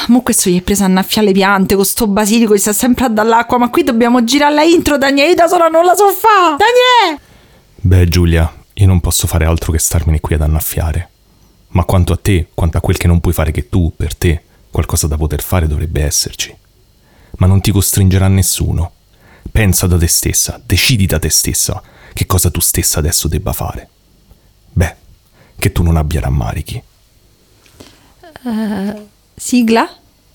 mo questo gli è preso a annaffiare le piante con sto basilico, gli sta sempre a dall'acqua, ma qui dobbiamo girare la intro, Daniele, io da sola non la so fa. Daniele! Beh, Giulia, io non posso fare altro che starmene qui ad annaffiare. Ma quanto a te, quanto a quel che non puoi fare che tu, per te, qualcosa da poter fare dovrebbe esserci. Ma non ti costringerà nessuno. Pensa da te stessa, decidi da te stessa che cosa tu stessa adesso debba fare. Beh, che tu non abbia rammarichi. Sigla?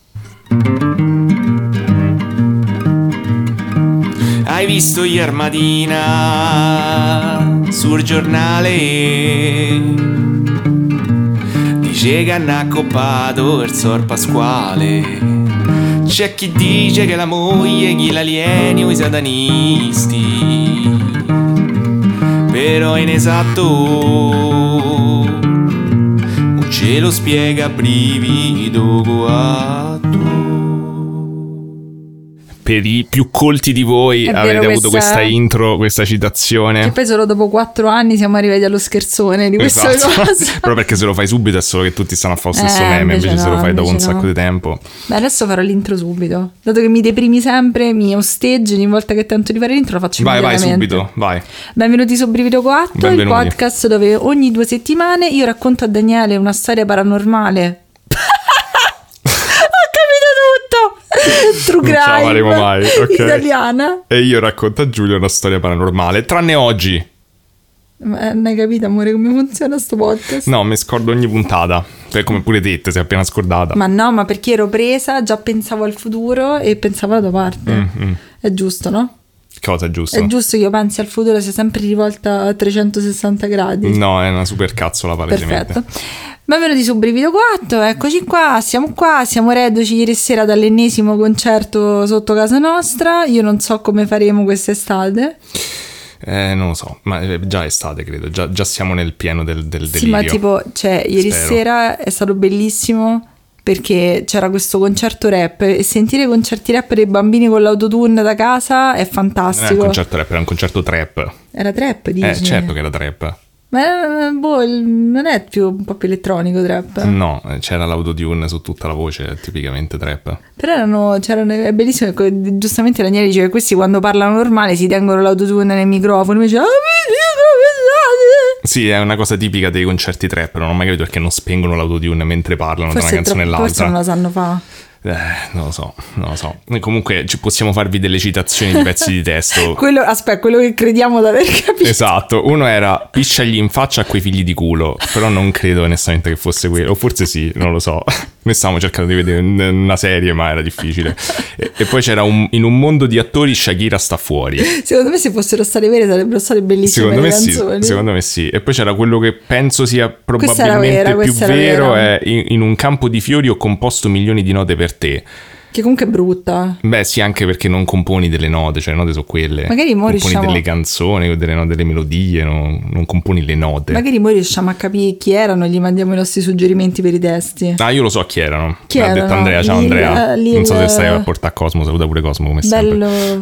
Hai visto ieri mattina sul giornale? Dice che hanno accoppato il Sor Pasquale. C'è chi dice che la moglie gli l'alieni o i satanisti. Però in esatto non ce lo spiega brivido guatto. Per i più colti di voi È avete vero, avuto questa intro, questa citazione. Che poi solo dopo 4 anni siamo arrivati allo scherzone di questa cosa. Però perché se lo fai subito è solo che tutti stanno a fare lo stesso meme, invece se lo fai dopo un sacco di tempo. Beh, adesso farò l'intro subito. Dato che mi deprimi sempre, mi osteggi ogni volta che tento di fare l'intro, lo faccio immediatamente. Vai subito, vai. Benvenuti su Brivido 4, Benvenuti. Il podcast dove ogni 2 settimane io racconto a Daniele una storia paranormale. True crime, non ce la faremo mai, ok. Italiana. E io racconto a Giulia una storia paranormale, tranne oggi. Ma non hai capito, amore, come funziona sto podcast? No, mi scordo ogni puntata. Come pure te sei appena scordata. Ma no, ma perché ero presa, già pensavo al futuro e pensavo alla tua parte. È giusto, no? Cosa è giusto? È giusto che io pensi al futuro sia sempre rivolta a 360 gradi. No, è una super cazzola palesemente. Perfetto. Benvenuti su Brivido 4, eccoci qua, siamo reduci ieri sera dall'ennesimo concerto sotto casa nostra. Io non so come faremo quest'estate. Non lo so, ma è già estate credo, già siamo nel pieno del delirio. Sì, ma tipo, cioè, ieri Spero. sera è stato bellissimo perché c'era questo concerto rap e sentire concerti rap dei bambini con l'autotune da casa è fantastico. Non è un concerto rap, era un concerto trap. Era trap, dici? Certo che era trap. Ma non è più un po' più elettronico trap? No, c'era l'autotune su tutta la voce, tipicamente trap. Però è bellissimo, giustamente Daniele dice che questi quando parlano normale si tengono l'autotune nel microfono e mi dice sì, è una cosa tipica dei concerti trap, non ho mai capito perché non spengono l'autotune mentre parlano da una canzone all'altra. Forse non la sanno fa. Non lo so. Noi comunque possiamo farvi delle citazioni di pezzi di testo. quello che crediamo di aver capito. Esatto, uno era pisciagli in faccia a quei figli di culo, però non credo onestamente che fosse quello, o forse sì, non lo so. Noi stavamo cercando di vedere una serie, ma era difficile. E poi c'era in un mondo di attori Shakira sta fuori. Secondo me se fossero state vere sarebbero state bellissime le canzoni. Secondo me sì. E poi c'era quello che penso sia probabilmente più vero, è in un campo di fiori ho composto milioni di note per te. Che comunque è brutta. Beh sì, anche perché non componi delle note, cioè le note sono quelle. Magari componi delle canzoni, delle melodie, non componi le note. Magari noi riusciamo a capire chi erano e gli mandiamo i nostri suggerimenti per i testi. Ah, io lo so chi erano. Chi ha detto Andrea, ciao Andrea. Non so se stai a portare a Cosmo, saluta pure Cosmo come sempre. Bello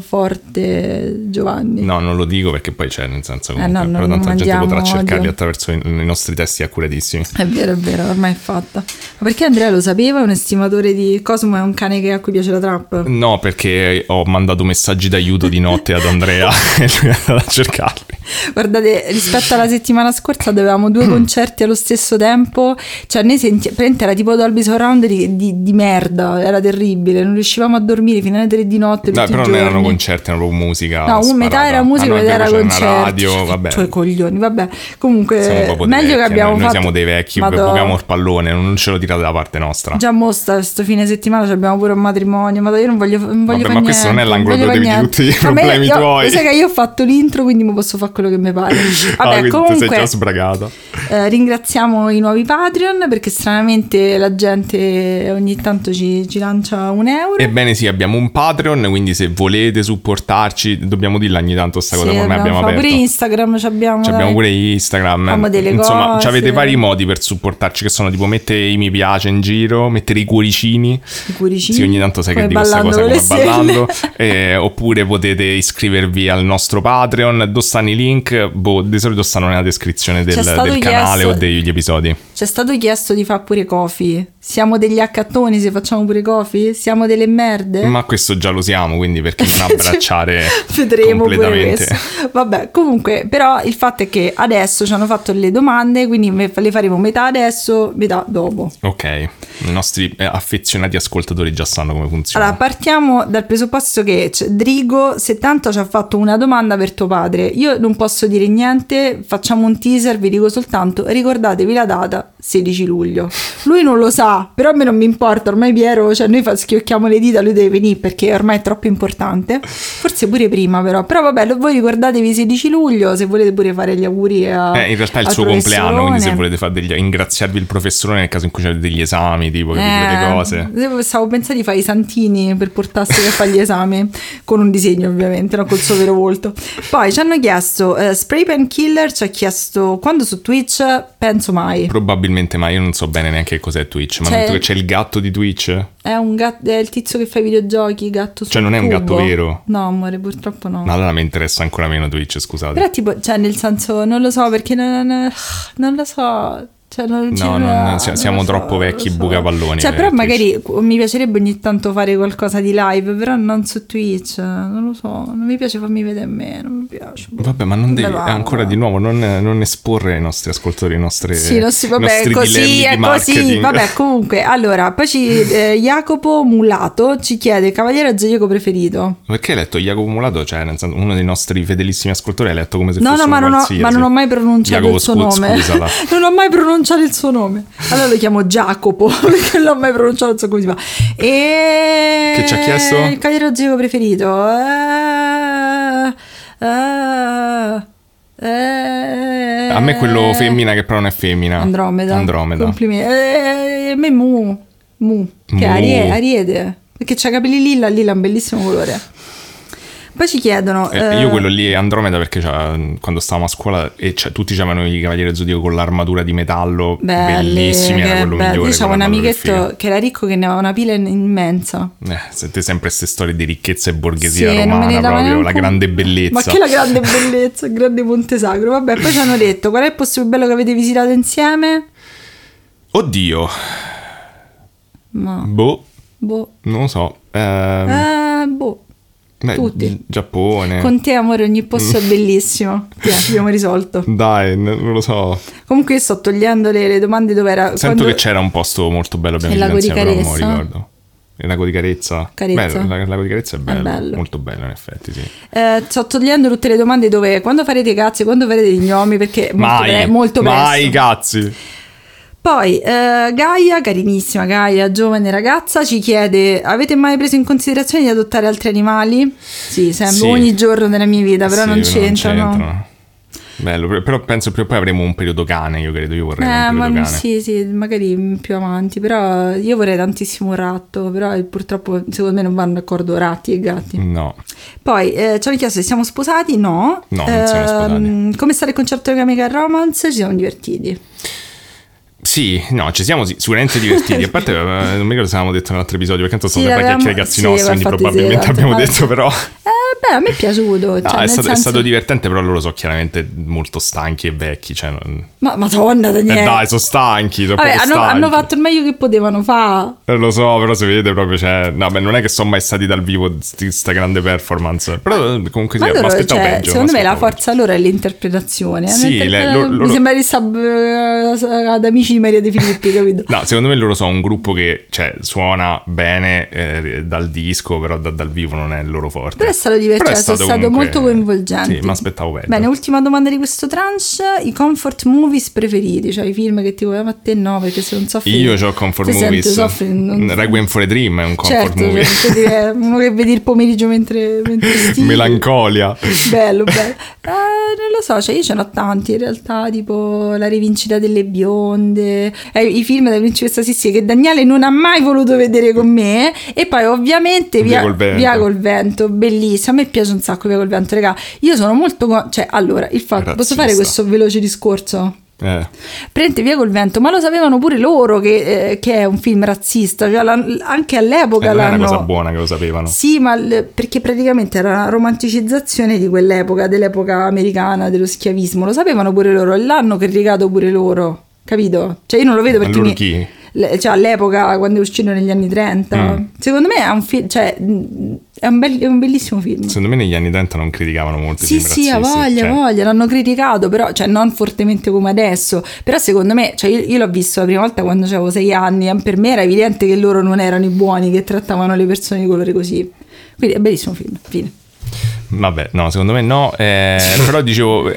forte Giovanni. No, non lo dico perché poi c'è, nel senso comunque, no, però tanta gente potrà cercarli odio. attraverso i nostri testi accuratissimi. È vero, ormai è fatta. Ma perché Andrea lo sapeva? È un estimatore di Cosmo, è un cane a cui piace la trap? No, perché ho mandato messaggi d'aiuto di notte ad Andrea e lui è andato a cercarli. Guardate, rispetto alla settimana scorsa dove avevamo 2 concerti allo stesso tempo, cioè noi era tipo Dolby Surround di merda, era terribile, non riuscivamo a dormire fino alle 3 di notte tutti i però giorni. non erano concerti, erano proprio musica no, metà era musica e metà era concerti. Radio, vabbè. Cioè coglioni, vabbè. Comunque meglio che abbiamo noi fatto. Siamo dei vecchi, giochiamo il pallone, non ce lo tirate da parte nostra. Già sto fine settimana abbiamo pure un matrimonio, ma io non voglio vabbè, fare ma questo non è l'angolo dove devi tutti i problemi tuoi. Sai che io ho fatto l'intro, quindi mi posso fare quello che mi pare. Vabbè, comunque sei già sbragata. Ringraziamo i nuovi Patreon perché stranamente la gente ogni tanto ci lancia €1. Ebbene sì, abbiamo un Patreon, quindi se volete supportarci, dobbiamo dirla ogni tanto sta cosa, ormai abbiamo aperto. Pure Instagram abbiamo pure Instagram. Famo delle Insomma, cose. avete vari modi per supportarci, che sono tipo mettere i mi piace in giro, mettere i cuoricini. Sì, ogni tanto sai che di questa cosa come ballando. Oppure potete iscrivervi al nostro Patreon. Dove stanno i link? Di solito stanno nella descrizione del canale o degli episodi. C'è stato chiesto di fare pure Coffee. Siamo degli accattoni se facciamo pure Coffee? Siamo delle merde? Ma questo già lo siamo, quindi perché non abbracciare Vedremo completamente. pure questo. Vabbè, comunque, però il fatto è che adesso ci hanno fatto le domande, quindi le faremo metà adesso, metà dopo. Ok, i nostri affezionati ascoltatori già sanno come funziona. Allora, partiamo dal presupposto che Drigo70 ci ha fatto una domanda per tuo padre. Io non posso dire niente, facciamo un teaser, vi dico soltanto, ricordatevi la data, 16 luglio. Lui non lo sa, però a me non mi importa, ormai Piero, cioè noi schiocchiamo le dita, lui deve venire perché ormai è troppo importante. Forse pure prima però vabbè, voi ricordatevi 16 luglio, se volete pure fare gli auguri in realtà è il suo compleanno, quindi se volete fare ingraziarvi il professore nel caso in cui c'è degli esami, tipo delle cose. Stavo pensando di fare i santini per portarsi a fare gli esami con un disegno, ovviamente, non col suo vero volto. Poi ci hanno chiesto Spray Pen Killer ci ha chiesto quando su Twitch, penso mai. Probabilmente mai, io non so bene neanche cos'è Twitch, ma detto che c'è il gatto di Twitch? È un gatto, è il tizio che fa i videogiochi, gatto sul Cioè non è un gatto vero? No, amore, purtroppo no. Allora mi interessa ancora meno Twitch, scusate. Però tipo, cioè nel senso, non lo so perché non lo so. Cioè, siamo troppo vecchi bucapalloni. Cioè, però magari mi piacerebbe ogni tanto fare qualcosa di live, però non su Twitch, non lo so, non mi piace farmi vedere a me, non mi piace. Vabbè, ma non devi, ancora di nuovo, non esporre ai nostri ascoltatori i nostri vabbè, così è così, vabbè, comunque, allora, poi Jacopo Mulato ci chiede cavaliere zodiaco preferito. Perché hai letto Jacopo Mulato? Cioè, nel senso, uno dei nostri fedelissimi ascoltatori ha letto come se fosse un qualsiasi. Ma non ho mai pronunciato il suo nome. Non ho mai pronunciato il suo nome, allora lo chiamo Jacopo perché non l'ho mai pronunciato, non so come si fa. E che ci ha chiesto? Il cavaliere zodiaco preferito a me quello femmina che però non è femmina. Andromeda. Complimenti. A me Mu che è Ariete, perché c'ha capelli lilla è un bellissimo colore. Poi ci chiedono io quello lì è Andromeda perché quando stavamo a scuola e tutti c'avevano i cavalieri del zodiaco con l'armatura di metallo bellissimi, era quello migliore. Io c'avevo un amichetto che era ricco, che ne aveva una pila immensa. Sente sempre queste storie di ricchezza e borghesia romana, proprio la grande bellezza. Ma che la grande bellezza, il grande Monte Sacro. Vabbè, poi ci hanno detto qual è il posto più bello che avete visitato insieme? Oddio. Boh. Non lo so. Tutti. Giappone. Con te, amore, ogni posto è bellissimo. Abbiamo risolto. Dai, non lo so. Comunque io sto togliendo le domande dove era. Sento che c'era un posto molto bello. Il lago di Carezza. Non mi ricordo. Il lago di Carezza. Beh, il lago di Carezza è bello. Molto bello in effetti, sì. Sto togliendo tutte le domande dove quando farete i cazzi, quando farete gli gnomi, perché molto presto. Mai cazzi. Poi Gaia, carinissima Gaia, giovane ragazza, ci chiede: avete mai preso in considerazione di adottare altri animali? Sì, sempre, ogni giorno della mia vita, però non c'entrano. Bello, però penso prima o poi avremo un periodo cane, io credo, io vorrei un periodo cane. Sì, magari più avanti, però io vorrei tantissimo un ratto, però purtroppo secondo me non vanno d'accordo ratti e gatti. No. Poi ci hanno chiesto se siamo sposati, no. No, non siamo sposati. Come sta il concerto di Chemical Romance? Ci siamo divertiti. Sì, no, ci siamo sicuramente divertiti. A parte, non mi ricordo se avevamo detto nell'altro episodio, perché tanto sono sempre chiacchiere cazzi nostri, quindi probabilmente abbiamo detto, però. A me è piaciuto. No, è stato divertente, però loro sono chiaramente molto stanchi e vecchi. Cioè ma madonna, Daniele. Dai, sono stanchi. Hanno fatto il meglio che potevano fare. Lo so, però si vede proprio. Non è che sono mai stati dal vivo questa grande performance. Però comunque sì, mi aspettavo peggio. Secondo me la forza loro è l'interpretazione. Sì, mi sembra di stare ad Amici di Maria De Filippi, capito? No, secondo me loro sono un gruppo che suona bene dal disco, però dal vivo non è il loro forte. Però è stato divertente, è stato molto coinvolgente. Sì, mi aspettavo peggio. Bene, ultima domanda di questo tranche: i comfort movies preferiti, cioè i film che ti vuoi a te no, perché se non soffri. Io ho comfort movies. Requiem for a Dream è un comfort movie. Certo, uno che vedi il pomeriggio mentre stili. Melancolia. Bello. Non lo so, cioè io ce n'ho tanti in realtà, tipo La rivincita delle bionde, i film della principessa Sissi che Daniele non ha mai voluto vedere con me, e poi ovviamente Via col vento, bellissimo, a me piace un sacco Via col vento, raga. Io sono molto cioè allora il fatto, posso fare questo veloce discorso? Prende Via col vento, ma lo sapevano pure loro che è un film razzista, cioè anche all'epoca non è una cosa buona che lo sapevano. Sì, ma perché praticamente era una romanticizzazione di quell'epoca, dell'epoca americana, dello schiavismo, lo sapevano pure loro e l'hanno criticato pure loro. capito? Cioè io non lo vedo perché Loro chi? cioè all'epoca quando è uscito negli anni 30 secondo me è un film, cioè è un bellissimo film. Secondo me negli anni 30 non criticavano molto i sì film sì, a razzisti, voglia, l'hanno criticato, però cioè non fortemente come adesso, però secondo me, cioè io l'ho visto la prima volta quando avevo 6 anni e per me era evidente che loro non erano i buoni, che trattavano le persone di colore così, quindi è bellissimo film, fine. Vabbè, no, secondo me no, però dicevo,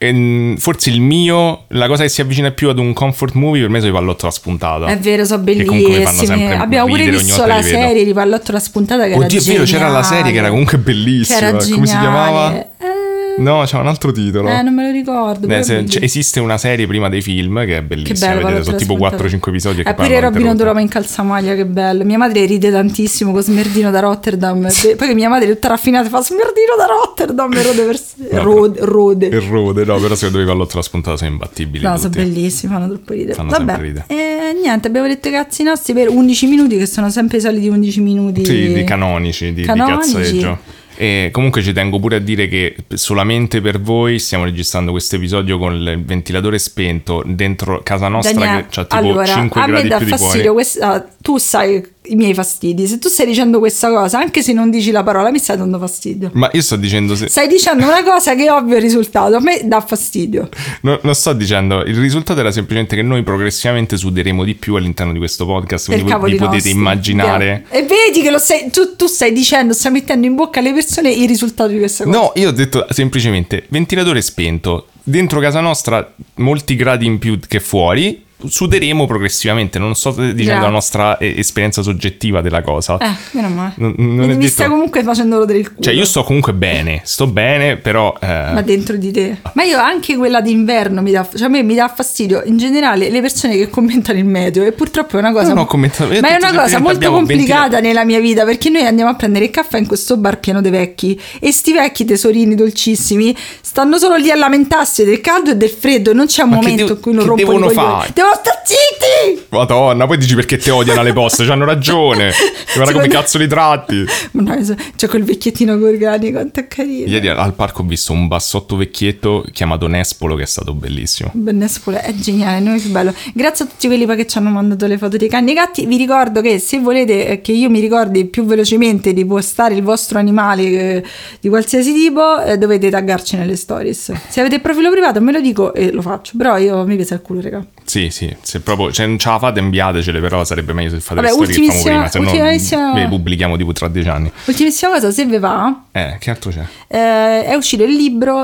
forse il mio, la cosa che si avvicina più ad un comfort movie per me sono i Pallottola spuntata. È vero, sono che comunque mi fanno bellissimi. sempre Abbiamo pure ridere ogni visto volta la che li vedo. serie di Pallottola spuntata che Oddio, era è vero, c'era la serie che era comunque bellissima. Che era Come si chiamava? geniale. No, c'è un altro titolo. Non me lo ricordo. Esiste una serie prima dei film che è bellissima. Che bello, vedete, sono tipo 4-5 episodi. Che pure Robino Doroma in calzamaglia, che bello. Mia madre ride tantissimo con Smerdino da Rotterdam. Poi che mia madre è tutta raffinata fa Smerdino da Rotterdam e Rode. E Rode, no, però secondo me i Pallottola spuntata sono imbattibili. No, sono bellissimi, fanno troppo ridere. Fanno Vabbè, sempre ridere. Niente, abbiamo detto i cazzi nostri per 11 minuti, che sono sempre i soliti 11 minuti. Sì, di canonici, di cazzeggio. E comunque ci tengo pure a dire che solamente per voi stiamo registrando questo episodio con il ventilatore spento dentro casa nostra, Daniele, che c'ha tipo 5 gradi più di fuori. Tu sai i miei fastidi. Se tu stai dicendo questa cosa, anche se non dici la parola, mi stai dando fastidio. Ma io sto dicendo... Stai dicendo una cosa che è ovvio il risultato. A me dà fastidio. Non sto dicendo... Il risultato era semplicemente che noi progressivamente suderemo di più all'interno di questo podcast. Quindi voi vi potete immaginare... E vedi che lo stai, tu stai dicendo, stai mettendo in bocca alle persone il risultato di questa cosa. No, io ho detto semplicemente ventilatore spento. Dentro casa nostra molti gradi in più che fuori... Suderemo progressivamente, non sto dicendo la nostra esperienza soggettiva della cosa. Meno male. Non mi detto... stai comunque facendo rodere il culo. Cioè io sto comunque bene, sto bene, però... Ma dentro di te. Ma io anche quella d'inverno mi dà... Cioè a me mi dà fastidio in generale le persone che commentano il meteo, e purtroppo è una cosa... Non ho commentato... Ma è una cosa molto complicata nella mia vita, perché noi andiamo a prendere il caffè in questo bar pieno di vecchi, e sti vecchi tesorini dolcissimi stanno solo lì a lamentarsi del caldo e del freddo, non c'è un momento in cui non rompono i coglioni. Devono stare zitti! Madonna, poi dici perché te odiano alle poste, c'hanno ragione. Guarda come cazzo li tratti. C'è quel vecchiettino Gorgani, quanto è carino. Ieri al parco ho visto un bassotto vecchietto chiamato Nespolo, che è stato bellissimo. Nespolo è geniale, noi più bello. Grazie a tutti quelli che ci hanno mandato le foto dei cani e gatti. Vi ricordo che se volete che io mi ricordi più velocemente di postare il vostro animale di qualsiasi tipo, dovete taggarci nelle stories. Se avete il profilo privato me lo dico e lo faccio, però mi pesa il culo, raga. Sì, se proprio non ce la fate, inviatecele, però sarebbe meglio se fate le storie che famo prima, se no le pubblichiamo tipo tra 10 anni. Ultimissima cosa, se ve va, che altro c'è? È uscito il libro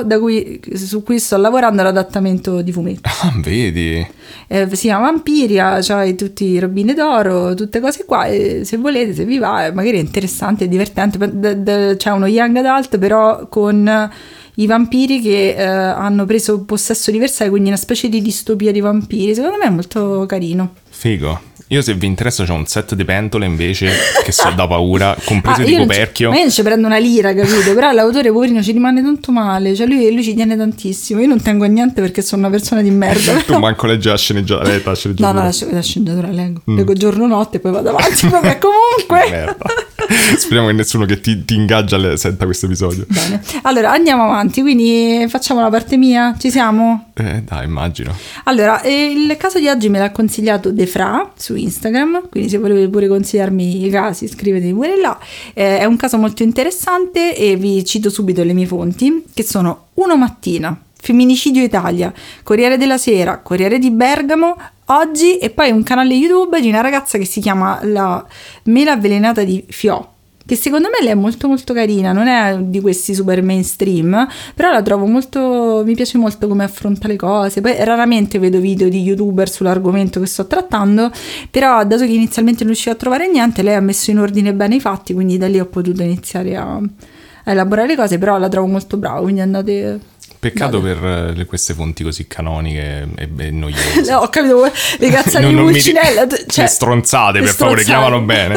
su cui sto lavorando, l'adattamento di fumetti. Vedi? Si chiama Vampiria, c'hai tutti i robine d'oro, tutte cose qua, e se volete, se vi va, magari è interessante e divertente. C'è uno young adult però con i vampiri che hanno preso possesso di Versailles, quindi una specie di distopia di vampiri. Secondo me è molto carino. Figo. Io, se vi interessa, c'ho un set di pentole invece che so da paura, comprese di coperchio. Ma io non ci prendo una lira, capito? Però l'autore poverino ci rimane tanto male, cioè lui ci tiene tantissimo. Io non tengo a niente perché sono una persona di merda. Tu manco leggi la sceneggiatura. No, la sceneggiatura leggo. Leggo giorno notte e poi vado avanti. Vabbè, comunque. Merda. Speriamo che nessuno che ti ingaggia senta questo episodio. Bene, allora andiamo avanti, quindi facciamo la parte mia, ci siamo? Dai, immagino. Allora, il caso di oggi me l'ha consigliato De Fra su Instagram, quindi se volete pure consigliarmi i casi scrivetemi pure là. È un caso molto interessante e vi cito subito le mie fonti, che sono Uno Mattina, Femminicidio Italia, Corriere della Sera, Corriere di Bergamo, Oggi, e poi un canale YouTube di una ragazza che si chiama La Mela Avvelenata di Fiò, che secondo me lei è molto molto carina, non è di questi super mainstream, però la trovo molto, mi piace molto come affronta le cose. Poi raramente vedo video di youtuber sull'argomento che sto trattando, però dato che inizialmente non riuscivo a trovare niente, lei ha messo in ordine bene i fatti, quindi da lì ho potuto iniziare a elaborare le cose, però la trovo molto brava, quindi andate... Peccato per queste fonti così canoniche e noiose. No, ho capito, le cazzate di Pulcinella. Le stronzate, per favore, chiamalo bene.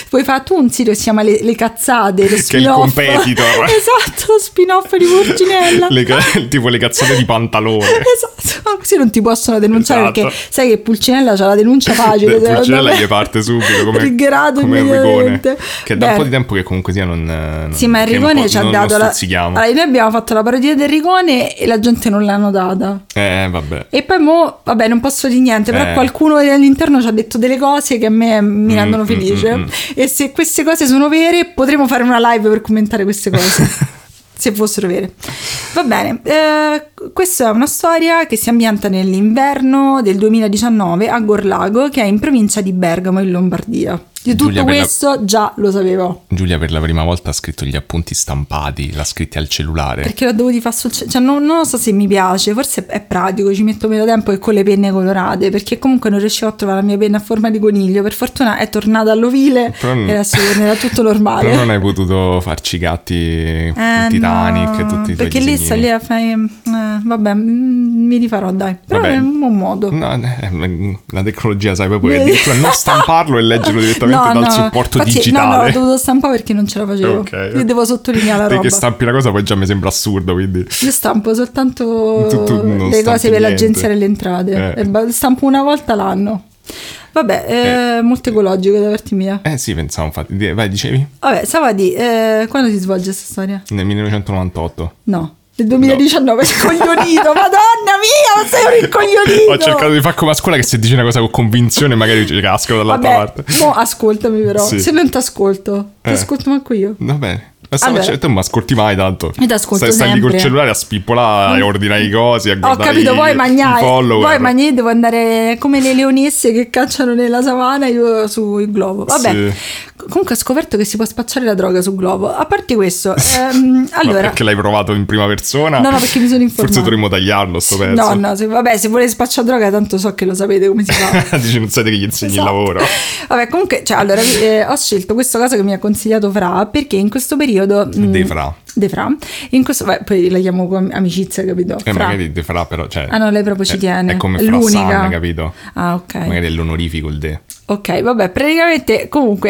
Poi fa tu un sito che si chiama Le Cazzate, lo Che è il spin-off. competitor. Esatto, lo spin-off di Pulcinella. Tipo le cazzate di pantalone. Esatto, così non ti possono denunciare, Esatto. perché sai che Pulcinella c'ha la denuncia facile. Pulcinella gli parte subito come triggerato Enricone, immediatamente. che da un po' di tempo che comunque sia non sì, ma che Enricone ci ha non dato lo la... stuzzichiamo. Allora, noi abbiamo fatto la parodia di Enricone e la gente non l'hanno data. Vabbè. E poi vabbè, non posso dire niente, però qualcuno all'interno ci ha detto delle cose che a me mi rendono felice. E se queste cose sono vere, potremo fare una live per commentare queste cose. Se fossero vere. Va bene, questa è una storia che si ambienta nell'inverno del 2019 a Gorlago, che è in provincia di Bergamo, in Lombardia. Io tutto Giulia, questo già lo sapevo. Giulia per la prima volta ha scritto gli appunti stampati, l'ha scritti al cellulare. Perché l'ho dovuti fare cioè non lo so se mi piace, forse è pratico, ci metto meno tempo che con le penne colorate, perché comunque non riuscivo a trovare la mia penna a forma di coniglio. Per fortuna è tornata all'ovile e adesso era tutto normale. Però non hai potuto farci i gatti Titanic e tutti i tuoi perché lì sta lì a fare vabbè, mi rifarò, dai. Però Vabbè. è un buon modo. No, la tecnologia, sai, poi puoi addirittura non stamparlo e leggerlo direttamente dal supporto infatti, digitale. No, l'ho dovuto stampare perché non ce la facevo. Ok. Io devo sottolineare la Te roba. che stampi una cosa poi già mi sembra assurdo, quindi Io stampo soltanto Tu non le stampi cose per niente. l'agenzia delle entrate. Stampo una volta l'anno. Vabbè, molto ecologico da parte mia. sì, pensavo infatti. Vai, dicevi? Vabbè, Savadi, quando si svolge questa storia? Nel 1998. No. Nel 2019, ricoglionito, madonna mia, ma sei un ricoglionito. Ho cercato di fare come a scuola, che se dici una cosa con convinzione magari ci casco dall'altra parte. Mo ascoltami però, Sì. se non ti ascolto manco io. Va bene. Allora, tu non mi ascolti mai tanto. Io ti ascolto Stai lì sempre. col cellulare a spippolare, a ordinare i cosi, a Ho guardare capito, poi i magnai, follower. poi magnai, devo andare come le leonesse che cacciano nella savana, io sul globo. Vabbè, Sì. comunque ho scoperto che si può spacciare la droga sul globo. A parte questo, allora... Ma perché l'hai provato in prima persona? No, perché mi sono informata. Forse dovremmo tagliarlo sto pezzo. No, se volete spacciare droga tanto so che lo sapete come si fa. Dici, non siete che gli insegni Esatto. il lavoro. Vabbè, comunque, cioè, allora, ho scelto questo caso che mi ha consigliato Fra, perché in questo periodo... De Fra. In questo, poi la chiamo con amicizia, capito? Fra. Magari De Fra però, cioè, Ah no, lei proprio ci tiene. È come È Fra l'unica. San, capito? Ah, ok. Magari è l'onorifico il De. Ok, vabbè, praticamente comunque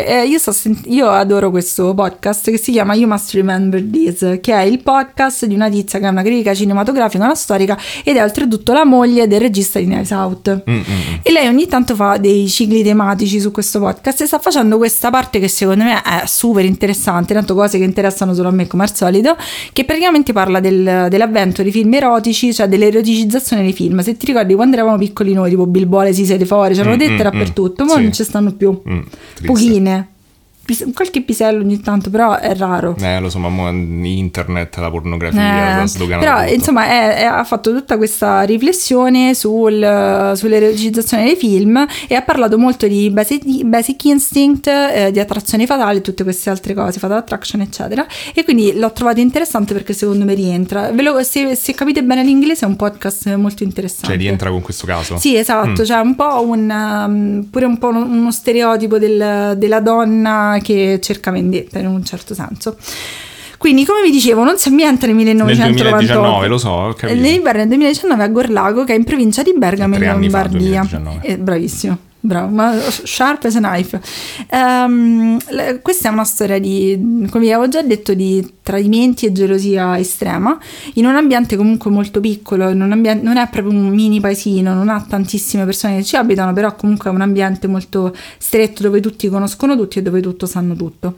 io adoro questo podcast che si chiama You Must Remember This, che è il podcast di una tizia che è una critica cinematografica, una storica, ed è oltretutto la moglie del regista di Knives Out. E lei ogni tanto fa dei cicli tematici su questo podcast e sta facendo questa parte che secondo me è super interessante, tanto cose che interessano solo a me come al solito, che praticamente parla dell'avvento dei film erotici, cioè dell'eroticizzazione dei film. Se ti ricordi quando eravamo piccoli noi, tipo Bilbole, si siete fuori, c'erano dette dappertutto, ma non ci stanno più. Pochine. Qualche pisello ogni tanto, però è raro. Lo so, ma mo internet, la pornografia, la sdogana. Però tutto. insomma ha fatto tutta questa riflessione sull'erotizzazione dei film e ha parlato molto di Basic Instinct, di attrazione fatale, tutte queste altre cose, Fatal Attraction eccetera, e quindi l'ho trovato interessante perché secondo me rientra. Se capite bene l'inglese è un podcast molto interessante. Cioè rientra con questo caso? Sì, esatto, cioè un po' pure un po' uno stereotipo della donna che cerca vendetta in un certo senso. Quindi, come vi dicevo, non si ambienta nel 1998. Nel 2019, lo so, ho capito. Nell'inverno del 2019 a Gorlago, che è in provincia di Bergamo, in Lombardia. Bravissimo. Bravo, ma sharp as a knife. Questa è una storia come vi avevo già detto, di tradimenti e gelosia estrema in un ambiente comunque molto piccolo, non è proprio un mini paesino, non ha tantissime persone che ci abitano, però comunque è un ambiente molto stretto dove tutti conoscono tutti e dove tutto sanno tutto.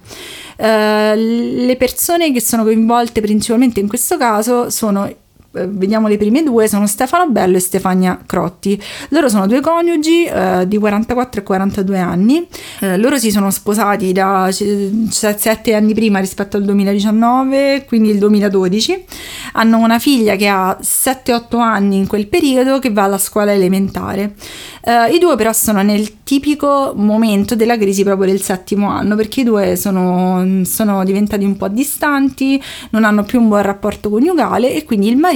Le persone che sono coinvolte principalmente in questo caso sono, vediamo le prime due, sono Stefano Bello e Stefania Crotti. Loro sono due coniugi di 44 e 42 anni. Loro si sono sposati da 7 anni prima rispetto al 2019, quindi il 2012. Hanno una figlia che ha 7-8 anni in quel periodo, che va alla scuola elementare. I due però sono nel tipico momento della crisi proprio del 7° anno, perché i due sono diventati un po' distanti, non hanno più un buon rapporto coniugale e quindi il marito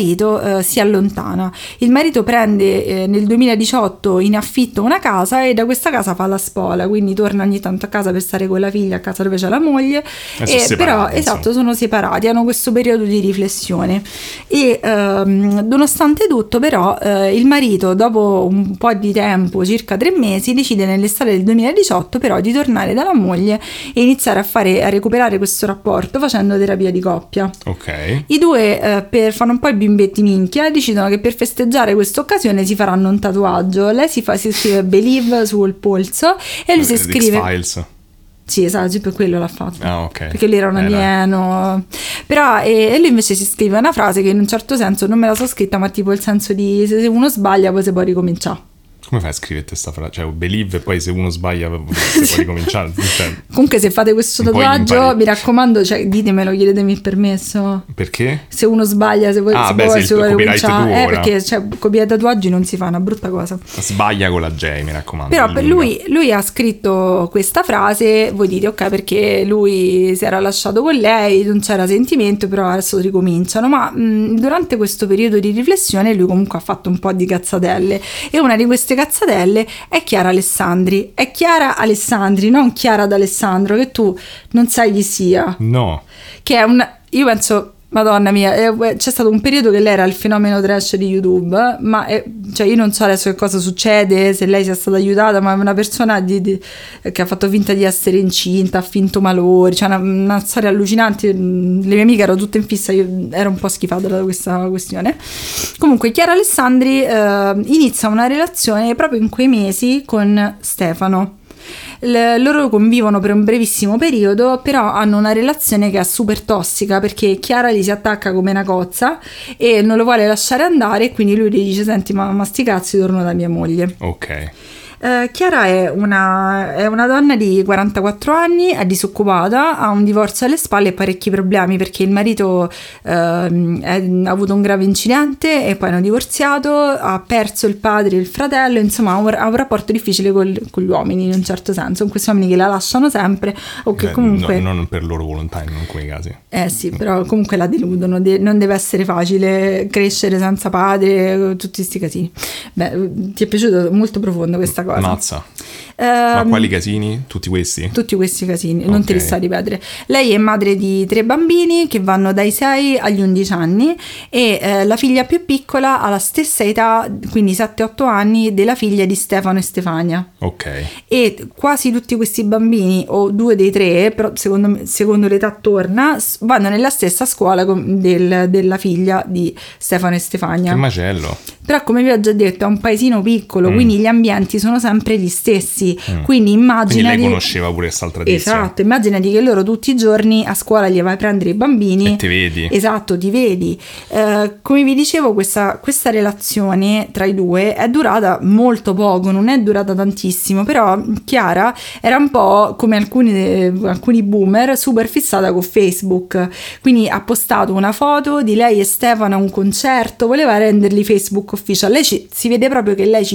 marito si allontana. Il marito prende nel 2018 in affitto una casa e da questa casa fa la spola, quindi torna ogni tanto a casa per stare con la figlia, a casa dove c'è la moglie, però esatto, sono separati, hanno questo periodo di riflessione e nonostante tutto però il marito dopo un po' di tempo, circa 3 mesi, decide nell'estate del 2018 però di tornare dalla moglie e iniziare a recuperare questo rapporto facendo terapia di coppia. Ok. I due fanno un po' i bimbetti minchia e decidono che per festeggiare questa occasione si faranno un tatuaggio. Lei si scrive Believe sul polso e lui si scrive X-Files. Sì, esatto, per quello l'ha fatto. Ah, ok. Perché lui era un alieno. Però e lui invece si scrive una frase che in un certo senso non me la so scritta, ma tipo il senso di se uno sbaglia poi si può ricominciare. Come fai a scrivere questa frase? Cioè, believe e poi se uno sbaglia si può ricominciare. Comunque se fate questo tatuaggio, mi raccomando, cioè, ditemelo, chiedetemi il permesso. Perché? Se uno sbaglia, se vuoi ricominciare. Perché cioè, copiare tatuaggi non si fa, è una brutta cosa. Sbaglia con la J, mi raccomando. Però per lui ha scritto questa frase, voi dite ok, perché lui si era lasciato con lei, non c'era sentimento, però adesso ricominciano. Ma durante questo periodo di riflessione lui comunque ha fatto un po' di cazzatelle e una di queste cazzatelle è Chiara Alessandri. È Chiara Alessandri, non Chiara d'Alessandro, che tu non sai chi sia. No. Che è io penso, Madonna mia, c'è stato un periodo che lei era il fenomeno trash di YouTube, ma cioè io non so adesso che cosa succede, se lei sia stata aiutata, ma è una persona che ha fatto finta di essere incinta, ha finto malori, cioè una storia allucinante. Le mie amiche erano tutte in fissa, io ero un po' schifata da questa questione. Comunque Chiara Alessandri inizia una relazione proprio in quei mesi con Stefano. Loro convivono per un brevissimo periodo, però hanno una relazione che è super tossica perché Chiara gli si attacca come una cozza e non lo vuole lasciare andare, e quindi lui gli dice senti ma sti cazzi, torno da mia moglie. Ok. Chiara è una donna di 44 anni, è disoccupata, ha un divorzio alle spalle e parecchi problemi perché il marito ha avuto un grave incidente e poi hanno divorziato, ha perso il padre e il fratello, insomma ha un rapporto difficile con gli uomini in un certo senso, con questi uomini che la lasciano sempre o che comunque... non per loro volontà in alcuni casi. Sì, però comunque la deludono, non deve essere facile crescere senza padre, tutti sti casini. Beh, ti è piaciuto? Molto profondo questa cosa. Mazza. Ma quali casini? Tutti questi? Tutti questi casini, non te li sto a ripetere. Lei è madre di 3 bambini che vanno dai 6 agli 11 anni e la figlia più piccola ha la stessa età, quindi 7-8 anni, della figlia di Stefano e Stefania. Ok. E quasi tutti questi bambini, o 2 dei 3, però secondo l'età attorna, vanno nella stessa scuola della figlia di Stefano e Stefania. Che macello. Però come vi ho già detto è un paesino piccolo, quindi gli ambienti sono sempre gli stessi, quindi immaginati... Quindi lei conosceva pure questa tradizione. Esatto, immaginati che loro tutti i giorni a scuola gli vai a prendere i bambini e ti vedi. Esatto, ti vedi. Come vi dicevo, questa relazione tra i due è durata molto poco, non è durata tantissimo, però Chiara era un po' come alcuni boomer, super fissata con Facebook, quindi ha postato una foto di lei e Stefano a un concerto, voleva renderli Facebook official. Lei si vede proprio che lei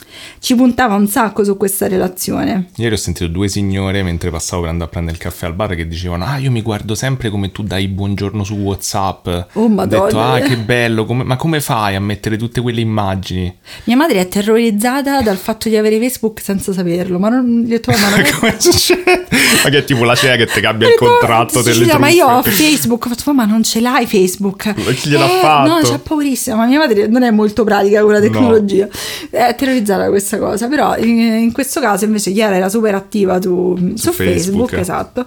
ci puntava un sacco su questa relazione. Ieri ho sentito 2 signore mentre passavo per andare a prendere il caffè al bar che dicevano io mi guardo sempre come tu dai buongiorno su WhatsApp. Oh Madonna. Ho detto che bello, ma come fai a mettere tutte quelle immagini? Mia madre è terrorizzata dal fatto di avere Facebook senza saperlo, ma non gli ho detto ma come succede? Ma che è tipo la CEA che ti cambia il contratto delle truffe. Ma io ho Facebook, ho fatto ma non ce l'hai Facebook? Chi gliel'ha fatto? No, c'è paurissima, ma mia madre non è molto pratica con la tecnologia, è terrorizzata questa cosa, però in questo caso invece Chiara era super attiva su Facebook, esatto,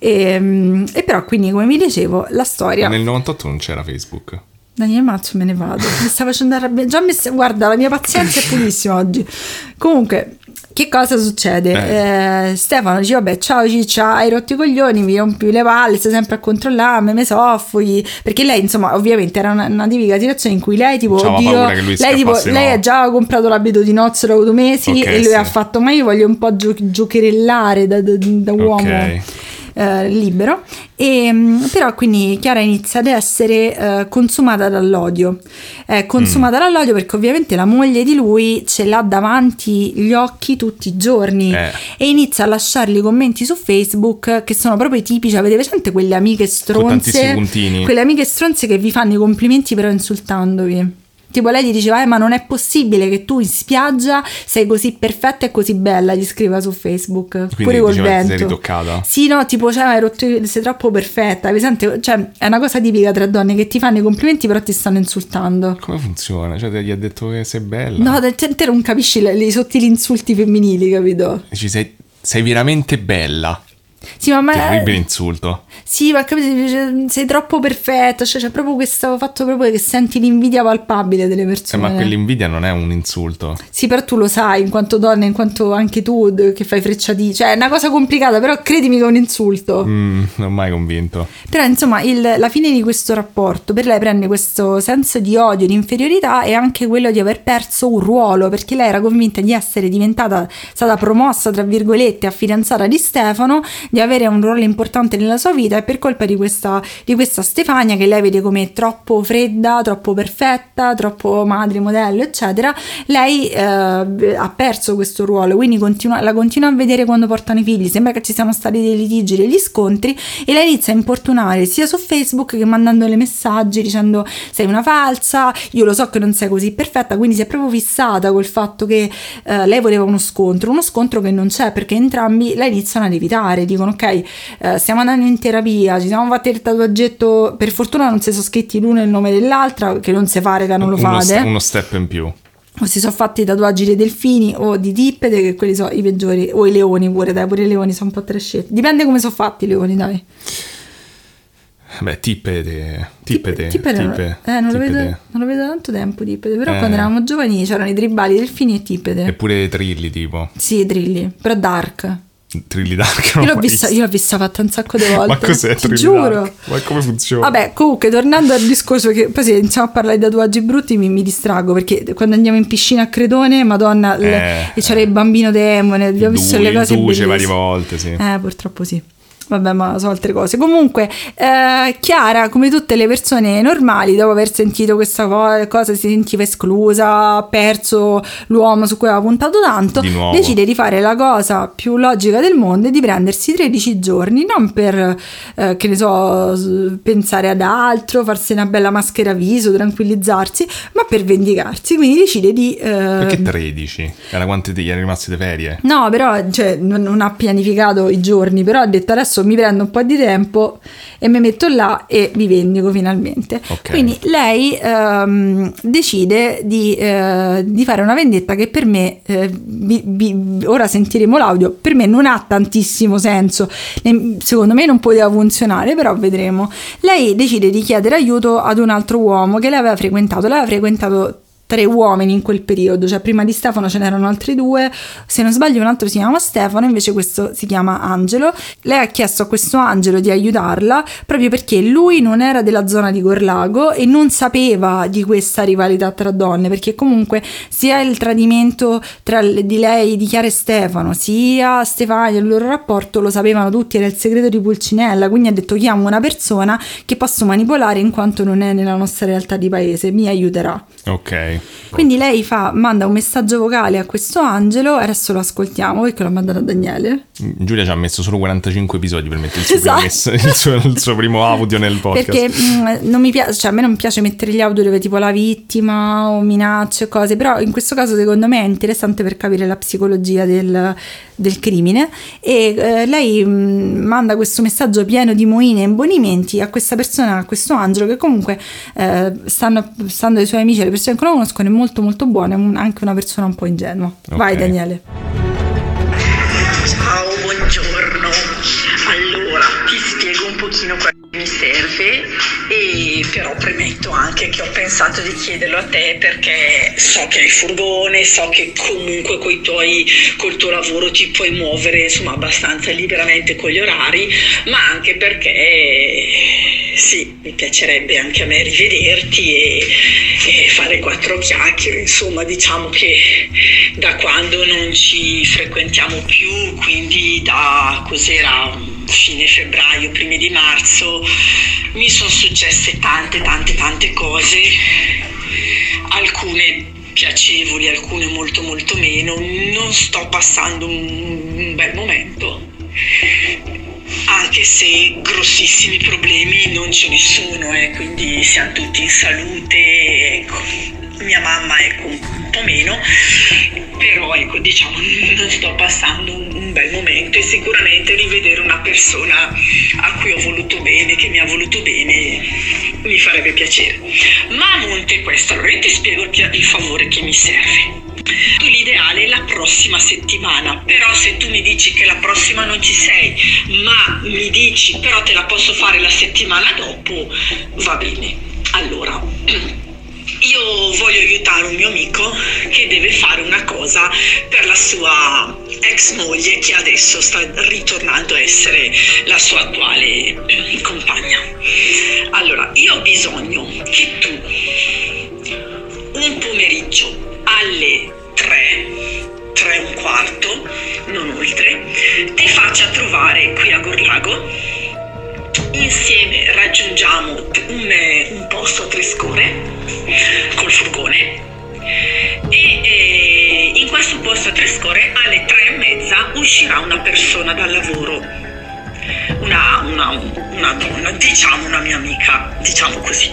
e però quindi come vi dicevo la storia... Ma nel 98 non c'era Facebook. Daniele Mazzo, me ne vado, mi sta facendo arrabbiare, guarda la mia pazienza è pulissima oggi. Comunque che cosa succede? Stefano dice vabbè ciao Ciccia, hai rotto i coglioni, mi rompi le palle, stai sempre a controllarmi, me soffogli, perché lei insomma ovviamente era una tipica situazione in cui lei tipo oddio, lei ha già comprato l'abito di nozze da 8 mesi e lui ha fatto ma io voglio un po' giocherellare da uomo. libero. E però quindi Chiara inizia ad essere consumata dall'odio. Consumata dall'odio perché ovviamente la moglie di lui ce l'ha davanti gli occhi tutti i giorni e inizia a lasciargli commenti su Facebook che sono proprio tipici. Avete presente quelle amiche stronze? Quelle amiche stronze che vi fanno i complimenti però insultandovi. Tipo lei gli diceva ma non è possibile che tu in spiaggia sei così perfetta e così bella, gli scriveva su Facebook. Quindi pure col vento. Sei ritoccata? Sì, no, tipo sei troppo perfetta. Cioè, è una cosa tipica tra donne che ti fanno i complimenti però ti stanno insultando. Come funziona? Cioè gli ha detto che sei bella? No, te non capisci i sottili insulti femminili, capito? Dici sei veramente bella. Sì, ma terribile insulto. Sì, ma capito, sei troppo perfetta, cioè c'è proprio questo fatto proprio che senti l'invidia palpabile delle persone. Ma quell'invidia non è un insulto. Sì, però tu lo sai, in quanto donna, in quanto anche tu che fai frecciatini, cioè è una cosa complicata, però credimi che è un insulto. Non ho mai convinto. Però insomma, la fine di questo rapporto per lei prende questo senso di odio, di inferiorità e anche quello di aver perso un ruolo, perché lei era convinta di essere stata promossa, tra virgolette, a fidanzata di Stefano, di avere un ruolo importante nella sua vita, e per colpa di questa Stefania, che lei vede come troppo fredda, troppo perfetta, troppo madre modello eccetera, lei ha perso questo ruolo, quindi la continua a vedere quando portano i figli, sembra che ci siano stati dei litigi, degli scontri, e lei inizia a importunare sia su Facebook che mandandole messaggi dicendo sei una falsa, io lo so che non sei così perfetta, quindi si è proprio fissata col fatto che lei voleva uno scontro che non c'è, perché entrambi la iniziano ad evitare, dicono ok, stiamo andando in terapia, ci siamo fatti il tatuaggetto, per fortuna non si sono scritti l'uno il nome dell'altra, che non si fare che non lo fate, uno step in più, o si sono fatti i tatuaggi dei delfini o di tippete, che quelli sono i peggiori, o i leoni pure, dai, pure i leoni sono un po' trascetti, dipende come sono fatti i leoni, dai. Beh, tippete. Non lo vedo da tanto tempo, tippete, però quando eravamo giovani c'erano i tribali, delfini e tippete. Eppure trilli, tipo. Sì, trilli, però dark. Trilli Dark io l'ho vista fatta un sacco di volte. Ma cos'è Trilli giuro Dark? Ma come funziona? Vabbè, comunque tornando al discorso, che poi se iniziamo a parlare di tatuaggi brutti mi distrago, perché quando andiamo in piscina a Credone, madonna, e c'era il bambino demone, abbiamo visto le cose bellissime varie volte, sì. Purtroppo sì. Vabbè, ma sono altre cose. Comunque Chiara, come tutte le persone normali, dopo aver sentito questa cosa si sentiva esclusa, ha perso l'uomo su cui aveva puntato tanto, decide di fare la cosa più logica del mondo e di prendersi 13 giorni, non per che ne so, pensare ad altro, farsi una bella maschera viso, tranquillizzarsi, ma per vendicarsi. Quindi decide di perché 13? Era quante gli erano rimaste di ferie? No, però cioè, non ha pianificato i giorni, però ha detto adesso mi prendo un po' di tempo e mi metto là e mi vendico finalmente. Okay. Quindi lei decide di fare una vendetta che per me, ora sentiremo l'audio, per me non ha tantissimo senso, secondo me non poteva funzionare, però vedremo. Lei decide di chiedere aiuto ad un altro uomo che l'aveva frequentato 3 uomini in quel periodo, cioè prima di Stefano ce n'erano altri 2, se non sbaglio un altro si chiama Stefano, invece questo si chiama Angelo. Lei ha chiesto a questo Angelo di aiutarla proprio perché lui non era della zona di Gorlago e non sapeva di questa rivalità tra donne, perché comunque sia il tradimento di lei, di Chiara e Stefano, sia Stefania, il loro rapporto lo sapevano tutti, era il segreto di Pulcinella, quindi ha detto chiamo una persona che posso manipolare in quanto non è nella nostra realtà di paese, mi aiuterà. Ok. Quindi lei manda un messaggio vocale a questo Angelo, adesso lo ascoltiamo perché l'ho mandato a Daniele. Giulia ci ha messo solo 45 episodi per mettere il suo primo audio nel podcast. Perché non mi piace, cioè a me non piace mettere gli audio dove tipo la vittima o minacce e cose, però in questo caso secondo me è interessante per capire la psicologia del crimine, e lei manda questo messaggio pieno di moine e imbonimenti a questa persona, a questo Angelo, che comunque stando ai suoi amici, le persone che lo conoscono, è molto molto buono, è anche una persona un po' ingenua. Okay. Vai Daniele. Ciao, buongiorno. Allora, ti spiego un pochino quello che mi serve, e però premetto anche che ho pensato di chiederlo a te perché so che hai il furgone, so che comunque col tuo lavoro ti puoi muovere insomma abbastanza liberamente con gli orari, ma anche perché sì, mi piacerebbe anche a me rivederti e fare 4 chiacchiere, insomma diciamo che da quando non ci frequentiamo più, quindi da cos'era fine febbraio, primi di marzo, mi sono successe tante cose, alcune piacevoli, alcune molto meno. Non sto passando un bel momento, anche se grossissimi problemi non ce ne sono, quindi siamo tutti in salute, ecco. Mia mamma un po' meno, però ecco, diciamo, non sto passando un bel momento, e sicuramente rivedere una persona a cui ho voluto bene, che mi ha voluto bene, mi farebbe piacere. Ma a monte questo, allora io ti spiego il favore che mi serve. L'ideale è la prossima settimana, però se tu mi dici che la prossima non ci sei, ma mi dici però te la posso fare la settimana dopo, va bene. Allora, io voglio aiutare un mio amico che deve fare una cosa per la sua ex moglie, che adesso sta ritornando a essere la sua attuale compagna. Allora, io ho bisogno che tu un pomeriggio alle 3 e un quarto, non oltre, ti faccia trovare qui a Gorlago. Insieme raggiungiamo un posto a Trescore col furgone, e in questo posto a Trescore alle 3:30 uscirà una persona dal lavoro, una donna, diciamo una mia amica, diciamo così.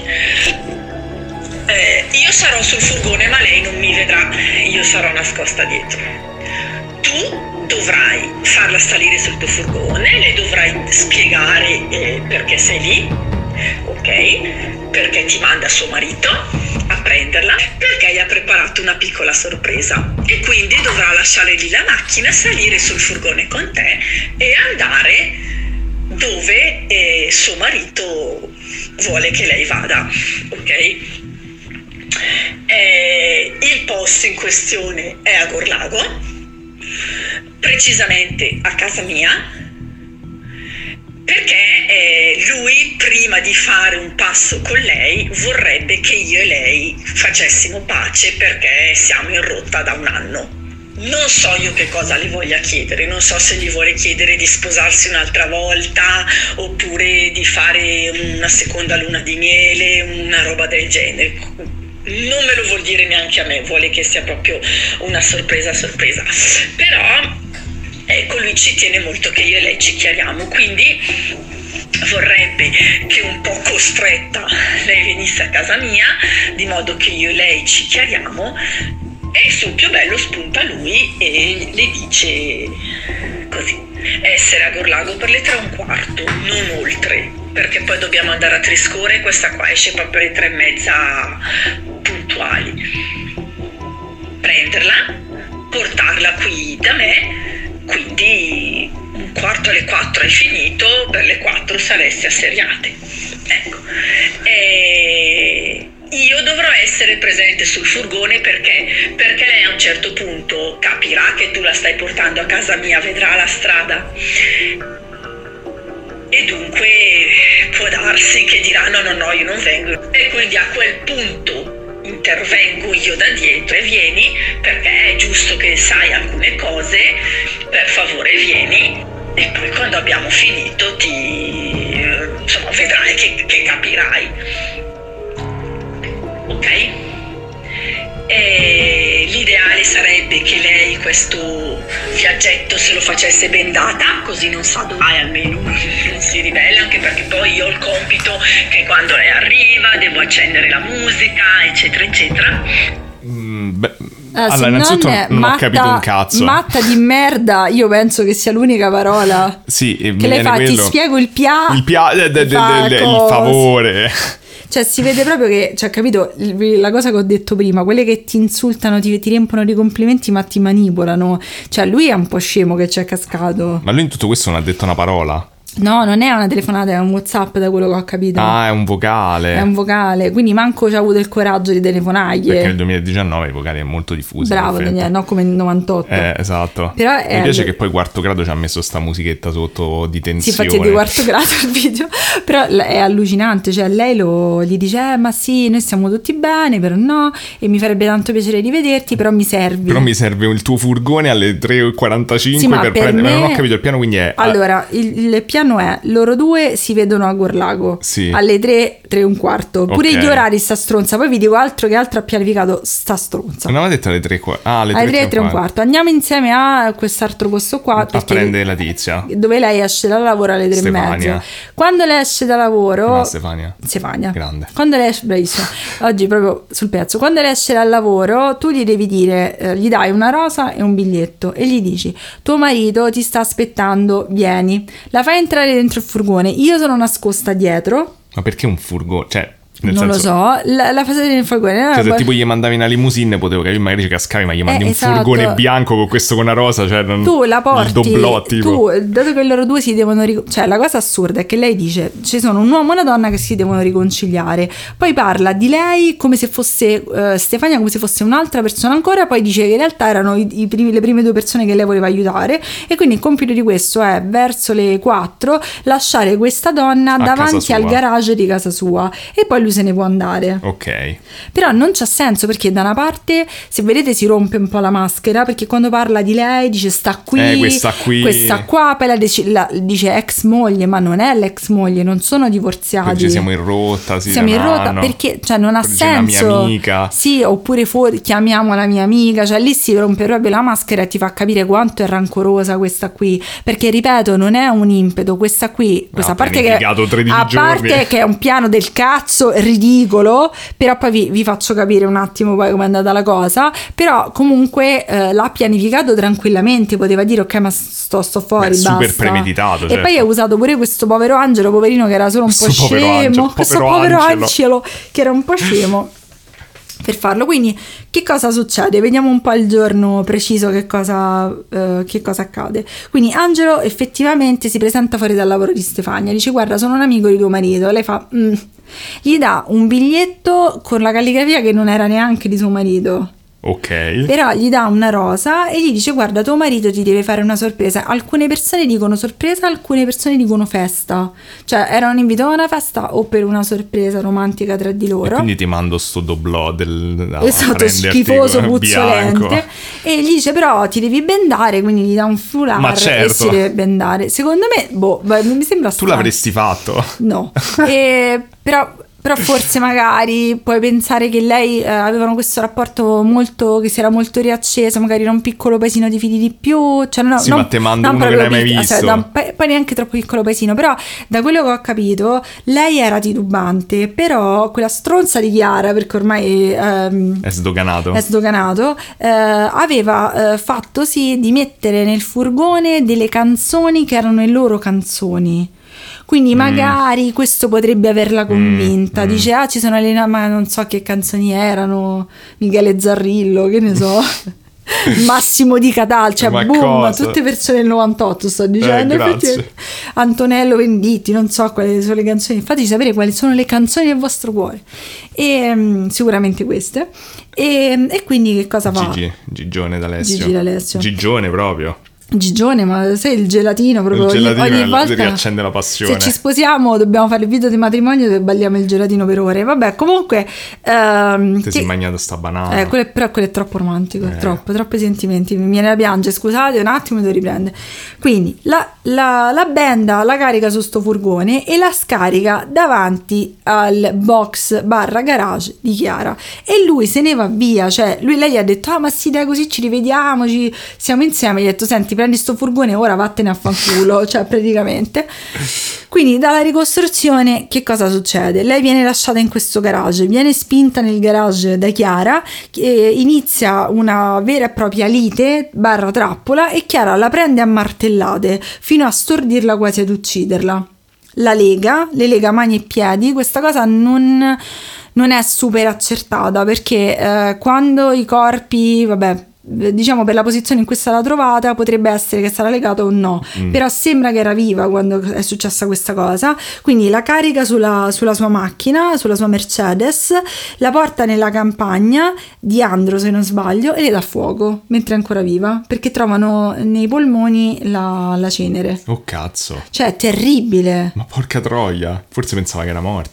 Io sarò sul furgone, ma lei non mi vedrà, io sarò nascosta dietro. Tu dovrai farla salire sul tuo furgone, le dovrai spiegare perché sei lì, ok? Perché ti manda suo marito a prenderla, perché gli ha preparato una piccola sorpresa, e quindi dovrà lasciare lì la macchina, salire sul furgone con te e andare dove suo marito vuole che lei vada, ok? Il posto in questione è a Gorlago, precisamente a casa mia, perché lui, prima di fare un passo con lei, vorrebbe che io e lei facessimo pace, perché siamo in rotta da un anno. Non so io che cosa le voglia chiedere, non so se gli vuole chiedere di sposarsi un'altra volta, oppure di fare una seconda luna di miele, una roba del genere. Non me lo vuol dire neanche a me, vuole che sia proprio una sorpresa, però ecco, lui ci tiene molto che io e lei ci chiariamo, quindi vorrebbe che un po' costretta lei venisse a casa mia, di modo che io e lei ci chiariamo, e sul più bello spunta lui e le dice così: essere a Gorlago per le 3:15, non oltre, perché poi dobbiamo andare a Trescore, questa qua esce proprio alle 3:30 puntuali. Prenderla, portarla qui da me, quindi 3:15 hai finito, per le 4 sareste asseriate. Ecco. Io dovrò essere presente sul furgone perché lei a un certo punto capirà che tu la stai portando a casa mia, vedrà la strada, e dunque può darsi che dirà no, io non vengo, e quindi a quel punto intervengo io da dietro e vieni, perché è giusto che sai alcune cose, per favore vieni, e poi quando abbiamo finito vedrai che capirai, ok? E l'ideale sarebbe che lei questo viaggetto se lo facesse bendata, così non sa dove vai, almeno non si ribella, anche perché poi io ho il compito che quando lei arriva devo accendere la musica, eccetera eccetera. Allora, innanzitutto non ho capito un cazzo. Matta di merda, io penso che sia l'unica parola. Sì, che lei fa, ti spiego il favore. Cioè si vede proprio che, cioè, capito, la cosa che ho detto prima, quelle che ti insultano, ti riempiono di complimenti ma ti manipolano. Cioè lui è un po' scemo che ci è cascato. Ma lui in tutto questo non ha detto una parola? No, non è una telefonata, è un WhatsApp, da quello che ho capito. Ah, è un vocale. È un vocale, quindi manco ci ha avuto il coraggio di telefonargli. Perché nel 2019 i vocali è molto diffusi. Bravo, no, come nel 98. Esatto. Però mi piace che poi Quarto Grado ci ha messo sta musichetta sotto di tensione. Sì, infatti è di Quarto Grado il video. Però è allucinante, cioè lei gli dice ma sì, noi stiamo tutti bene, però no, e mi farebbe tanto piacere rivederti, però mi servi. Però mi serve il tuo furgone alle 3:45 sì, per prendere. Ma non ho capito il piano, quindi è... Allora, il piano piano è: loro due si vedono a Gorlago Sì. alle 3:15. Pure Ok. gli orari sta stronza. Poi vi dico altro ha pianificato sta stronza. Non aveva detto alle 3 alle Alle 3 3:15 andiamo insieme a quest'altro posto qua a perché- prendere la tizia. dove lei esce da lavoro alle 3:30. Stefania. Quando lei esce da lavoro, No, Stefania. Stefania. Grande. Quando lei esce, bravissima, oggi proprio sul pezzo. Quando lei esce dal lavoro, tu gli devi dire, gli dai una rosa e un biglietto e gli dici: tuo marito ti sta aspettando, vieni. La fai entrare dentro il furgone. Io sono nascosta dietro. Ma perché un furgone? Cioè, nel Non senso, lo so, la fase del furgone. Cioè, se tipo gli mandavi una limousine potevo capire, magari ci cascavi, ma gli mandi un esatto. furgone bianco con questo con una rosa, cioè non, Tu la porti, il doblò tipo. tu, dato che loro due si devono cioè la cosa assurda è che lei dice ci sono un uomo e una donna che si devono riconciliare, poi parla di lei come se fosse Stefania, come se fosse un'altra persona ancora, poi dice che in realtà erano le prime due persone che lei voleva aiutare, e quindi il compito di questo è verso le 4 lasciare questa donna davanti al garage di casa sua e poi lui se ne può andare. Ok. Però non c'ha senso, perché da una parte, se vedete, si rompe un po' la maschera, perché quando parla di lei dice sta qui, questa qui, questa qua, poi dice ex moglie, ma non è l'ex moglie, non sono divorziati. Quindi siamo in rotta, sì, siamo da in un rotta anno. perché cioè non ha Poi dice la senso. mia amica. Sì, oppure chiamiamo la mia amica, cioè lì si rompe proprio la maschera e ti fa capire quanto è rancorosa questa qui, perché ripeto, non è un impeto, questa qui, questa Ha parte che pianificato 13 a parte giorni. che è un piano del cazzo ridicolo, però poi vi faccio capire un attimo poi com'è andata la cosa, però comunque l'ha pianificato tranquillamente, poteva dire ok ma sto fuori, basta. Super premeditato, E certo. poi ha usato pure questo povero Angelo, poverino, che era solo un po' Questo povero scemo, Angelo, questo povero povero Angelo. Angelo che era un po' scemo per farlo. Quindi che cosa succede? Vediamo un po' il giorno preciso che cosa accade. Quindi Angelo effettivamente si presenta fuori dal lavoro di Stefania, dice guarda sono un amico di tuo marito, lei fa gli dà un biglietto con la calligrafia che non era neanche di suo marito. Ok. Però gli dà una rosa e gli dice guarda tuo marito ti deve fare una sorpresa. Alcune persone dicono sorpresa, alcune persone dicono festa, cioè era un invito a una festa o per una sorpresa romantica tra di E loro. quindi ti mando sto doblò a Esatto, prenderti schifoso, bianco. puzzolente. E gli dice però ti devi bendare, quindi gli dà un foulard Ma certo. e si deve bendare. Secondo me, mi sembra Tu strano. l'avresti fatto? No. Però forse magari puoi pensare che lei avevano questo rapporto che si era molto riacceso, magari era un piccolo paesino di figli di più, cioè Sì, ma te mando uno che non hai mai visto. poi neanche troppo piccolo paesino, però da quello che ho capito lei era titubante, però quella stronza di Chiara, perché ormai È sdoganato. aveva fatto sì di mettere nel furgone delle canzoni che erano le loro canzoni. Quindi magari questo potrebbe averla convinta. Dice ci sono ma non so che canzoni erano, Michele Zarrillo, che ne so. Massimo Di Cataldo, cioè Ma boom, cosa? tutte persone del 98 sto dicendo. Grazie. Antonello Venditti, non so quali sono le canzoni, infatti sapere quali sono le canzoni del vostro cuore, e sicuramente queste, e quindi che cosa fa? Gigione d'Alessio. Gigi D'Alessio. Gigione proprio. Gigione, ma sai il gelatino proprio, Il gelatino ogni volta riaccende la passione. se ci sposiamo dobbiamo fare il video di matrimonio dove balliamo il gelatino per ore. Vabbè, comunque Ti sei mangiato sta banana. quello è troppo romantico, troppi sentimenti, mi viene da piangere, scusate un attimo, devo riprendere. Quindi la benda la carica su sto furgone e la scarica davanti al box / garage di Chiara, e lui se ne va via, cioè lei gli ha detto ma sì dai, così ci rivediamo, siamo insieme, gli ha detto senti prendi sto furgone ora vattene a fanculo, cioè praticamente. Quindi dalla ricostruzione che cosa succede? Lei viene lasciata in questo garage, viene spinta nel garage da Chiara, inizia una vera e propria lite / trappola e Chiara la prende a martellate fino a stordirla, quasi ad ucciderla. Le lega mani e piedi. Questa cosa non è super accertata, perché quando i corpi, vabbè, diciamo per la posizione in cui è stata trovata potrebbe essere che sarà legato o no, però sembra che era viva quando è successa questa cosa. Quindi la carica sulla sua macchina, sulla sua Mercedes, la porta nella campagna di Andro se non sbaglio e le dà fuoco mentre è ancora viva, perché trovano nei polmoni la cenere. Oh cazzo. Cioè è terribile. Ma porca troia. Forse pensava che era morta.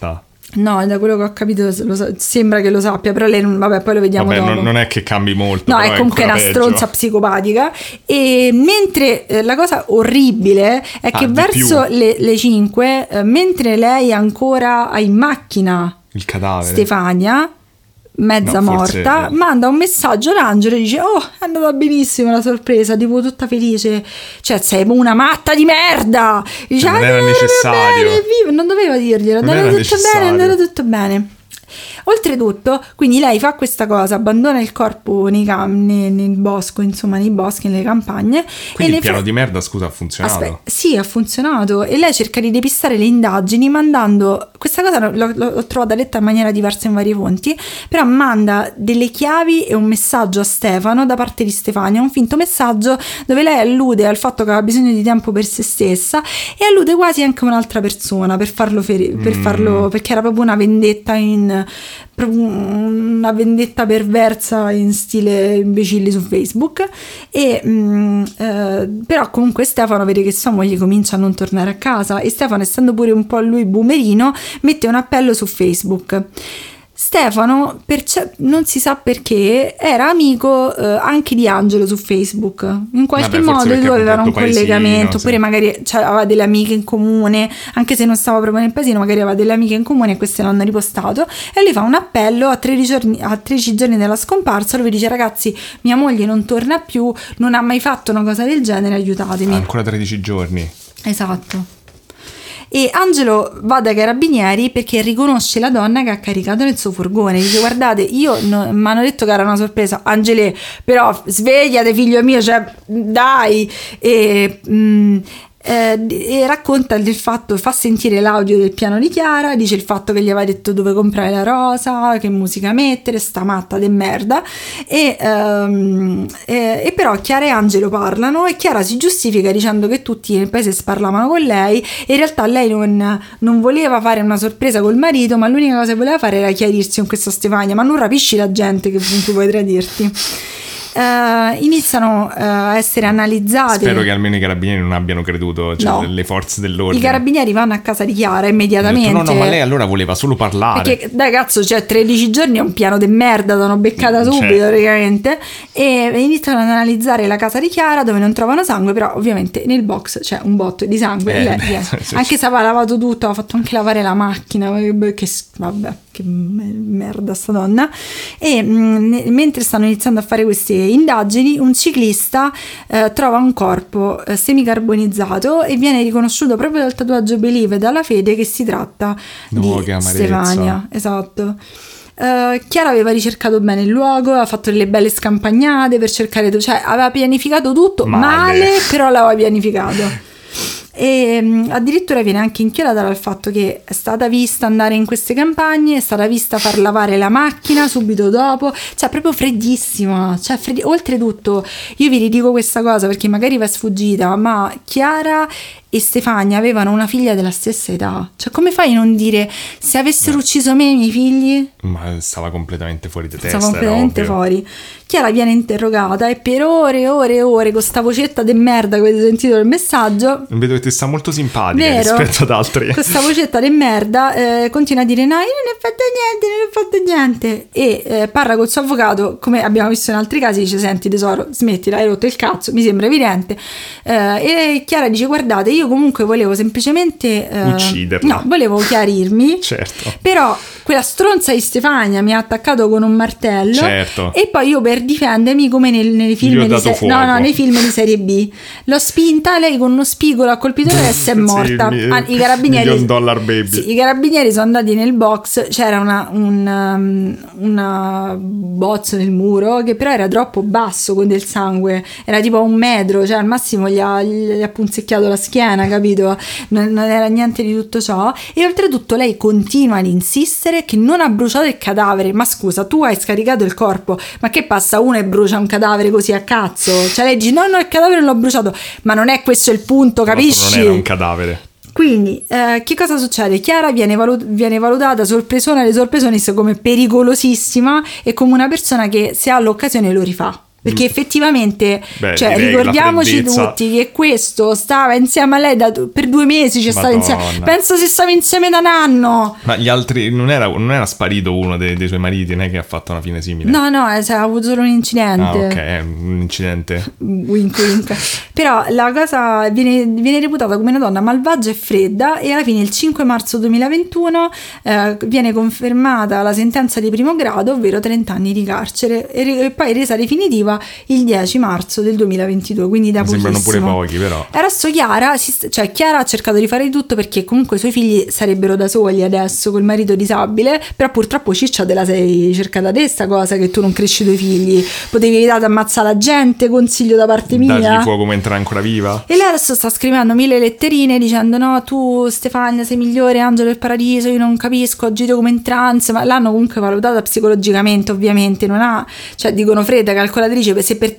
No, da quello che ho capito sembra che lo sappia, però lei vabbè, poi lo vediamo dopo. Non è che cambi molto. No, però è comunque una stronza psicopatica. E mentre la cosa orribile è che verso le 5, mentre lei ancora ha in macchina il cadavere, Stefania mezza morta, manda un messaggio all'Angelo e dice: oh, è andata benissimo la sorpresa, tipo tutta felice, cioè sei una matta di merda, dice, non era necessario bene, non doveva dirglielo, andava tutto bene. Oltretutto, quindi lei fa questa cosa, abbandona il corpo nel bosco, insomma nei boschi, nelle campagne. Quindi il piano di merda, scusa, ha funzionato? Sì, ha funzionato, e lei cerca di depistare le indagini mandando, questa cosa l'ho trovata letta in maniera diversa in varie fonti, però manda delle chiavi e un messaggio a Stefano da parte di Stefania, un finto messaggio dove lei allude al fatto che aveva bisogno di tempo per se stessa e allude quasi anche a un'altra persona per farlo perché era proprio una vendetta una vendetta perversa in stile imbecilli su Facebook. E però comunque Stefano vede che sua moglie comincia a non tornare a casa, e Stefano, essendo pure un po' lui boomerino, mette un appello su Facebook. Stefano, non si sa perché, era amico anche di Angelo su Facebook. In qualche modo i due avevano un collegamento, oppure magari aveva delle amiche in comune, anche se non stava proprio nel paesino, magari aveva delle amiche in comune e queste l'hanno ripostato. E lui fa un appello a 13 giorni dalla scomparsa, dove dice: ragazzi, mia moglie non torna più, non ha mai fatto una cosa del genere, aiutatemi. Ancora 13 giorni. Esatto. E Angelo va dai carabinieri perché riconosce la donna che ha caricato nel suo furgone. Dice: guardate, mi hanno detto che era una sorpresa, Angelo, però svegliate figlio mio, cioè dai. E racconta del fatto, fa sentire l'audio del piano di Chiara, dice il fatto che gli aveva detto dove comprare la rosa, che musica mettere, sta matta de merda, e però Chiara e Angelo parlano e Chiara si giustifica dicendo che tutti nel paese sparlavano con lei, e in realtà lei non voleva fare una sorpresa col marito, ma l'unica cosa che voleva fare era chiarirsi con questa Stefania. Ma non rapisci la gente con cui puoi tradirti. Iniziano a essere analizzate. Spero che almeno i carabinieri non abbiano creduto, cioè, le forze dell'ordine. I carabinieri vanno a casa di Chiara immediatamente. No, ma lei allora voleva solo parlare. Perché dai cazzo, cioè 13 giorni è un piano di merda, l'hanno beccata subito praticamente. E iniziano ad analizzare la casa di Chiara, dove non trovano sangue, però ovviamente nel box c'è un botto di sangue. Anche se aveva lavato tutto, aveva fatto anche lavare la macchina, che merda sta donna. E mentre stanno iniziando a fare queste indagini, un ciclista trova un corpo semicarbonizzato e viene riconosciuto proprio dal tatuaggio Believe e dalla fede che si tratta di Stefania. Esatto. Chiara aveva ricercato bene il luogo, aveva fatto delle belle scampagnate per cercare, cioè aveva pianificato tutto male, però l'aveva pianificato. E addirittura viene anche inchiodata dal fatto che è stata vista andare in queste campagne, è stata vista far lavare la macchina subito dopo, cioè proprio freddissima, cioè oltretutto io vi ridico questa cosa perché magari va sfuggita, ma Chiara e Stefania avevano una figlia della stessa età, cioè come fai a non dire se avessero ucciso me e i miei figli? Ma stava completamente fuori di testa, stava completamente fuori. Chiara viene interrogata e per ore e ore e ore con sta vocetta de merda che avete sentito nel messaggio, vedo che ti sta molto simpatica rispetto ad altri, questa vocetta de merda continua a dire no, io non ho fatto niente e parla col suo avvocato, come abbiamo visto in altri casi, dice: senti tesoro, smettila, hai rotto il cazzo, mi sembra evidente, e Chiara dice: guardate, io comunque volevo semplicemente ucciderla, no, volevo chiarirmi, certo, però quella stronza di Stefania mi ha attaccato con un martello, certo, e poi io per difendermi, come nei film nei film di serie B, l'ho spinta, lei con uno spigolo ha colpito lei e si è morta. I carabinieri i carabinieri sono andati nel box, c'era una bozzo nel muro che però era troppo basso con del sangue, era tipo a 1 metro, cioè al massimo gli ha punzecchiato la schiena, capito? Non era niente di tutto ciò. E oltretutto lei continua ad insistere che non ha bruciato il cadavere. Ma scusa, tu hai scaricato il corpo, ma che passa uno e brucia un cadavere così a cazzo? Cioè lei dice: no, il cadavere non l'ho bruciato, ma non è questo il punto, capisci? Non era un cadavere. Quindi che cosa succede? Chiara viene valutata sorpresona come pericolosissima e come una persona che se ha l'occasione lo rifà. Perché effettivamente, Beh, cioè, direi che la ricordiamoci freddezza- tutti che questo stava insieme a lei per 2 mesi, c'è stato insieme. Madonna. Penso se stava insieme da un anno. Ma gli altri, non era sparito uno dei suoi mariti, non è che ha fatto una fine simile? No, cioè, ha avuto solo un incidente. Ah, ok, è un incidente. Wink wink. Però la cosa viene reputata come una donna malvagia e fredda, e alla fine il 5 marzo 2021 viene confermata la sentenza di primo grado, ovvero 30 anni di carcere, e poi resa definitiva il 10 marzo del 2022, quindi da Mi pochissimo. sembrano pure pochi, però. Adesso Chiara ha cercato di fare di tutto perché comunque i suoi figli sarebbero da soli adesso col marito disabile, però purtroppo Ciccia te la sei cercata te sta cosa, che tu non cresci i tuoi figli, potevi evitare di ammazzare la gente, consiglio da parte mia. Dargli fuoco mentre è ancora viva. E lei adesso sta scrivendo 1000 letterine dicendo: no, tu Stefania sei migliore, angelo del paradiso, io non capisco, agito come in trance. Ma l'hanno comunque valutata psicologicamente, ovviamente non ha, cioè dicono Freda, calcolatrice, se per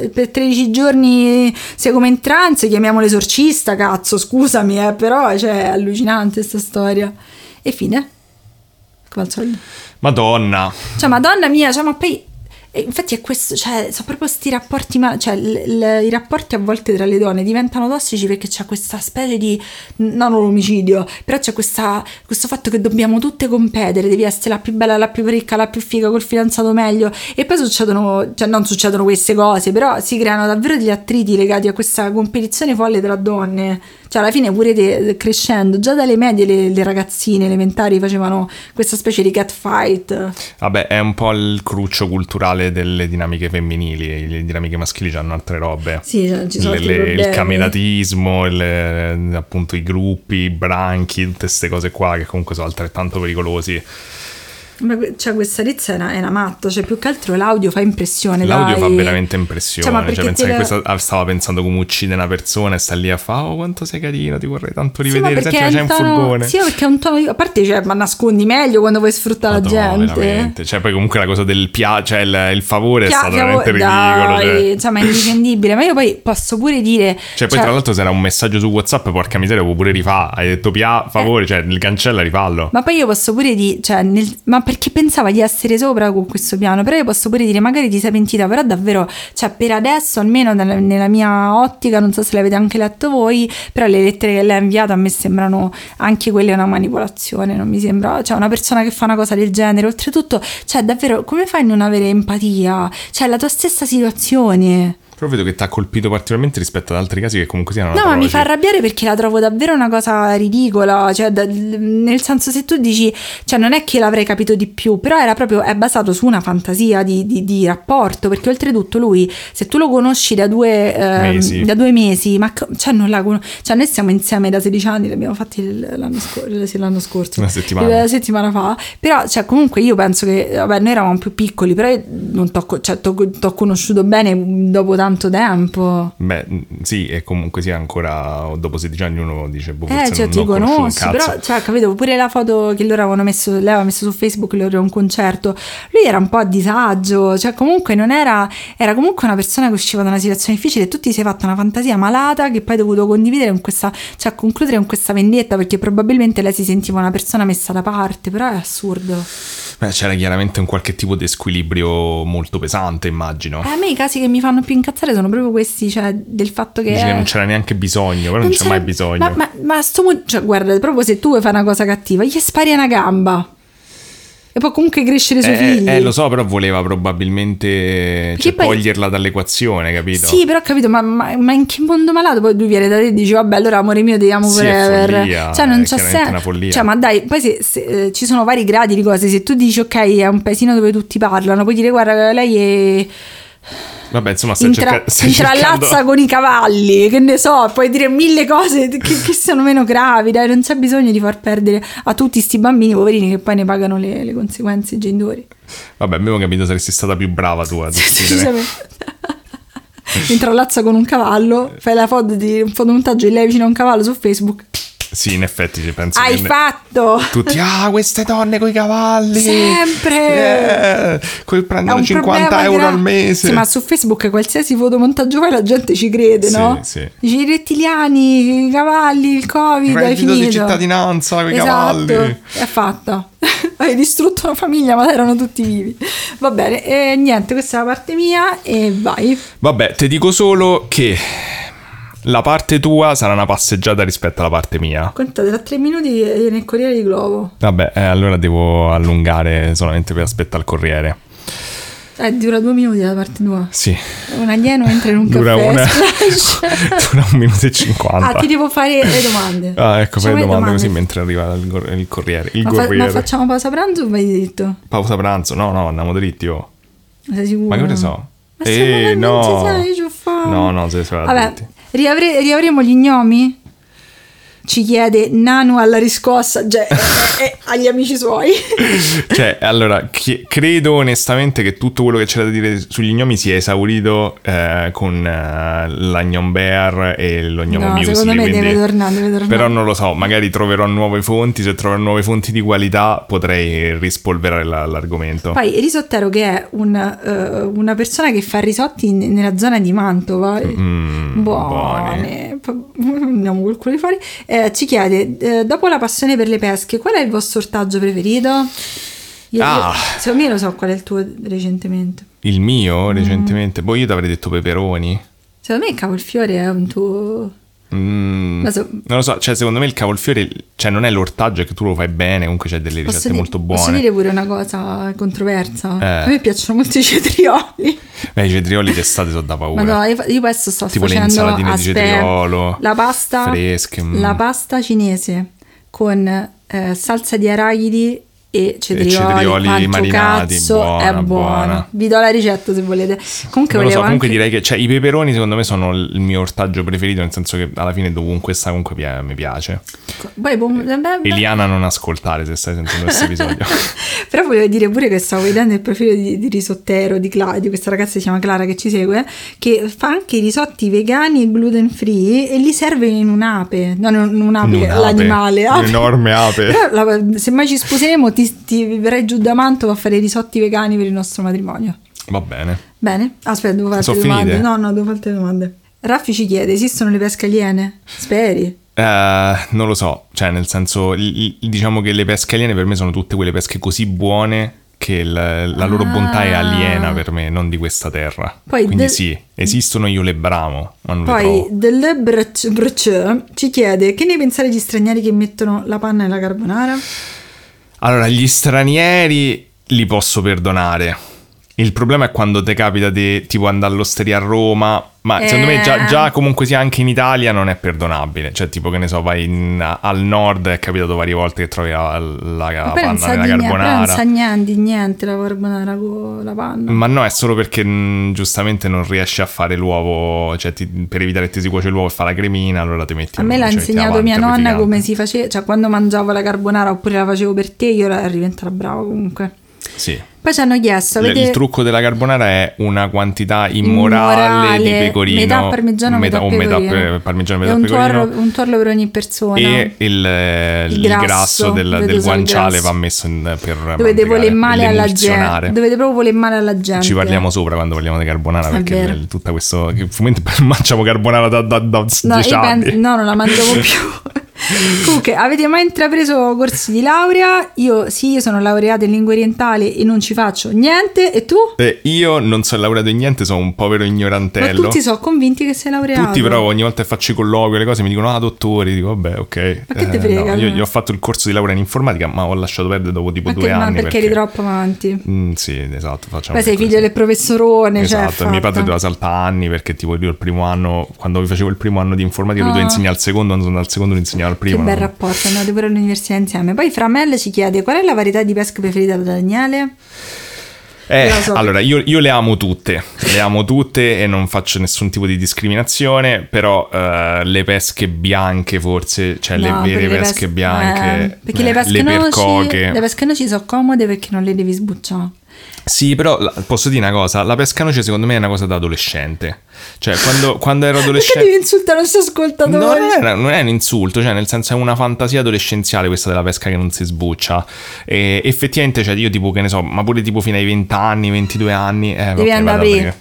13 giorni sei come in trance, chiamiamo l'esorcista, cazzo, scusami, però cioè, è allucinante sta storia. E fine, come al solito. Madonna. Cioè, madonna mia, cioè, ma poi infatti è questo, cioè, sono proprio sti rapporti, cioè i rapporti a volte tra le donne diventano tossici perché c'è questa specie di, non un omicidio, però c'è questo fatto che dobbiamo tutte competere, devi essere la più bella, la più ricca, la più figa, col fidanzato meglio, e poi succedono, cioè non succedono queste cose, però si creano davvero degli attriti legati a questa competizione folle tra donne. Cioè alla fine pure crescendo, già dalle medie le ragazzine elementari facevano questa specie di catfight. Vabbè, è un po' il cruccio culturale delle dinamiche femminili, le dinamiche maschili hanno altre robe. Sì, cioè, ci sono altri problemi. Il cameratismo, appunto i gruppi, i branchi, tutte queste cose qua che comunque sono altrettanto pericolosi. Cioè questa tizia è una matta, cioè più che altro l'audio fa impressione. L'audio dai. Fa veramente impressione, cioè pensa che questa stava pensando come uccide una persona e sta lì a fare: oh quanto sei carino, ti vorrei tanto rivedere, sì, senti, c'è un furgone. Sì, perché è un tono, a parte, cioè, ma nascondi meglio quando vuoi sfruttare la gente. Veramente. Cioè poi comunque la cosa del cioè il favore è stato veramente ridicolo, cioè ma è indifendibile. Ma io poi posso pure dire, cioè poi tra l'altro se era un messaggio su WhatsApp, porca miseria, può pure rifare, hai detto favore, cioè il cancella, rifallo. Ma poi io posso pure dire, cioè ma perché pensava di essere sopra con questo piano, però io posso pure dire magari ti sei pentita, però davvero, cioè per adesso almeno nella mia ottica, non so se l'avete anche letto voi, però le lettere che lei ha inviato a me sembrano anche quelle una manipolazione, non mi sembra, cioè una persona che fa una cosa del genere, oltretutto, cioè davvero come fai a non avere empatia, cioè la tua stessa situazione. Però vedo che ti ha colpito particolarmente rispetto ad altri casi che comunque siano no, ma mi fa arrabbiare perché la trovo davvero una cosa ridicola, cioè nel senso, se tu dici, cioè non è che l'avrei capito di più, però è basato su una fantasia di rapporto, perché oltretutto lui, se tu lo conosci da 2 mesi, ma cioè non la cioè noi stiamo insieme da 16 anni, l'abbiamo fatti l'anno scorso, una settimana fa, però cioè comunque io penso che, vabbè, noi eravamo più piccoli, però non t'ho conosciuto bene dopo tanto tempo. Beh, sì, e comunque sia ancora dopo 16 anni uno dice forse cioè ti conosci, però cioè capito, pure la foto che loro avevano messo, lei aveva messo su Facebook, loro era un concerto, lui era un po' a disagio, cioè comunque non era comunque una persona che usciva da una situazione difficile, e tu ti sei fatta una fantasia malata che poi hai dovuto condividere con questa, cioè concludere con questa vendetta, perché probabilmente lei si sentiva una persona messa da parte, però è assurdo. Beh, c'era chiaramente un qualche tipo di squilibrio molto pesante, immagino. A me i casi che mi fanno più incazzare sono proprio questi, cioè del fatto che... Dici che non c'era neanche bisogno, però non c'è mai bisogno. Ma cioè guarda, proprio se tu vuoi fare una cosa cattiva, gli spari una gamba. E può comunque crescere i suoi figli. Lo so, però voleva probabilmente toglierla dall'equazione, capito? Sì, però ho capito, ma in che mondo malato poi lui viene da te e dici vabbè, allora amore mio ti amo forever. Follia, cioè non c'è senso. Cioè ma dai, poi se ci sono vari gradi di cose, se tu dici ok, è un paesino dove tutti parlano, puoi dire guarda, lei è... Vabbè, insomma, intrallazza con i cavalli, che ne so, puoi dire 1000 cose che siano meno gravi, dai, non c'è bisogno di far perdere a tutti sti bambini poverini che poi ne pagano le conseguenze i genitori. Vabbè, abbiamo capito, saresti stata più brava tu a decidere. Intrallazza con un cavallo, fai la foto di un fotomontaggio di lei vicino a un cavallo su Facebook. Sì, in effetti ci penso. Hai fatto! Tutti, queste donne coi cavalli! Sempre! Prendono 50 euro al mese. Sì, ma su Facebook qualsiasi fotomontaggio fai la gente ci crede, no? Sì. Dici i rettiliani, i cavalli, il Covid, hai finito. Reddito di cittadinanza coi cavalli. È fatta. Hai distrutto una famiglia, ma erano tutti vivi. Va bene, e niente, questa è la parte mia e vai. Vabbè, ti dico solo che la parte tua sarà una passeggiata rispetto alla parte mia. Contate, tra 3 minuti nel Corriere di Globo. Vabbè, allora devo allungare solamente per aspettare il Corriere. Dura 2 minuti la parte tua. Sì. Un alieno entra in un caffè Splash. Dura 1 minuto e 50. Ti devo fare le domande. Ecco, fai le domande così mentre arriva il Corriere. Ma facciamo pausa pranzo o vai dritto? Pausa pranzo? No, andiamo dritti, oh. Sei sicuro? Ma che ne so? No. Non ci fa. No, se va dritti. Riavremo gli gnomi? Ci chiede Nanu alla riscossa, cioè agli amici suoi. Cioè, allora, credo onestamente che tutto quello che c'era da dire sugli gnomi sia esaurito con la Gnome Bear e lo Gnomo Music. Secondo me deve tornare. Però non lo so, magari troverò nuove fonti. Se troverò nuove fonti di qualità potrei rispolverare l'argomento. Poi Risottero, che è una persona che fa risotti nella zona di Mantova, buone. Andiamo col culo di fuori. Ci chiede, dopo la passione per le pesche, qual è il vostro ortaggio preferito? Secondo me lo so qual è il tuo recentemente. Il mio recentemente? Io ti avrei detto peperoni. Secondo me il cavolfiore è un tuo... Non lo so, cioè secondo me il cavolfiore, cioè non è l'ortaggio, è che tu lo fai bene, comunque c'è delle ricette molto buone. Posso dire pure una cosa controversa? A me piacciono molto i cetrioli. I cetrioli d'estate sono da paura. Ma no, io questo sto tipo facendo le insalatine di cetriolo la pasta fresche. La pasta cinese con salsa di arachidi e cetrioli marinati, buona. Vi do la ricetta se volete. Comunque non lo so, comunque direi che i peperoni secondo me sono il mio ortaggio preferito, nel senso che alla fine dovunque sta comunque mi piace. Eliana, non ascoltare se stai sentendo questo episodio. Però volevo dire pure che stavo vedendo il profilo di Risottero di questa ragazza che si chiama Clara, che ci segue, che fa anche i risotti vegani e gluten free e li serve in un'ape, non in un'ape, l'animale, un'enorme ape. Però se mai ci sposeremo ti verrai giù da Mantova a fare i risotti vegani per il nostro matrimonio. Va bene. Bene? Aspetta, devo farti le domande. No, devo farti le domande. Raffi ci chiede, esistono le pesche aliene? Speri? Non lo so, cioè nel senso, diciamo che le pesche aliene per me sono tutte quelle pesche così buone che la loro bontà è aliena per me, non di questa terra. Poi quindi sì, esistono, io le bramo, ma non le trovo. Poi Del ci chiede, che ne pensate gli stranieri che mettono la panna nella carbonara? Allora, gli stranieri li posso perdonare. Il problema è quando ti capita di tipo andare all'osteria a Roma, ma secondo me già comunque sia anche in Italia non è perdonabile. Cioè tipo, che ne so, vai al nord, è capitato varie volte che trovi la panna nella carbonara. Non sa niente la carbonara con la panna. Ma no, è solo perché giustamente non riesci a fare l'uovo, cioè per evitare che ti si cuoce l'uovo e fa la cremina, allora ti metti. A me l'ha insegnato mia nonna come si faceva, cioè quando mangiavo la carbonara oppure la facevo per te, io ero diventata brava comunque. Sì. Poi ci hanno chiesto, il trucco della carbonara è una quantità immorale di pecorino, metà parmigiano, metà parmigiano, metà pecorino, un tuorlo per ogni persona, e il grasso del guanciale va messo per dovete voler male alla gente, dovete proprio voler male alla gente. Ci parliamo sopra quando parliamo di carbonara, perché tutta questo che mangiamo carbonara da 10 anni. No, non la mangiamo più. Comunque, avete mai intrapreso corsi di laurea? Io sono laureata in lingua orientale e non ci faccio niente. E tu? Io non sono laureato in niente, sono un povero ignorantello. Ma tutti sono convinti che sei laureato. Tutti, però ogni volta che faccio i colloqui le cose mi dicono dottori, dico vabbè, ok. Ma che te frega? No, io ho fatto il corso di laurea in informatica, ma ho lasciato perdere dopo tipo 2 anni. Ma perché eri troppo avanti? Sì, esatto. Poi sei figlio del professorone. Esatto, cioè mio padre doveva saltare anni perché tipo io il primo anno, quando vi facevo il primo anno di informatica, lui doveva insegnare al secondo, quando sono al secondo lui insegnava al primo. Che bel rapporto. Andate pure all'università insieme. Poi Framel ci chiede qual è la varietà di pesca preferita da Daniele? Allora io le amo tutte e non faccio nessun tipo di discriminazione, però le pesche bianche forse, cioè no, le vere pesche bianche, perché le pesche noci sono comode perché non le devi sbucciare. Sì, però posso dire una cosa, la pesca noce secondo me è una cosa da adolescente. Cioè quando ero adolescente... Perché devi insultare il nostro ascoltatore? Non è un insulto, cioè nel senso è una fantasia adolescenziale questa della pesca che non si sbuccia. E effettivamente, cioè io tipo, che ne so, ma pure tipo fino ai 20 anni, 22 anni... devi andare a aprire.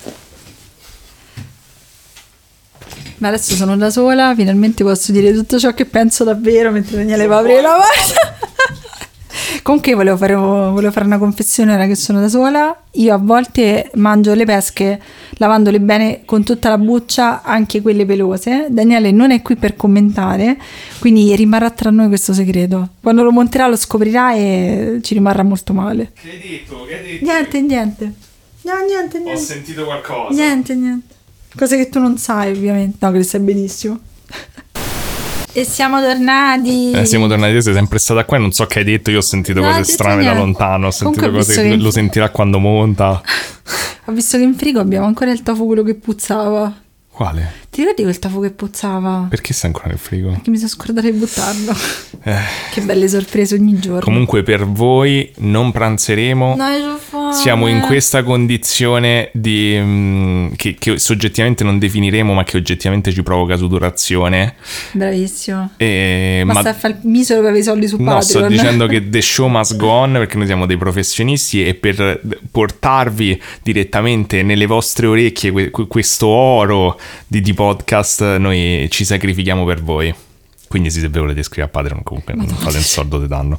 Ma adesso sono da sola, finalmente posso dire tutto ciò che penso davvero mentre Daniele va a aprire la porta. Comunque volevo fare una confessione ora che sono da sola. Io a volte mangio le pesche lavandole bene con tutta la buccia, anche quelle pelose. Daniele non è qui per commentare, quindi rimarrà tra noi questo segreto. Quando lo monterà lo scoprirà e ci rimarrà molto male. Che hai detto? Niente. No, niente. Ho sentito qualcosa. Niente. Cose che tu non sai, ovviamente. No, che le sai benissimo. E siamo tornati. Siamo tornati, sei sempre stata qua e non so che hai detto, io ho sentito cose strane da lontano, ho sentito cose che lo sentirà quando monta. Ho visto che in frigo abbiamo ancora il tofu, quello che puzzava. Quale? Ti ricordi quel tofu che puzzava? Perché sta ancora nel frigo? Perché mi sono scordata di buttarlo. Che belle sorprese ogni giorno. Comunque per voi non pranzeremo. No, io c'ho fame. Siamo in questa condizione di che soggettivamente non definiremo, ma che oggettivamente ci provoca sudorazione. Bravissimo. Ma sta a fare il misero per avere i soldi su Patreon. No, sto dicendo che the show must go on, perché noi siamo dei professionisti e per portarvi direttamente nelle vostre orecchie questo oro di podcast noi ci sacrifichiamo per voi. Quindi se vi volete iscrivere a Patreon, comunque non fate un soldo di danno.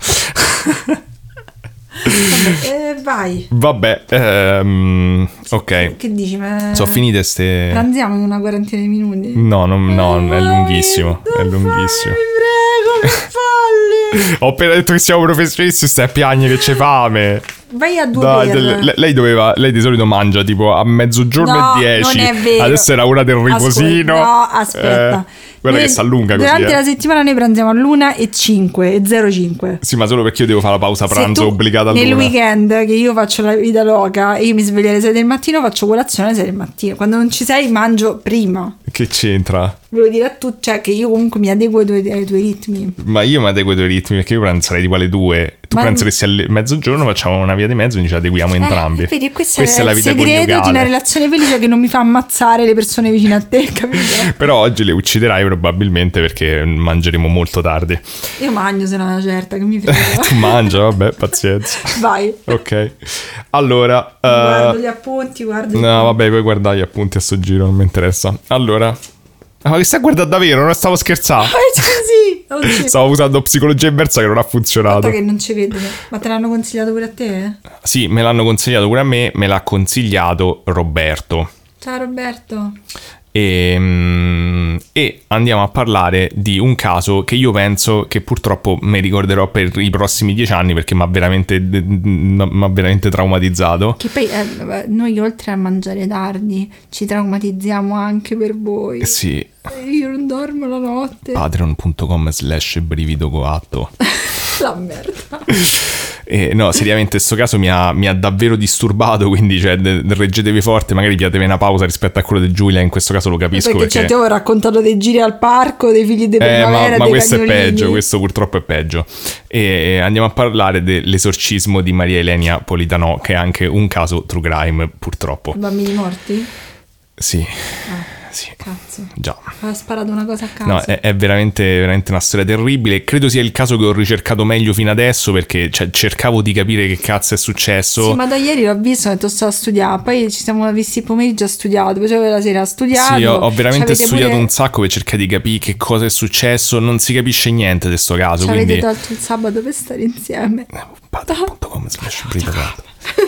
Vai. Vabbè, ok. Che dici? Sono finite ste... Pranziamo in una quarantina di minuti? No, è lunghissimo. È lunghissimo. Mi prego, che falli. Ho appena detto che siamo professionisti, stai a piagnere che c'è fame. Vai a due lei di solito mangia tipo a mezzogiorno e 10. Non è vero. Adesso era ora del riposino. No, aspetta. Guarda che si allunga così. Durante la settimana noi pranziamo all'1:05 e 05. Sì, ma solo perché io devo fare la pausa pranzo obbligata all'una. Nel weekend che io faccio la vita loca e io mi sveglio alle 6 del mattino, faccio colazione alle 6 del mattino. Quando non ci sei mangio prima. Che c'entra? Volevo dire a tutti, cioè che io comunque mi adeguo ai tuoi ritmi. Ma io mi adeguo ai tuoi ritmi perché io pranzerei tipo alle 2. Tu pranzeresti a mezzogiorno, facciamo una via di mezzo e ci adeguiamo entrambi. Vedi, questo Questa è la il vita segreto coniugale di una relazione felice che non mi fa ammazzare le persone vicine a te, capito? Però oggi le ucciderai probabilmente perché mangeremo molto tardi. Io mangio se non è una certa, che mi frega. Tu mangia, vabbè, pazienza. Vai. Ok. Allora guardo gli appunti, No, vabbè, puoi guardare gli appunti a sto giro, non mi interessa. Allora, ma che stai guardando davvero? Non stavo scherzando. Sì. Stavo usando psicologia inversa che non ha funzionato. Guarda che non ci vedo. Ma te l'hanno consigliato pure a te? Sì, me l'hanno consigliato pure a me, me l'ha consigliato Roberto. Ciao Roberto. E andiamo a parlare di un caso che io penso che purtroppo mi ricorderò per i prossimi 10 anni perché mi ha veramente traumatizzato. Che poi noi oltre a mangiare tardi ci traumatizziamo anche per voi. Sì. Io non dormo la notte. Patreon.com/brivido coatto. La merda. No, seriamente sto caso mi ha davvero disturbato, quindi cioè reggetevi forte, magari piatevi una pausa rispetto a quello di Giulia, in questo caso lo capisco perché ti ho raccontato dei giri al parco, dei figli di primavera, ma dei questo cagnolini. è peggio, questo purtroppo è peggio. E andiamo a parlare dell'esorcismo di Maria Elenia Politanò, che è anche un caso true crime, purtroppo. Bambini morti? Sì. Sì. Cazzo. Già. Ha sparato una cosa a caso. No, è veramente una storia terribile. Credo sia il caso che ho ricercato meglio fino adesso perché cercavo di capire che cazzo è successo. Sì, ma da ieri l'ho visto, ho detto sto a studiare. Poi ci siamo visti il pomeriggio a studiare. Poi la sera a studiare. Sì, ho veramente studiato un sacco per cercare di capire che cosa è successo. Non si capisce niente di sto caso. Ci quindi... avete tolto il sabato per stare insieme. Patreon.com/brivido.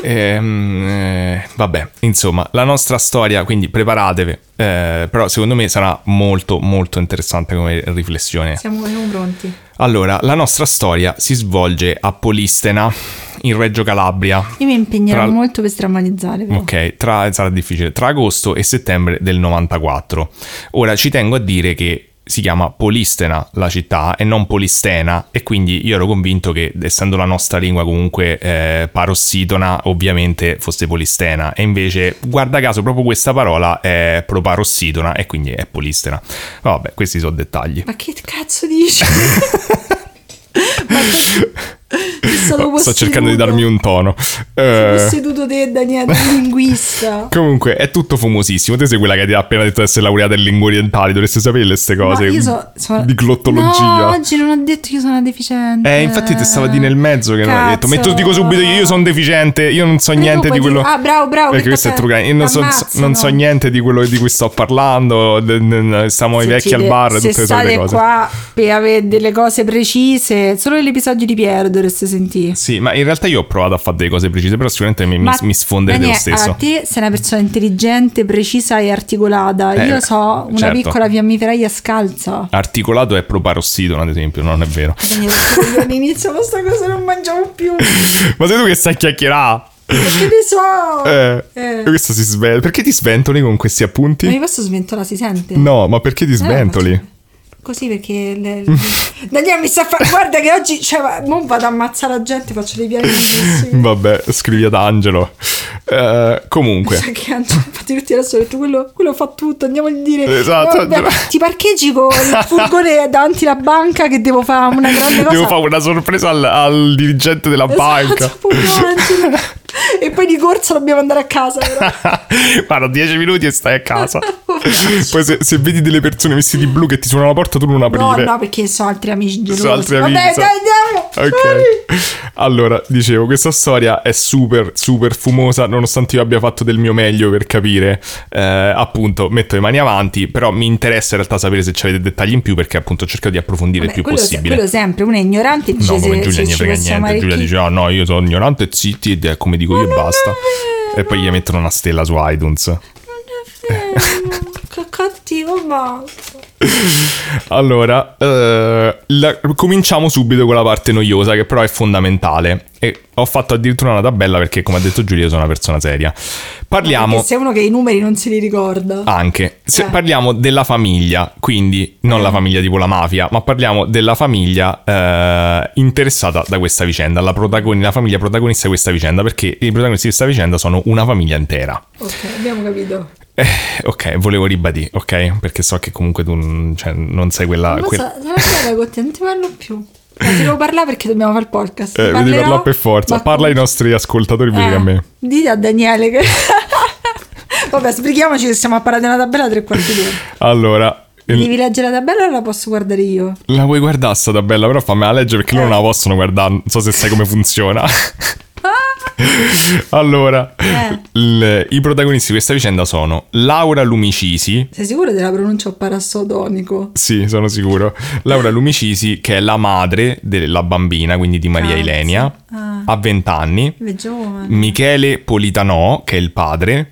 Vabbè, insomma, la nostra storia, quindi preparatevi, però secondo me sarà molto molto interessante come riflessione. Siamo pronti. Allora, la nostra storia si svolge a Polistena, in Reggio Calabria. Io mi impegnerò molto per strammatizzare. Però. Ok, sarà difficile, tra agosto e settembre del 94. Ora ci tengo a dire che si chiama Polistena la città e non Polistena, e quindi io ero convinto che, essendo la nostra lingua comunque parossitona, ovviamente fosse Polistena, e invece guarda caso proprio questa parola è proparossitona e quindi è Polistena. Vabbè, questi sono dettagli. Ma che cazzo dici? Sto cercando di darmi un tono. Posseduto te, Daniele, linguista. Comunque è tutto fumosissimo. Te sei quella che ti ha appena detto di essere laureata in lingue orientali. Dovresti sapere queste cose. Ma io sono di glottologia. No, oggi non ho detto che io sono una deficiente. Infatti ti stava di nel mezzo che non hai detto. Metto dico subito io sono deficiente. Io non so niente di quello. Ah, bravo. Perché questo è true crime. Io non so niente di quello di cui sto parlando. Stiamo i vecchi al bar. Tutte le solite cose. Se state qua per avere delle cose precise, solo l'episodio di Piero dovreste sentire. appunti. Sì, ma in realtà io ho provato a fare delle cose precise, però sicuramente mi sfonderete lo stesso. A te sei una persona intelligente, precisa e articolata. Io so una certo. piccola fiammiferaia scalza. Articolato è proparossido, ad esempio, non è vero. All'inizio questa cosa non mangiamo più. Ma sei tu che stai a chiacchierare? Che ne so? Questo si sventa. Perché ti sventoli con questi appunti? Ma io questo sventola si sente? No, ma perché ti sventoli? Così perché Daniele mi sta guarda che oggi non vado a ammazzare la gente, faccio dei piani bellissimi. Vabbè, scrivi ad Angelo. Comunque che infatti tutti adesso ho detto quello fa tutto, andiamo a dire esatto, ti parcheggi con il furgone davanti alla banca che devo fare una grande cosa, devo fare una sorpresa al dirigente della banca. E poi di corsa dobbiamo andare a casa. Guarda, 10 minuti e stai a casa. Poi se vedi delle persone vestiti blu che ti suonano la porta, tu non aprire. No, perché sono altri amici gelosi. Sono altri amici. Vabbè, dai, andiamo. Ok. Allora, dicevo, questa storia è super super fumosa, nonostante io abbia fatto del mio meglio per capire. Appunto, metto le mani avanti, però mi interessa in realtà sapere se c'avete dettagli in più, perché appunto cerco di approfondire il più possibile. Quello sempre, uno è ignorante e dice no, come Giulia ne frega niente. Giulia dice no, io sono ignorante, zitti, ed è come dico io e basta. E poi gli mettono una stella su iTunes. Non è vero. Che cattivo, basta. Allora, cominciamo subito con la parte noiosa, che però è fondamentale. E ho fatto addirittura una tabella perché, come ha detto Giulia, io sono una persona seria. Parliamo. Perché sei uno che i numeri non se li ricorda. Anche. Parliamo della famiglia, quindi non la famiglia tipo la mafia, ma parliamo della famiglia interessata da questa vicenda. La famiglia protagonista di questa vicenda, perché i protagonisti di questa vicenda sono una famiglia intera. Ok, abbiamo capito. Ok, volevo ribadire, ok? Perché so che comunque tu non sei quella... Non ti parlo più. Ti devo parlare perché dobbiamo fare il podcast. Devi parlare per forza. Parla ai nostri ascoltatori più che a me. Dite a Daniele che... Vabbè, sbrighiamoci che stiamo a parlare di una tabella 3/4 d'ora. Allora... Devi leggere la tabella o la posso guardare io? La vuoi guardare sta tabella? Però fammela leggere perché loro non la possono guardare. Non so se sai come funziona. Allora, i protagonisti di questa vicenda sono Laura Lumicisi. Sei sicuro della pronuncia o parassodonico? Sì, sono sicuro. Laura Lumicisi, che è la madre della bambina, quindi di Maria Ilenia, ha 20 anni. Michele Politanò, che è il padre,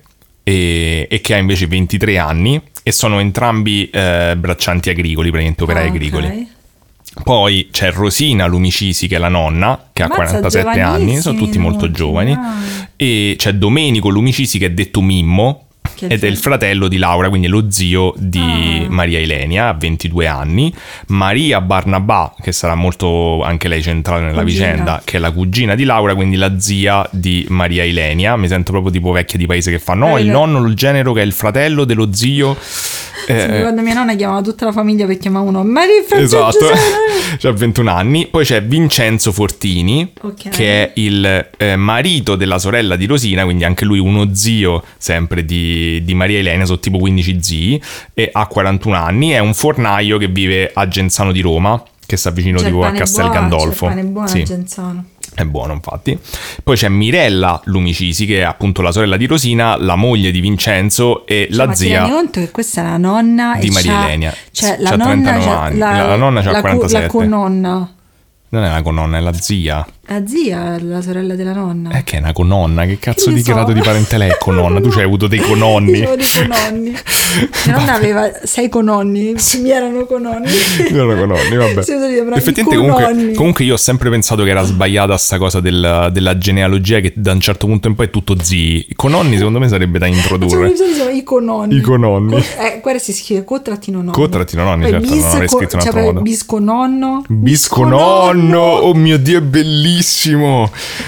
e che ha invece 23 anni, e sono entrambi braccianti agricoli, praticamente operai agricoli. Poi c'è Rosina Lumicisi, che è la nonna, che ha 47 anni, sono tutti molto giovani. E c'è Domenico Lumicisi, che è detto Mimmo, ed è il fratello di Laura, quindi lo zio di Maria Ilenia, ha 22 anni. Maria Barnabà, che sarà molto anche lei centrale nella vicenda, che è la cugina di Laura, quindi la zia di Maria Ilenia. Mi sento proprio tipo vecchia di paese che fa no, il nonno, il genero, che è il fratello dello zio. Quando mia nonna chiamava tutta la famiglia per chiamare uno Maria esatto. C'ha 21 anni. Poi c'è Vincenzo Fortini, che è il marito della sorella di Rosina, quindi anche lui uno zio sempre di Maria Ilenia, sono tipo 15 zii, e ha 41 anni. È un fornaio che vive a Genzano di Roma, che sta vicino tipo a Castel Gandolfo. C'è il pane buono a Genzano. È buono, infatti. Poi c'è Mirella Lumicisi, che è appunto la sorella di Rosina, la moglie di Vincenzo e la zia. Ma ti rendi conto che questa è la nonna di Maria Ilenia? Cioè la c'ha nonna 39 anni. La nonna c'ha 47. La cononna. Non è la cononna, è la zia. La zia, la sorella della nonna. Che è una cononna, che cazzo di grado di parentela è cononna? Tu c'hai avuto dei cononni. Io avevo dei cononni. Mia nonna aveva 6 cononni, mi erano cononni. Erano cononni, vabbè. Effettivamente comunque io ho sempre pensato che era sbagliata sta cosa della genealogia, che da un certo punto in poi è tutto zii. I cononni secondo me sarebbe da introdurre. I cononni. I cononni. Guarda, si scrive co-nonni. Co-nonni, certo, non avrei scritto in un altro modo. Biscononno. Biscononno, oh mio Dio, è bellissimo.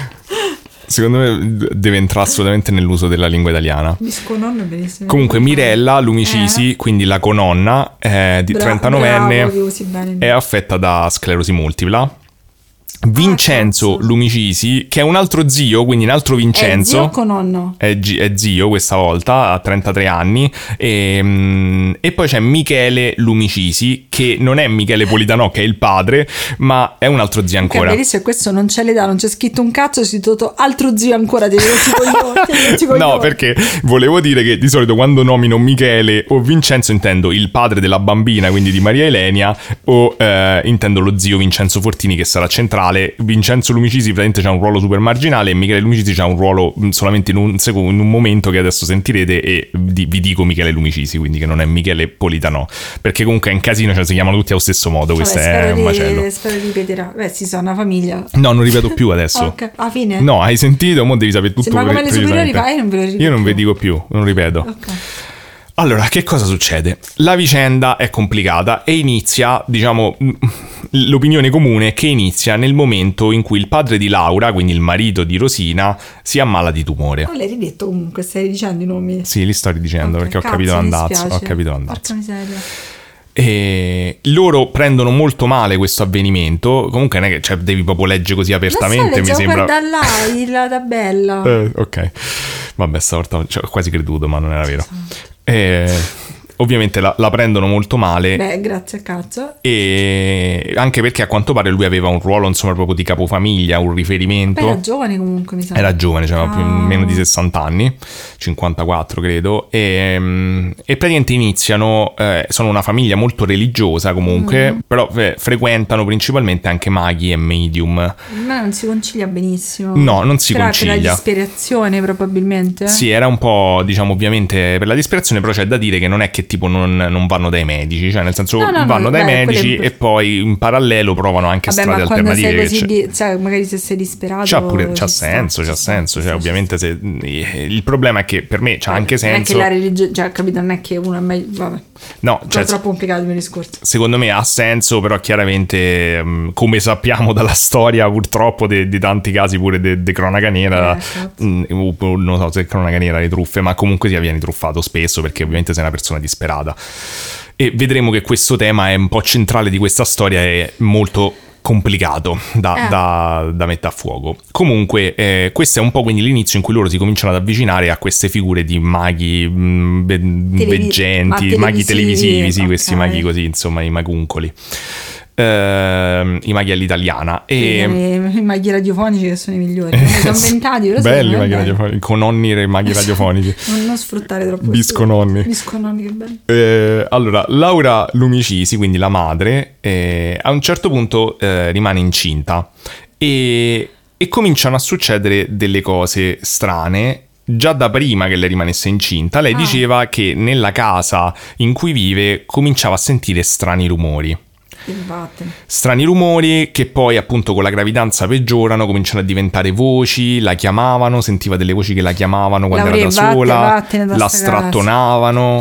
Secondo me deve entrare assolutamente nell'uso della lingua italiana. Biscononno è bellissimo. Comunque Mirella Lumicisi, quindi la cononna, di 39enne, è affetta da sclerosi multipla. Vincenzo Lumicisi, che è un altro zio, quindi un altro Vincenzo. È zio o cononno? È zio questa volta, ha 33 anni. E poi c'è Michele Lumicisi, che non è Michele Politanò, che è il padre, ma è un altro zio ancora. Bellissimo, questo non c'è l'età, non c'è scritto un cazzo, si tutto altro zio ancora, No, perché volevo dire che di solito quando nomino Michele o Vincenzo intendo il padre della bambina, quindi di Maria Ilenia, o intendo lo zio Vincenzo Fortini, che sarà centrale, marginale, Vincenzo Lumicisi praticamente c'ha un ruolo super marginale e Michele Lumicisi c'ha un ruolo solamente in un momento che adesso sentirete, e vi dico Michele Lumicisi, quindi che non è Michele Politano, perché comunque è un casino, cioè si chiamano tutti allo stesso modo. Questo è un macello. Spero ripeterà. Beh, si sa, una famiglia. No, non ripeto più adesso. Ok, alla fine? No, hai sentito? Mo devi sapere tutto. Ma come le superiori vai, non ve lo ripeto. Io non vi dico più, non ripeto. Ok. Allora, che cosa succede? La vicenda è complicata e inizia, diciamo, l'opinione comune è che inizia nel momento in cui il padre di Laura, quindi il marito di Rosina, si ammala di tumore. Non l'hai ridetto comunque, stai dicendo i nomi? Sì, li sto ridicendo, Okay, perché ho capito l'andazzo. Porca miseria. E loro prendono molto male questo avvenimento. Comunque non è che, cioè, devi proprio leggere così apertamente, mi sembra. Guarda là, la tabella. Ok. Vabbè, stavolta ho quasi creduto, ma non era vero. Ovviamente la prendono molto male. Beh, grazie a cazzo. E anche perché a quanto pare lui aveva un ruolo, insomma, proprio di capofamiglia, un riferimento. Beh, era giovane comunque, mi sa. Era giovane, cioè più o meno di 60 anni, 54 credo, e praticamente iniziano, sono una famiglia molto religiosa comunque, però frequentano principalmente anche maghi e medium. Ma non si concilia benissimo. No, non si concilia. Per la disperazione probabilmente. Sì, era un po', diciamo, ovviamente per la disperazione, però c'è da dire che non è che tipo non vanno dai medici, cioè nel senso vanno dai medici e poi in parallelo provano anche strade alternative. Sei così cioè, magari se sei disperato c'ha senso, cioè ovviamente se, il problema è che per me c'ha anche senso. Non è che la religione, cioè capito, non è che uno è meglio, vabbè. No, cioè, è troppo complicato il mio discorso. Secondo me ha senso, però chiaramente come sappiamo dalla storia purtroppo di tanti casi pure di cronaca nera, non so se è cronaca nera le truffe, ma comunque viene truffato spesso perché ovviamente sei una persona disperata. E vedremo che questo tema è un po' centrale di questa storia, è molto complicato da mettere a fuoco. Comunque questo è un po' quindi l'inizio in cui loro si cominciano ad avvicinare a queste figure di maghi veggenti, maghi televisivi, sì, okay. Questi maghi così, insomma, i maguncoli. I maghi all'italiana e i maghi radiofonici che sono i migliori, sono inventati, belli i maghi radiofonici, con nonni e maghi radiofonici. non sfruttare troppo biscononni, che bello. Allora Laura Lumicisi, quindi la madre, a un certo punto rimane incinta e cominciano a succedere delle cose strane. Già da prima che lei rimanesse incinta, lei diceva che nella casa in cui vive cominciava a sentire strani rumori. Strani rumori che poi appunto con la gravidanza peggiorano, cominciano a diventare voci, la chiamavano, sentiva delle voci che la chiamavano quando era da sola, la strattonavano,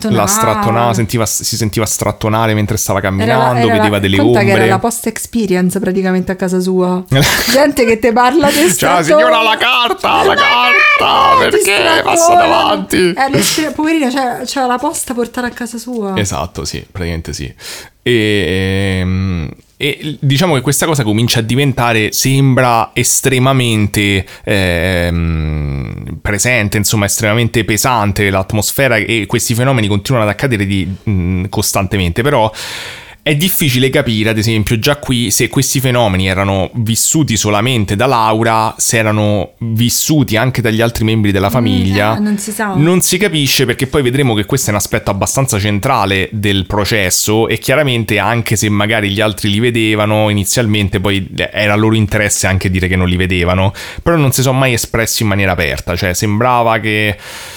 si sentiva strattonare mentre stava camminando, vedeva delle ombre. Che era la post experience praticamente a casa sua. Gente che te parla di ciao signora, la carta, perché passa davanti? Poverina, c'era la posta a portare a casa sua. Esatto, sì, praticamente sì. E diciamo che questa cosa comincia a diventare, sembra estremamente presente, insomma estremamente pesante l'atmosfera, e questi fenomeni continuano ad accadere costantemente, però è difficile capire, ad esempio, già qui se questi fenomeni erano vissuti solamente da Laura, se erano vissuti anche dagli altri membri della famiglia. Non si capisce, perché poi vedremo che questo è un aspetto abbastanza centrale del processo, e chiaramente anche se magari gli altri li vedevano inizialmente, poi era loro interesse anche dire che non li vedevano, però non si sono mai espressi in maniera aperta, cioè sembrava che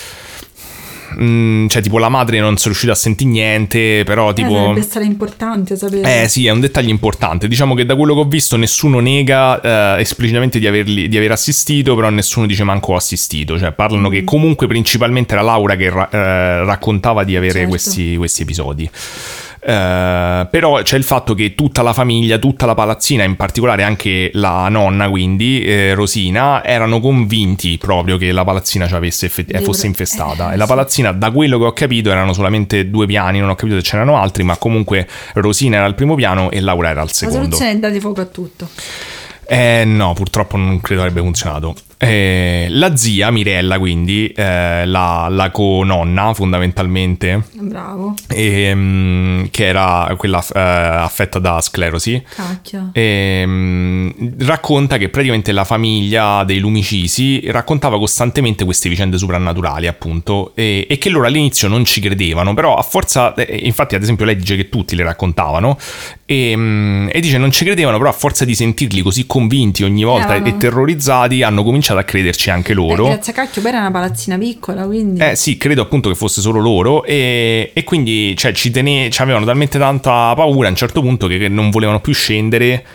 cioè tipo la madre non si è riuscita a sentire niente, però tipo dovrebbe essere importante sapere. Sì, è un dettaglio importante. Diciamo che da quello che ho visto nessuno nega esplicitamente di aver assistito, però nessuno dice manco ho assistito, cioè parlano che comunque principalmente era Laura che raccontava di avere questi episodi. Però c'è il fatto che tutta la famiglia, tutta la palazzina, in particolare anche la nonna, quindi Rosina, erano convinti proprio che la palazzina fosse infestata. E la palazzina, da quello che ho capito, erano solamente 2 piani, non ho capito se c'erano altri, ma comunque Rosina era al primo piano e Laura era al secondo. La soluzione è dare fuoco a tutto. No, purtroppo non credo avrebbe funzionato. La zia Mirella, quindi, la cononna fondamentalmente, Bravo. che era quella affetta da sclerosi, Cacchio. racconta che praticamente la famiglia dei Lumicisi raccontava costantemente queste vicende soprannaturali, appunto, e che loro all'inizio non ci credevano, però a forza, infatti ad esempio lei dice che tutti le raccontavano, e dice non ci credevano, però a forza di sentirli così convinti ogni volta e terrorizzati hanno cominciato a crederci anche loro. Grazie a cacchio, poi era una palazzina piccola, quindi... Sì, credo appunto che fosse solo loro, e quindi cioè, avevano talmente tanta paura a un certo punto che non volevano più scendere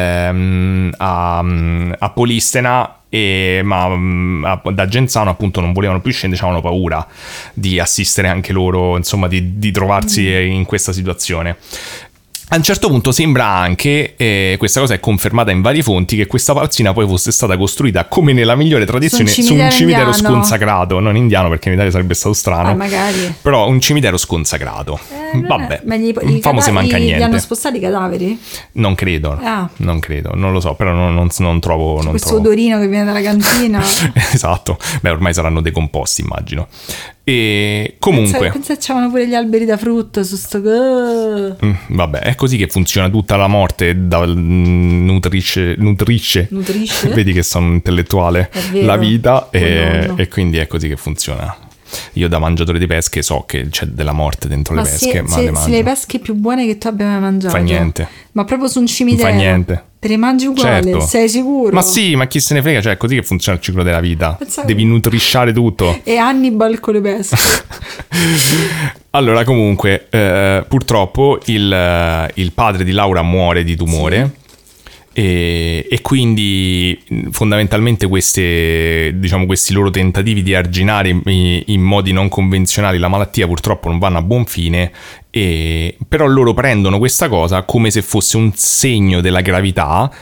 a Polistena, ma da Genzano appunto non volevano più scendere, avevano paura di assistere anche loro, insomma, di trovarsi in questa situazione. A un certo punto sembra anche, questa cosa è confermata in varie fonti, che questa palazzina poi fosse stata costruita, come nella migliore tradizione, su un cimitero sconsacrato, non indiano perché in Italia sarebbe stato strano, magari. Però un cimitero sconsacrato. Vabbè, ma se manca niente. Gli hanno spostati i cadaveri? Non credo, non lo so, però non trovo... Questo odorino che viene dalla cantina. Esatto, beh ormai saranno decomposti, immagino. E comunque pensa che c'erano pure gli alberi da frutto su sto... vabbè, è così che funziona tutta la morte, nutrisce. Vedi che sono intellettuale, la vita, e quindi è così che funziona. Io da mangiatore di pesche so che c'è della morte dentro le pesche, ma le mangio. Le pesche più buone che tu abbia mai mangiato. Fa niente. Ma proprio su un cimitero. Fa niente. Te le mangi uguale, certo. Sei sicuro? Ma sì, ma chi se ne frega, cioè è così che funziona il ciclo della vita. Devi nutrisciare tutto. E Hannibal con le pesche. Allora, comunque, purtroppo il padre di Laura muore di tumore. Sì. E quindi fondamentalmente questi loro tentativi di arginare in modi non convenzionali la malattia purtroppo non vanno a buon fine, però loro prendono questa cosa come se fosse un segno della gravità